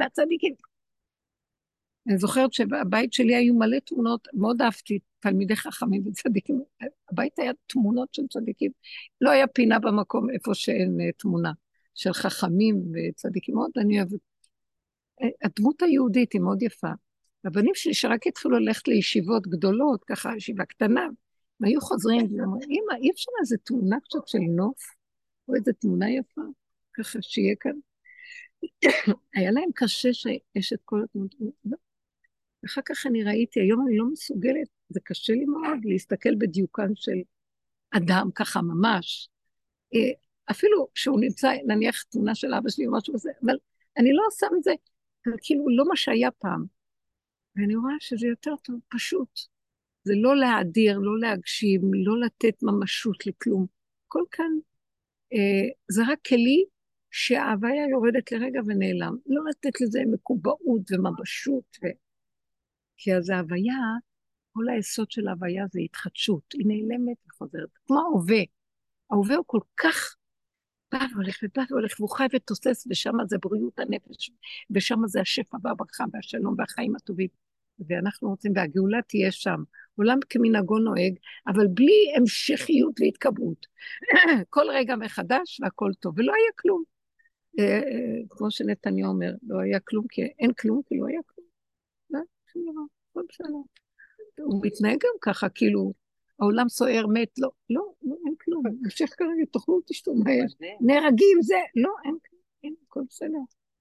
אני זוכרת שבבית שלי היו מלא תמונות, מאוד אהבתי תלמידי חכמים וצדיקים, הבית היה תמונות של צדיקים, לא היה פינה במקום איפה שאין תמונה של חכמים וצדיקים, מאוד אני אוהבת. הדמות היהודית היא מאוד יפה. הבנים שלי שרק התחילו ללכת לישיבות גדולות, ככה ישיבה קטנה, הם היו חוזרים ואומרים, אמא, אי אפשר איזו תמונה קצת של נוף, או איזו תמונה יפה, ככה שיהיה כאן. היה להם קשה שיש את כל התמונות. ואחר כך אני ראיתי, היום אני לא מסוגלת, זה קשה לי מאוד להסתכל בדיוקן של אדם ככה ממש. אפילו שהוא נמצא, נניח תמונה של אבא שלי או משהו כזה, אבל אני לא עושה מזה, כאילו לא מה שהיה פעם. ואני רואה שזה יותר טוב, פשוט. זה לא להאדיר, לא להגשים, לא לתת ממשות לכלום. כל כאן, זה רק כלי שההוויה יורדת לרגע ונעלם. לא לתת לזה מקובעות וממשות. כי אז ההוויה, כל היסוד של ההוויה זה התחדשות. היא נעלמת וחוזרת. כמו ההווה. ההווה הוא כל כך בא והולך, והוא חי ותוסס, ושם זה בריאות הנפש, ושם זה השפע והברכה והשלום והחיים הטובים. ואנחנו רוצים, והגאולה תהיה שם. עולם כמנהגו נוהג, אבל בלי המשכיות והתקבעות. כל רגע מחדש והכל טוב, ולא היה כלום. כמו שנתניהו אומר, לא היה כלום, כי אין כלום, כי לא היה כלום. לא בסדר. הוא מתנהג גם ככה, כאילו, העולם סוער, מת, לא, אין כלום. המשך כרגע, תאכלו, תשתו מהר. נהרגים זה, לא, אין כלום, אין, הכל בסדר.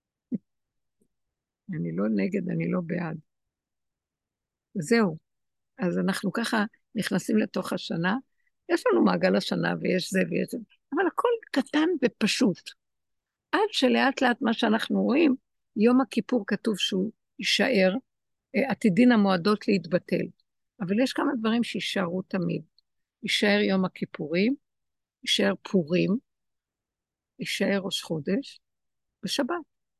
אני לא נגד, אני לא בעד. זהו. אז אנחנו ככה נכנסים לתוך השנה, יש לנו מעגל השנה ויש זה ויש זה, אבל הכל קטן ופשוט. עד שלאט לאט מה שאנחנו רואים, יום הכיפור כתוב שהוא יישאר, עתידין המועדות להתבטל. אבל יש כמה דברים שישארו תמיד. יישאר יום הכיפורים, יישאר פורים, יישאר ראש חודש, ושבת.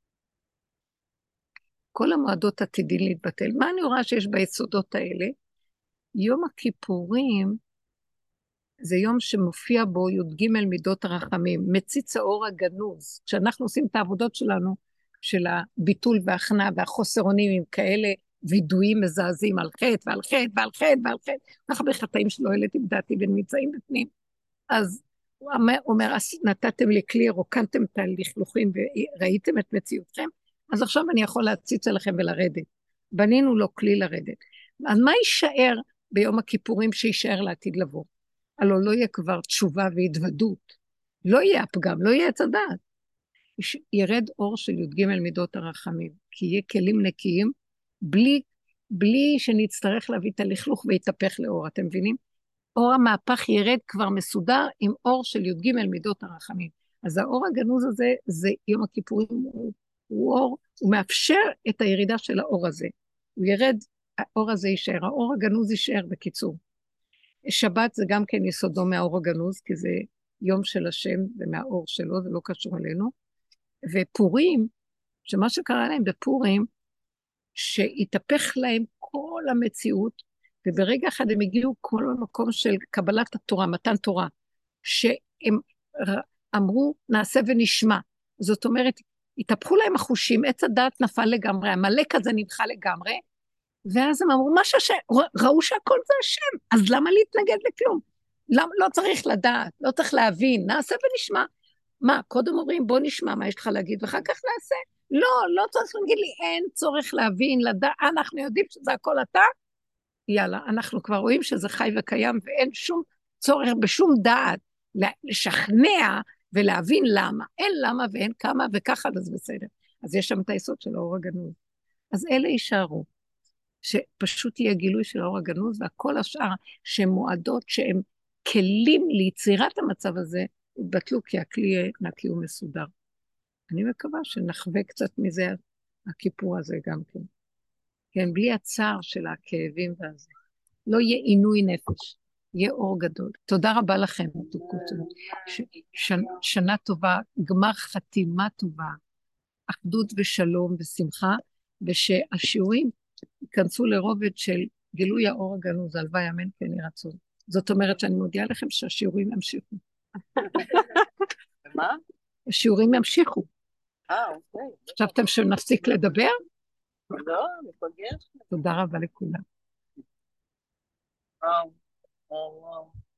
כל המועדות עתידין להתבטל. מה אני רואה שיש ביסודות האלה? יום הכיפורים זה יום שמופיע בו י"ג מידות הרחמים, מציץ האור הגנוז. כשאנחנו עושים את העבודות שלנו, של הביטול וההכנעה והחוסר אונים עם כאלה וידועים מזעזעים על חטא ועל חטא ועל חטא ועל חטא, כך בחטאים שלא העליתי בדעתי ונמצאים בפנים. אז הוא אומר, נתתם לי כלי, רוקנתם את הלכלוכים וראיתם את מציאותכם, אז עכשיו אני יכול להציץ עליכם ולרדת. בנינו לו כלי לרדת. אז מה יישאר ביום הכיפורים שישאר לעתיד לבוא? הלוא לא יהיה כבר תשובה והתוודות. לא יהיה הפגם, לא יהיה עץ הדעת. ירד אור של י"ג מידות הרחמים, כי יהיה כלים נקיים, בלי שנצטרך להביא את הלכלוך ויתהפך לאור, אתם מבינים? אור המהפך ירד כבר מסודר עם אור של י"ג מידות הרחמים. אז האור הגנוז הזה, זה יום הכיפורים, הוא אור, הוא מאפשר את הירידה של האור הזה. הוא ירד, האור הזה יישאר, האור הגנוז יישאר בקיצור. שבת זה גם כן יסודו מהאור הגנוז, כי זה יום של השם ומהאור שלו, זה לא קשור אלינו. ופורים, שמה שקרה להם בפורים, שהתהפך להם כל המציאות, וברגע אחד הם הגיעו כל המקום של קבלת התורה, מתן תורה, שהם אמרו נעשה ונשמע. זאת אומרת, התהפכו להם החושים, עץ הדעת נפל לגמרי, המלאק הזה נמחה לגמרי, ואז הם אמרו, ראו שהכל זה השם, אז למה להתנגד לכלום? לא צריך לדעת, לא צריך להבין, נעשה ונשמע. מה, קודם אומרים, בוא נשמע מה יש לך להגיד, ואחר כך נעשה. לא צריך להגיד לי, אין צורך להבין, לדעת, אנחנו יודעים שזה הכל אתה, יאללה, אנחנו כבר רואים שזה חי וקיים, ואין שום צורך בשום דעת לשכנע ולהבין למה. אין למה ואין כמה וככה, אז בסדר. אז יש שם את היסוד של האור הגנוז. אז אלה יישארו, שפשוט יהיה גילוי של האור הגנוז, והכל השאר שהן מועדות, שהן כלים ליצירת המצב הזה, יתבטלו כי הכלי יהיה נקי ומסודר. אני מקווה שנחווה קצת מזה, הכיפור הזה גם כן. כן, בלי הצער של הכאבים והזה. לא יהיה עינוי נפש, יהיה אור גדול. תודה רבה לכם, מתוקות. שנה טובה, גמר חתימה טובה, אחדות ושלום ושמחה, ושהשיעורים ייכנסו לרובד של גילוי האור הגנוז, הלוואי אמן כן יהי רצון. זאת אומרת שאני מודיעה לכם שהשיעורים ימשיכו. מה? השיעורים ימשיכו. אוקיי. חשבתם שנפסיק לדבר? לא, נפגש. תודה רבה לכולם. וואו, וואו, וואו.